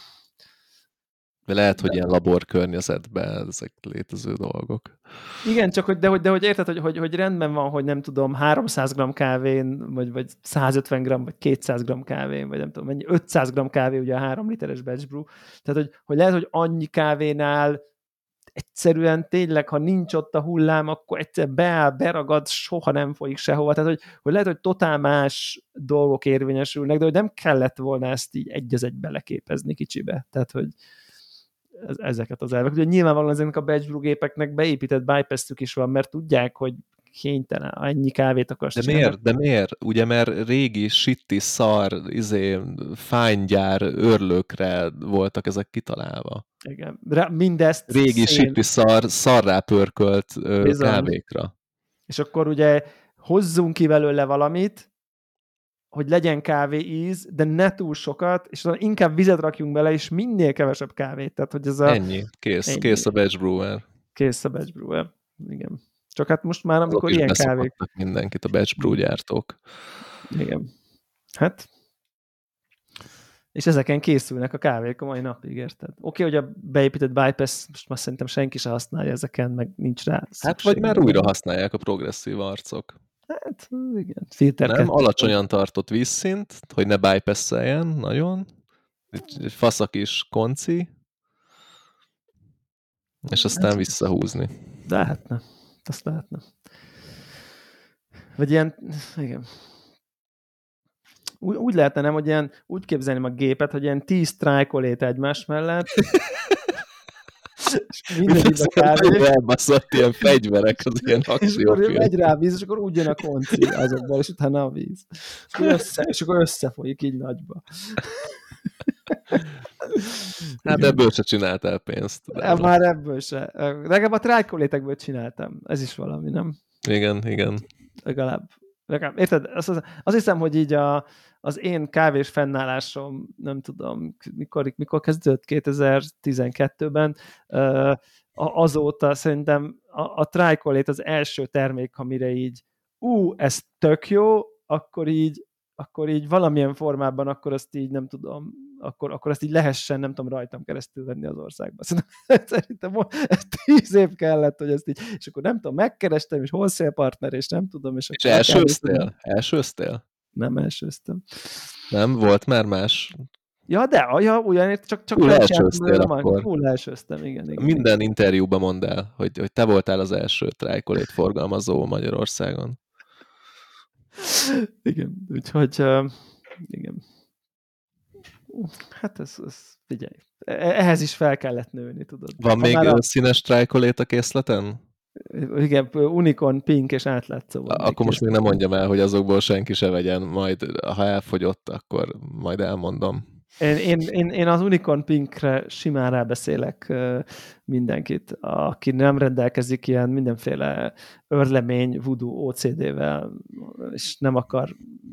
de lehet, hogy ilyen laborkörnyezetben ezek létező dolgok. Igen, csak hogy érted, hogy rendben van, hogy nem tudom, 300 g kávén, vagy 150 g, vagy 200 g kávén, vagy nem tudom mennyi, 500 g kávé, ugye a 3 literes batch brew. Tehát, hogy lehet, hogy annyi kávénál egyszerűen tényleg, ha nincs ott a hullám, akkor egyszer beáll, beragad, soha nem folyik sehova. Tehát, hogy lehet, hogy totál más dolgok érvényesülnek, de hogy nem kellett volna ezt így egy az egybe leképezni kicsibe. Tehát, hogy ezeket az elvek. Ugye nyilvánvalóan ezeknek a batch brew gépeknek beépített bypass-ük is van, mert tudják, hogy kénytelen, ennyi kávét akarsz csinálni. De miért? Ugye, mert régi, sitti, szar, fánygyár őrlőkre voltak ezek kitalálva. Igen. Mindezt régi, sitti, szarrá pörkölt kávékra. És akkor ugye hozzunk ki belőle valamit, hogy legyen kávé íz, de ne túl sokat, és inkább vizet rakjunk bele, és minél kevesebb kávét. Tehát, hogy ez ennyi. Kész a batch brewer. Kész a batch brewer. Igen. Csak hát most már, amikor ilyen kávék... mindenkit a batch brew gyártók. Igen. Hát... És ezeken készülnek a kávék a mai napig, érted? Oké, hogy a beépített bypass, most már szerintem senki se használja ezeken, meg nincs rá szükség. Hát vagy már újra használják a progresszív arcok. Hát, igen. Filter nem, alacsonyan tartott vízszint, hogy ne bypass-eljen nagyon. Egy faszak is konci. És aztán visszahúzni. De lehetne. Azt lehetne. Vagy ilyen, igen. Úgy lehetne, nem, hogy ilyen, úgy képzelném a gépet, hogy ilyen 10 trájkolét egymás mellett, és mindenki a kávé. Elbaszott ilyen fegyverek az ilyen akciófilm. És akkor megy rá a víz, és akkor úgy jön a konci azokból, és utána a víz. És akkor összefolyik így nagyba. Hát ebből se csináltál pénzt. Már ebből se. Legalább a trájkolétekből csináltam. Ez is valami, nem? Igen. Legalább. Érted? Azt hiszem, hogy így az én kávés fennállásom, nem tudom, mikor kezdődött 2012-ben, azóta szerintem a trájkolét az első termék, amire így ez tök jó, akkor így valamilyen formában, akkor azt így nem tudom, akkor azt így lehessen, nem tudom, rajtam keresztül venni az országba. Szerintem 10 év kellett, hogy ezt így, és akkor nem tudom, megkerestem, és wholesale partner, és nem tudom. És elsőztél? Nem elsőztem. Nem? Volt már más? Ja, de, ugyanért csak Full elsőztél akkor. Full elsőztem, igen. Minden interjúban mondd el, hogy te voltál az első trájkolét forgalmazó Magyarországon. Igen, úgyhogy igen. Hát ez figyelj. Ehhez is fel kellett nőni, tudod. Van még színes trájkolét a készleten? Igen, Unicorn, Pink és átlátszó. Akkor most még nem mondjam el, hogy azokból senki se vegyen, majd ha elfogyott, akkor majd elmondom. Én az Unicorn Pinkre simán rábeszélek mindenkit, aki nem rendelkezik ilyen mindenféle örlemény, voodoo, OCD-vel, és nem akar...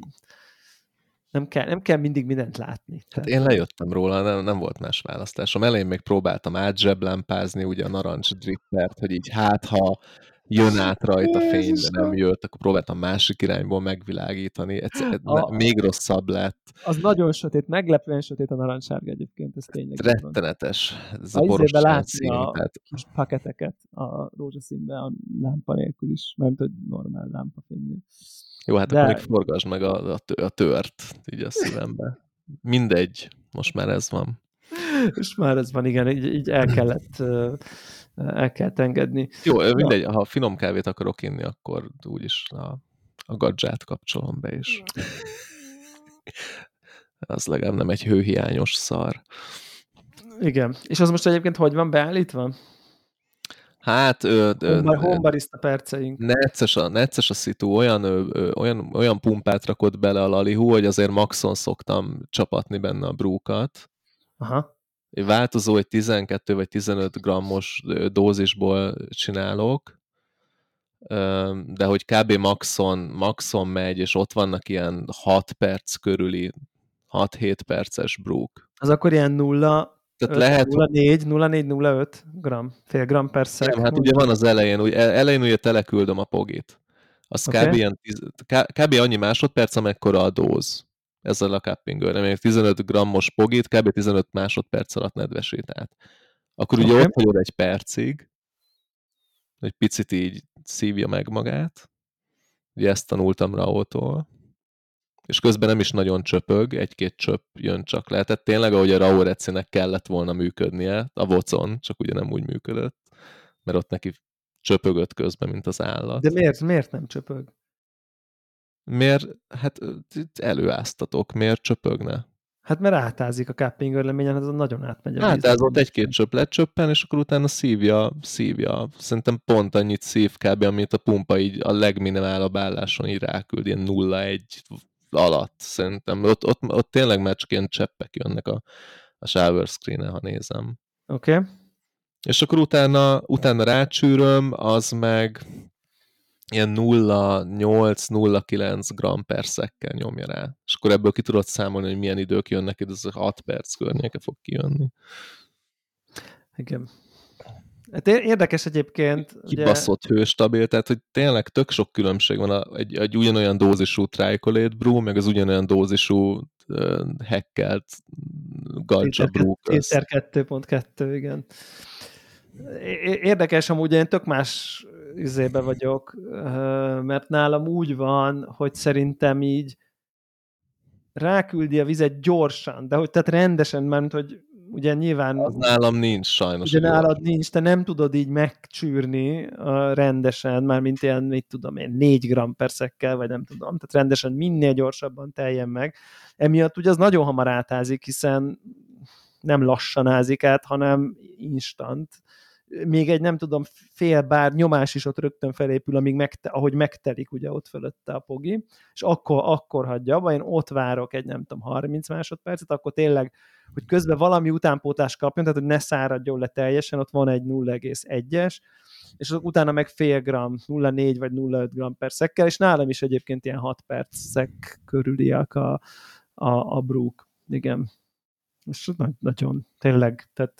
Nem kell mindig mindent látni. Hát én lejöttem róla, nem volt más választásom. Elején még próbáltam átzseblámpázni ugye a narancs drippert, hogy így ha jön át rajta fény, de nem jött, akkor próbáltam másik irányból megvilágítani. Még rosszabb lett. Az nagyon sötét, meglepően sötét a narancssárga egyébként, ez tényleg. Rettenetes. Ez a borostyán szín. A kis paketeket a rózsaszínben a lámpa nélkül is, mert hogy normál lámpafénynél. Jó, hát akkor még forgasd meg a tört így a szívembe. Mindegy, most már ez van. Most már ez van, igen, így el kellett engedni. Jó, mindegy, ha finom kávét akarok inni, akkor úgyis a gadzsát kapcsolom be is. Az legalább nem egy hőhiányos szar. Igen, és az most egyébként hogy van beállítva? Hát Hombarista perceink. necces a szitu, olyan pumpát rakott bele a Lalihu, hogy azért maxon szoktam csapatni benne a brúkat. Aha. Változó, egy 12 vagy 15 grammos dózisból csinálok, de hogy kb. maxon megy, és ott vannak ilyen 6 perc körüli, 6-7 perces brúk. Az akkor ilyen 0, Tehát lehet, 0,4-0,5 gram, fél gram per szek. nem, hát ugye van az elején, elején ugye teleküldöm a pogit. Az Okay. kb. Kb. Annyi másodperc, amekkora a dóz ezzel a cuppinggal. Még 15 grammos pogit kb. 15 másodperc alatt nedvesít át. Akkor ugye ott hagyod egy percig, egy picit így szívja meg magát. Ugye ezt tanultam Raótól. És közben nem is nagyon csöpög, egy-két csöpp jön csak le. Tehát tényleg, ahogy a Raó Recinek kellett volna működnie, a vocon, csak ugye nem úgy működött, mert ott neki csöpögött közben, mint az állat. De miért nem csöpög? Miért? Hát előáztatok, miért csöpögne? Hát mert átázik a cupping örleményen, az nagyon átmegy a víz. Átázott, egy-két csöpp lecsöppen, és akkor utána szívja. Szerintem pont annyit szív kb. Amit a pumpa így a legminimálabb álláson így ráküld, ilyen 0,1 alatt szerintem. Ott tényleg már csak ilyen cseppek jönnek a shower screen-en, ha nézem. Oké. És akkor utána rácsűröm, az meg ilyen 0,8-0,9 gram per szekkel nyomja rá. És akkor ebből ki tudod számolni, hogy milyen idők jönnek, ez 6 perc környéke fog kijönni. Igen. Hát érdekes egyébként. Kibaszott hőstabil, tehát hogy tényleg tök sok különbség van egy ugyanolyan dózisú Tricolate brew, meg az ugyanolyan dózisú hackelt Gaggia brew közt. 2.2, igen. Érdekes, amúgy én tök más üzébe vagyok, mert nálam úgy van, hogy szerintem így ráküldi a vizet gyorsan, de hogy tehát rendesen, mert hogy ugye nyilván... Az nálam nincs sajnos. Ugye nálad nincs, te nem tudod így megcsűrni rendesen, már mint ilyen, mit tudom én, 4 gram per szekkel, vagy nem tudom, tehát rendesen minél gyorsabban teljen meg. Emiatt ugye az nagyon hamar átázik, hiszen nem lassan ázik át, hanem instant. Még egy, nem tudom, fél bár nyomás is ott rögtön felépül, amíg ahogy megtelik ugye ott fölötte a pogi, és akkor hagyja abba, én ott várok egy, nem tudom, 30 másodpercet, akkor tényleg, hogy közben valami utánpótlást kapjon, tehát hogy ne száradjon le teljesen, ott van egy 0,1-es, és utána meg fél gram, 0,4 vagy 0,5 gram per szekkel, és nálam is egyébként ilyen 6 percek körüliek a brúk. Igen. És nagyon, tényleg, tehát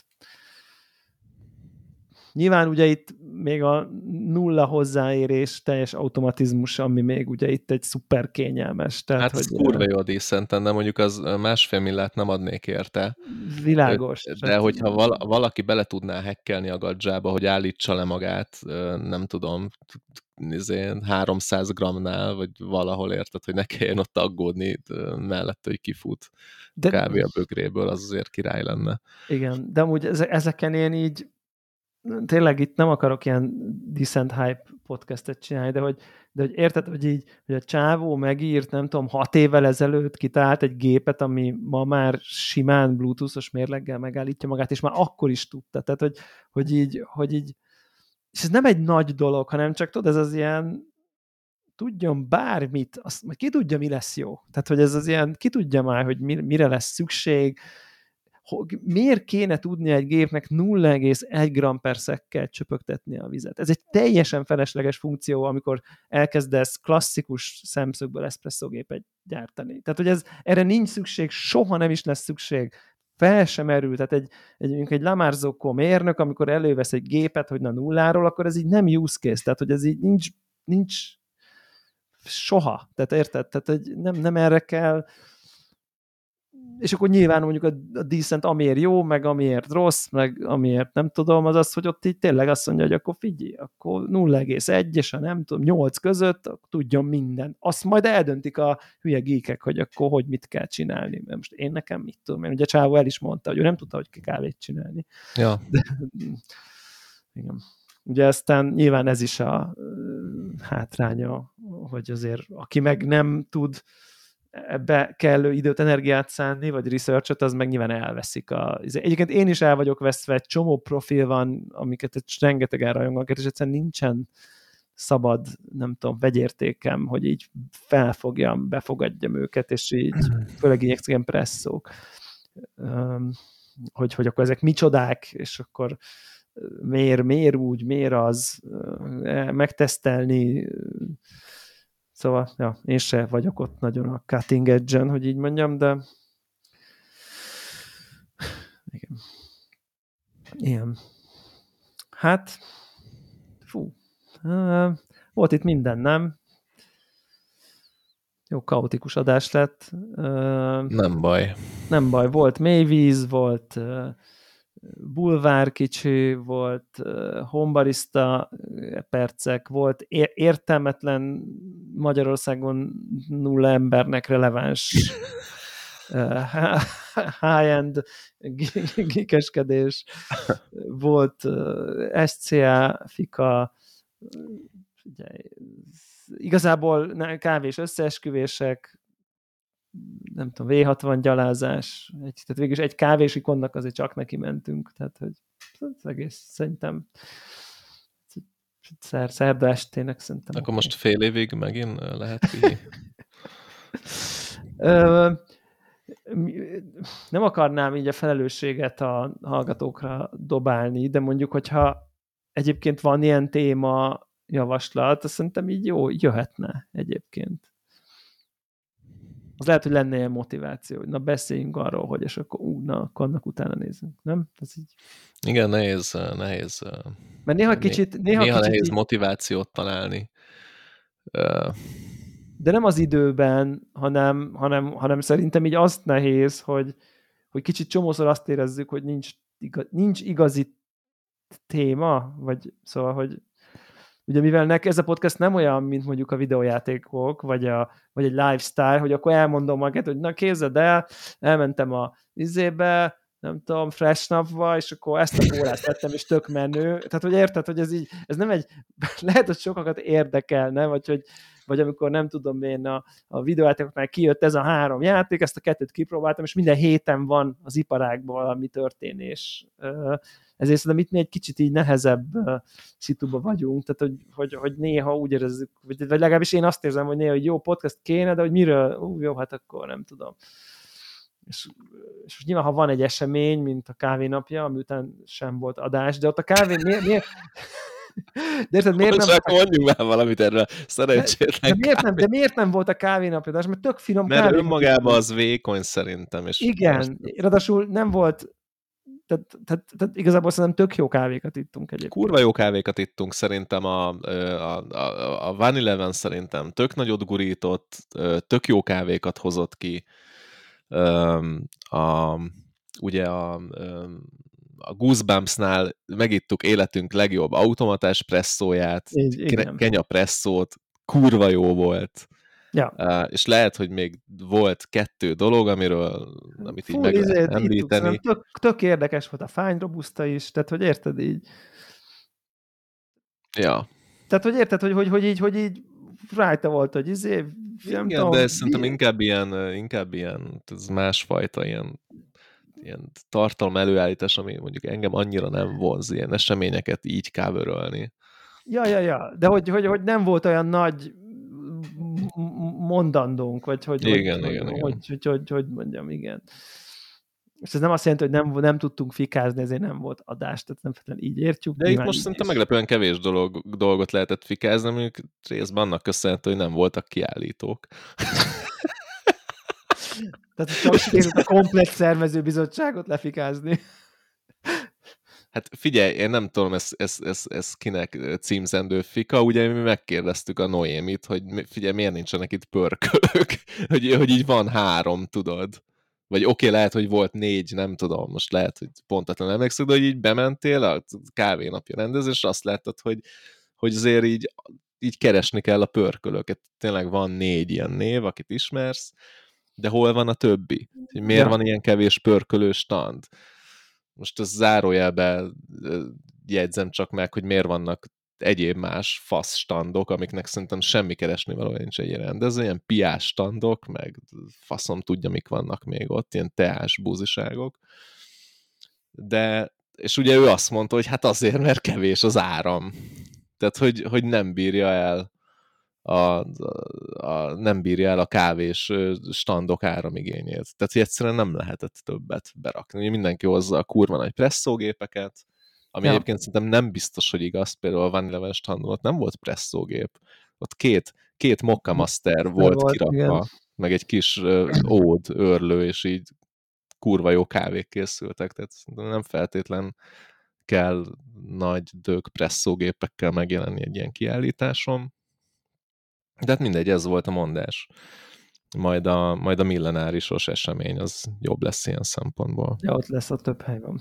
nyilván ugye itt még a nulla hozzáérés, teljes automatizmus, ami még ugye itt egy szuper kényelmes. Tehát, hát ez kurva jó a díszenten, de mondjuk az 1,5 millát nem adnék érte. Világos. De hogyha valaki bele tudná hackelni a Gadzsába, hogy állítsa le magát, nem tudom, 300 gramnál, vagy valahol érted, hogy ne kelljen ott aggódni mellett, hogy kifut kávé a bögréből, az azért király lenne. Igen, de amúgy ezeken én így tényleg itt nem akarok ilyen decent hype podcastet csinálni, de hogy érted, hogy így, hogy a csávó megírt, nem tudom, 6 évvel ezelőtt kitalált egy gépet, ami ma már simán bluetoothos mérleggel megállítja magát, és már akkor is tudta. Tehát, hogy így, és ez nem egy nagy dolog, hanem csak tudod, ez az ilyen tudjon bármit, azt majd ki tudja, mi lesz jó. Tehát, hogy ez az ilyen, ki tudja már, hogy mire lesz szükség, miért kéne tudni egy gépnek 0,1 gram per szekkel csöpögtetni a vizet. Ez egy teljesen felesleges funkció, amikor elkezdesz klasszikus szemszögből eszpresszógépet gyártani. Tehát, hogy erre nincs szükség, soha nem is lesz szükség. Fel sem merül. Tehát egy Lamarzocco mérnök, amikor elővesz egy gépet, hogy na nulláról, akkor ez így nem use case. Tehát, hogy ez így nincs soha. Tehát érted? Tehát nem erre kell. És akkor nyilván mondjuk a decent amiért jó, meg amiért rossz, meg amiért nem tudom, az az, hogy ott így tényleg azt mondja, hogy akkor figyelj, akkor 0,1 és a nem tudom, 8 között, akkor tudjon minden. Azt majd eldöntik a hülye geekek, hogy akkor hogy mit kell csinálni. Mert most én nekem mit tudom, én ugye Csávó el is mondta, hogy ő nem tudta, hogy kell kávét csinálni. Ja. De, igen. Ugye aztán nyilván ez is a hátránya, hogy azért aki meg nem tud ebbe kellő időt, energiát szánni, vagy researchot, az meg nyilván elveszik. Egyébként én is el vagyok veszve, egy csomó profil van, amiket rengetegen rajonganak, és egyszerűen nincsen szabad, nem tudom, vegyértékem, hogy így felfogjam, befogadjam őket, és így főleg így extrém presszók, hogy akkor ezek micsodák, és akkor miért úgy, miért az, megtesztelni. Szóval, ja, én se vagyok ott nagyon a cutting edge-en, hogy így mondjam, de igen. Ilyen. Hát, volt itt minden, nem? Jó, kaotikus adás lett. Nem baj. Nem baj, volt mélyvíz, volt bulvár kicsi, volt hombarista percek, volt értelmetlen Magyarországon nulla embernek releváns high-end gikeskedés, volt SCA, Fika, igazából kávés összeesküvések, nem tudom, V60 gyalázás, tehát végülis egy kávés ikonnak azért csak neki mentünk, tehát hogy az egész szerintem szerda estének szerintem. Akkor most fél évig megint lehet ki? Nem akarnám így a felelősséget a hallgatókra dobálni, de mondjuk, hogyha egyébként van ilyen téma javaslat, azt szerintem így jó, jöhetne egyébként. Az lehet, hogy lenne ilyen motiváció, hogy na beszéljünk arról, hogy és akkor akkor annak utána nézzünk, nem? Ez így... Igen, nehéz. Mert néha kicsit nehéz így... motivációt találni. De nem az időben, hanem szerintem így azt nehéz, hogy kicsit csomószor azt érezzük, hogy nincs igazi téma, vagy szóval, hogy ugye mivel ez a podcast nem olyan, mint mondjuk a videójátékok, vagy egy lifestyle, hogy akkor elmondom magát, hogy na képzeld el, elmentem a izébe, nem tudom, Fresh Napba, és akkor ezt a kórát vettem, és tök menő. Tehát, hogy érted, hogy ez nem egy, lehet, hogy sokakat érdekelne, vagy amikor nem tudom én, a videójátékoknál kijött ez a 3 játék, ezt a 2-t kipróbáltam, és minden héten van az iparágban valami történés. Ezért szerintem itt mi egy kicsit így nehezebb szituba vagyunk, tehát hogy néha úgy érezzük, vagy legalábbis én azt érzem, hogy néha, hogy jó podcast kéne, de hogy miről, jó, hát akkor nem tudom. És nyilván, ha van egy esemény, mint a kávénapja, ami után sem volt adás, de ott a kávé miért? De érted, miért nem... Mondjunk már valamit erről, szerencsétlen de miért nem volt a kávénapja? Mert tök finom kávé. Mert önmagában az vékony szerintem. És igen, ráadásul nem volt... Tehát igazából szerintem tök jó kávékat ittunk egyébként. Kurva jó kávékat ittunk, szerintem a Van Eleven szerintem tök nagyot gurított, tök jó kávékat hozott ki. Ugye a Goosebumps-nál megittuk életünk legjobb automatás presszóját, Kenya presszót, kurva jó volt. Ja. És lehet, hogy még volt 2 dolog, amit így meg lehet említeni. Tök érdekes volt a Fine Robusta is, tehát hogy érted így? Ja. Tehát hogy érted, hogy így rajta volt, hogy igen, tudom, de szerintem inkább ilyen ez másfajta ilyen tartalom előállítás, ami mondjuk engem annyira nem vonz, ilyen eseményeket így coverölni. Ja, de hogy nem volt olyan nagy mondandónk, vagy hogy mondjam, igen. És ez nem azt jelenti, hogy nem tudtunk fikázni, ezért nem volt adás, tehát nem feltétlenül így értjük. De itt most szerintem meglepően kevés dolgot lehetett fikázni, mondjuk részben annak köszönhető, hogy nem voltak kiállítók. Tehát csak sikerült a komplex szervezőbizottságot lefikázni. Hát figyelj, én nem tudom, ez kinek címzendő fika, ugye mi megkérdeztük a Noémit, hogy figyelj, miért nincsenek itt pörkölök, hogy így van 3, tudod. Vagy oké, lehet, hogy volt 4, nem tudom, most lehet, hogy pontatlan emlékszem, de hogy így bementél a kávénapja rendezés, és azt láttad, hogy azért így keresni kell a pörkölöket. Tényleg van 4 ilyen név, akit ismersz, de hol van a többi? Miért van ilyen kevés pörkölő stand? Most ez zárójelbe jegyzem csak meg, hogy miért vannak egyéb más fasz standok, amiknek szerintem semmi keresnivalója nincs egy rendező, ilyen piás standok, meg faszom tudja, mik vannak még ott, ilyen teás búziságok. De, és ugye ő azt mondta, hogy hát azért, mert kevés az áram. Tehát, hogy nem bírja el nem bírja el a kávés standok áramigényét. Tehát, hogy egyszerűen nem lehetett többet berakni. Ugye mindenki hozza a kurva nagy presszógépeket, ami egyébként szerintem nem biztos, hogy igaz. Például a Van Eleven standon ott nem volt presszógép. Ott két Mokka Master volt kirakva, igen. Meg egy kis ód, őrlő, és így kurva jó kávék készültek. Tehát nem feltétlen kell nagy dög presszógépekkel megjelenni egy ilyen kiállításon. De hát mindegy, ez volt a mondás. Majd a millenárisos esemény az jobb lesz ilyen szempontból. Ja, ott lesz, a több hely van.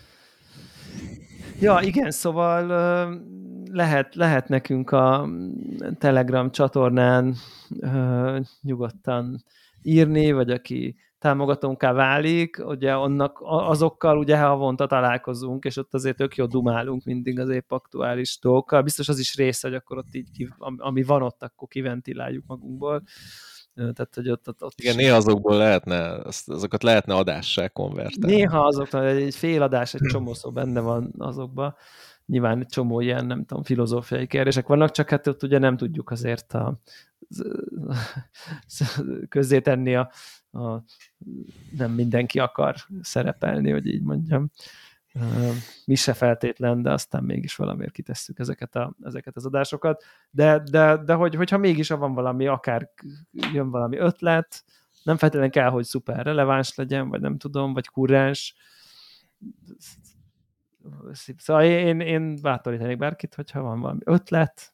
Ja, igen, szóval lehet nekünk a Telegram csatornán nyugodtan írni, vagy aki támogatónká válik, ugye azokkal ugye havonta találkozunk, és ott azért tök jó dumálunk mindig az épp aktuális dolgokkal. Biztos az is része, hogy akkor ott így, ami van ott, akkor kiventiláljuk magunkból. Tehát, hogy ott igen, néha azokból azokat lehetne adássá konvertálni. Néha azoknak egy fél adás, egy csomó szó benne van azokban. Nyilván egy csomó ilyen, nem tudom, filozófiai kérdések vannak, csak hát ott ugye nem tudjuk azért közzétenni nem mindenki akar szerepelni, hogy így mondjam. Mi se feltétlen, de aztán mégis valamiért kitesszük ezeket az adásokat. De hogyha mégis van valami, akár jön valami ötlet, nem feltétlenül kell, hogy szuper releváns legyen, vagy nem tudom, vagy kurrens. Szóval én bátorítanék bárkit, hogyha van valami ötlet,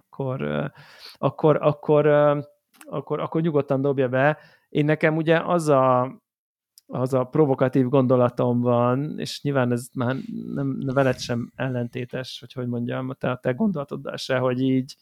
akkor nyugodtan dobja be. Én nekem ugye az a provokatív gondolatom van, és nyilván ez már nem veled sem ellentétes, hogy mondjam, a te gondolatoddal se, hogy így,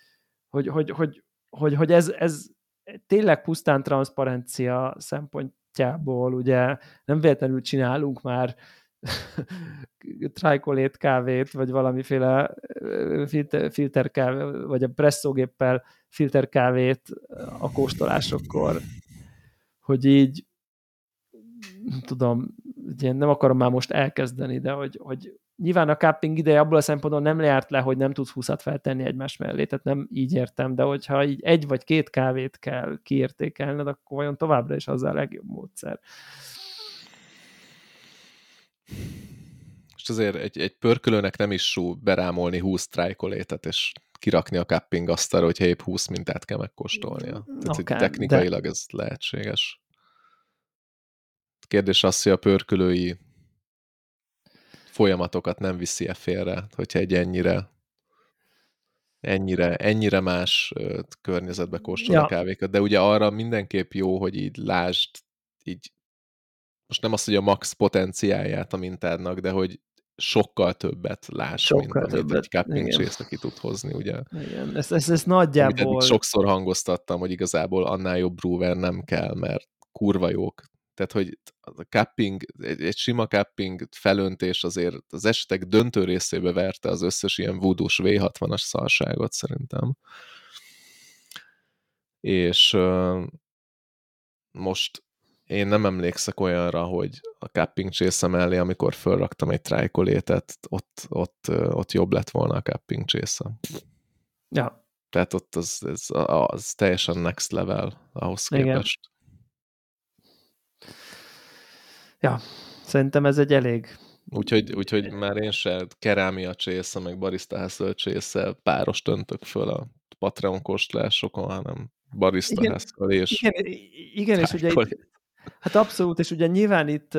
hogy ez tényleg pusztán transzparencia szempontjából, ugye nem véletlenül csinálunk már trikolét kávét, vagy valamiféle filterkávé, vagy a presszógéppel filterkávét a kóstolásokkor, hogy így tudom, ugye nem akarom már most elkezdeni, de hogy nyilván a cupping ideje abból a szempontból nem lejárt le, hogy nem tudsz 20-at feltenni egymás mellé, tehát nem így értem, de hogyha így 1 vagy 2 kávét kell kiértékelned, akkor vajon továbbra is az a legjobb módszer. És azért egy pörkölőnek nem is sú berámolni 20 trájkolétet, és kirakni a cupping asztalra, hogyha épp 20 mintát kell megkóstolnia. Tehát akár, technikailag ez lehetséges. Kérdés az, hogy a pörkölői folyamatokat nem viszi-e félre, hogyha egy ennyire más környezetbe kóstol a kávékat. De ugye arra mindenképp jó, hogy így lásd, így most nem az, hogy a max potenciáját a mintádnak, de hogy sokkal többet láss, mint amit egy cupping csésze ki tud hozni, ugye? Igen, ezt nagyjából... Amit sokszor hangoztattam, hogy igazából annál jobb brewer nem kell, mert kurva jók. Tehát, hogy a cupping, egy sima cupping felöntés azért az esetek döntő részébe verte az összes ilyen voodoo-s V60-as szarságot szerintem. És most én nem emlékszek olyanra, hogy a cupping csésze mellé, amikor fölraktam egy trájkolétet, ott jobb lett volna a cupping csésze. Ja. Tehát ott az teljesen next level ahhoz képest. Ja, szerintem ez egy elég... Úgyhogy már én se kerámia csésze, meg barista hustle csésze páros öntök föl a Patreon kóstolásokon, hanem barista hustle és... Igen, és ugye itt, hát abszolút, és ugye nyilván itt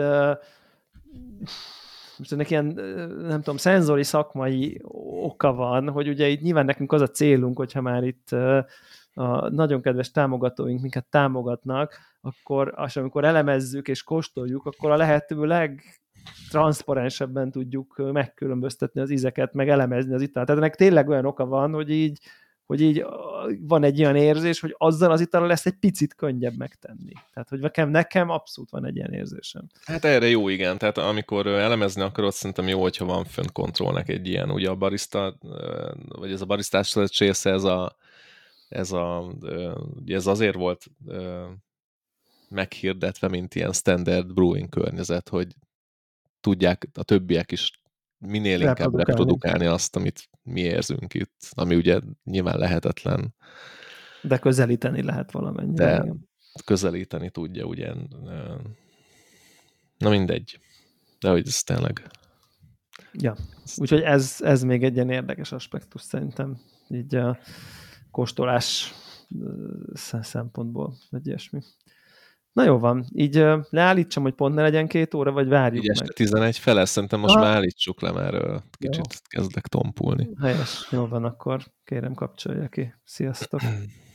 most ennek ilyen, nem tudom, szenzori szakmai oka van, hogy ugye itt nyilván nekünk az a célunk, hogyha már itt a nagyon kedves támogatóink minket támogatnak, akkor amikor elemezzük és kóstoljuk, akkor a lehető legtranszparensebben tudjuk megkülönböztetni az ízeket, meg elemezni az italt. Tehát ennek tényleg olyan oka van, hogy így, hogy így van egy olyan érzés, hogy azzal az itallal lesz egy picit könnyebb megtenni. Tehát, hogy nekem abszolút van egy ilyen érzésem. Hát erre jó, igen. Tehát amikor elemezni akarod, szerintem jó, hogyha van fönn kontrollnak egy ilyen, ugye a barista, vagy ez a barisztás csésze, ugye ez azért volt meghirdetve, mint ilyen standard brewing környezet, hogy tudják a többiek is minél inkább reprodukálni azt, amit mi érzünk itt, ami ugye nyilván lehetetlen. De közelíteni lehet valamennyire. De igen. közelíteni tudja, ugye. Na mindegy. De hogy ez tényleg... Ja, úgyhogy ez még egy ilyen érdekes aspektus szerintem, így a kóstolás szempontból, vagy ilyesmi. Na jó van, így leállítsam, hogy pont ne legyen 2 óra, vagy várjuk így meg. este 11 fele, szerintem most már állítsuk le, mert kicsit kezdek tompulni. Helyes, jó van, akkor kérem kapcsolja ki. Sziasztok!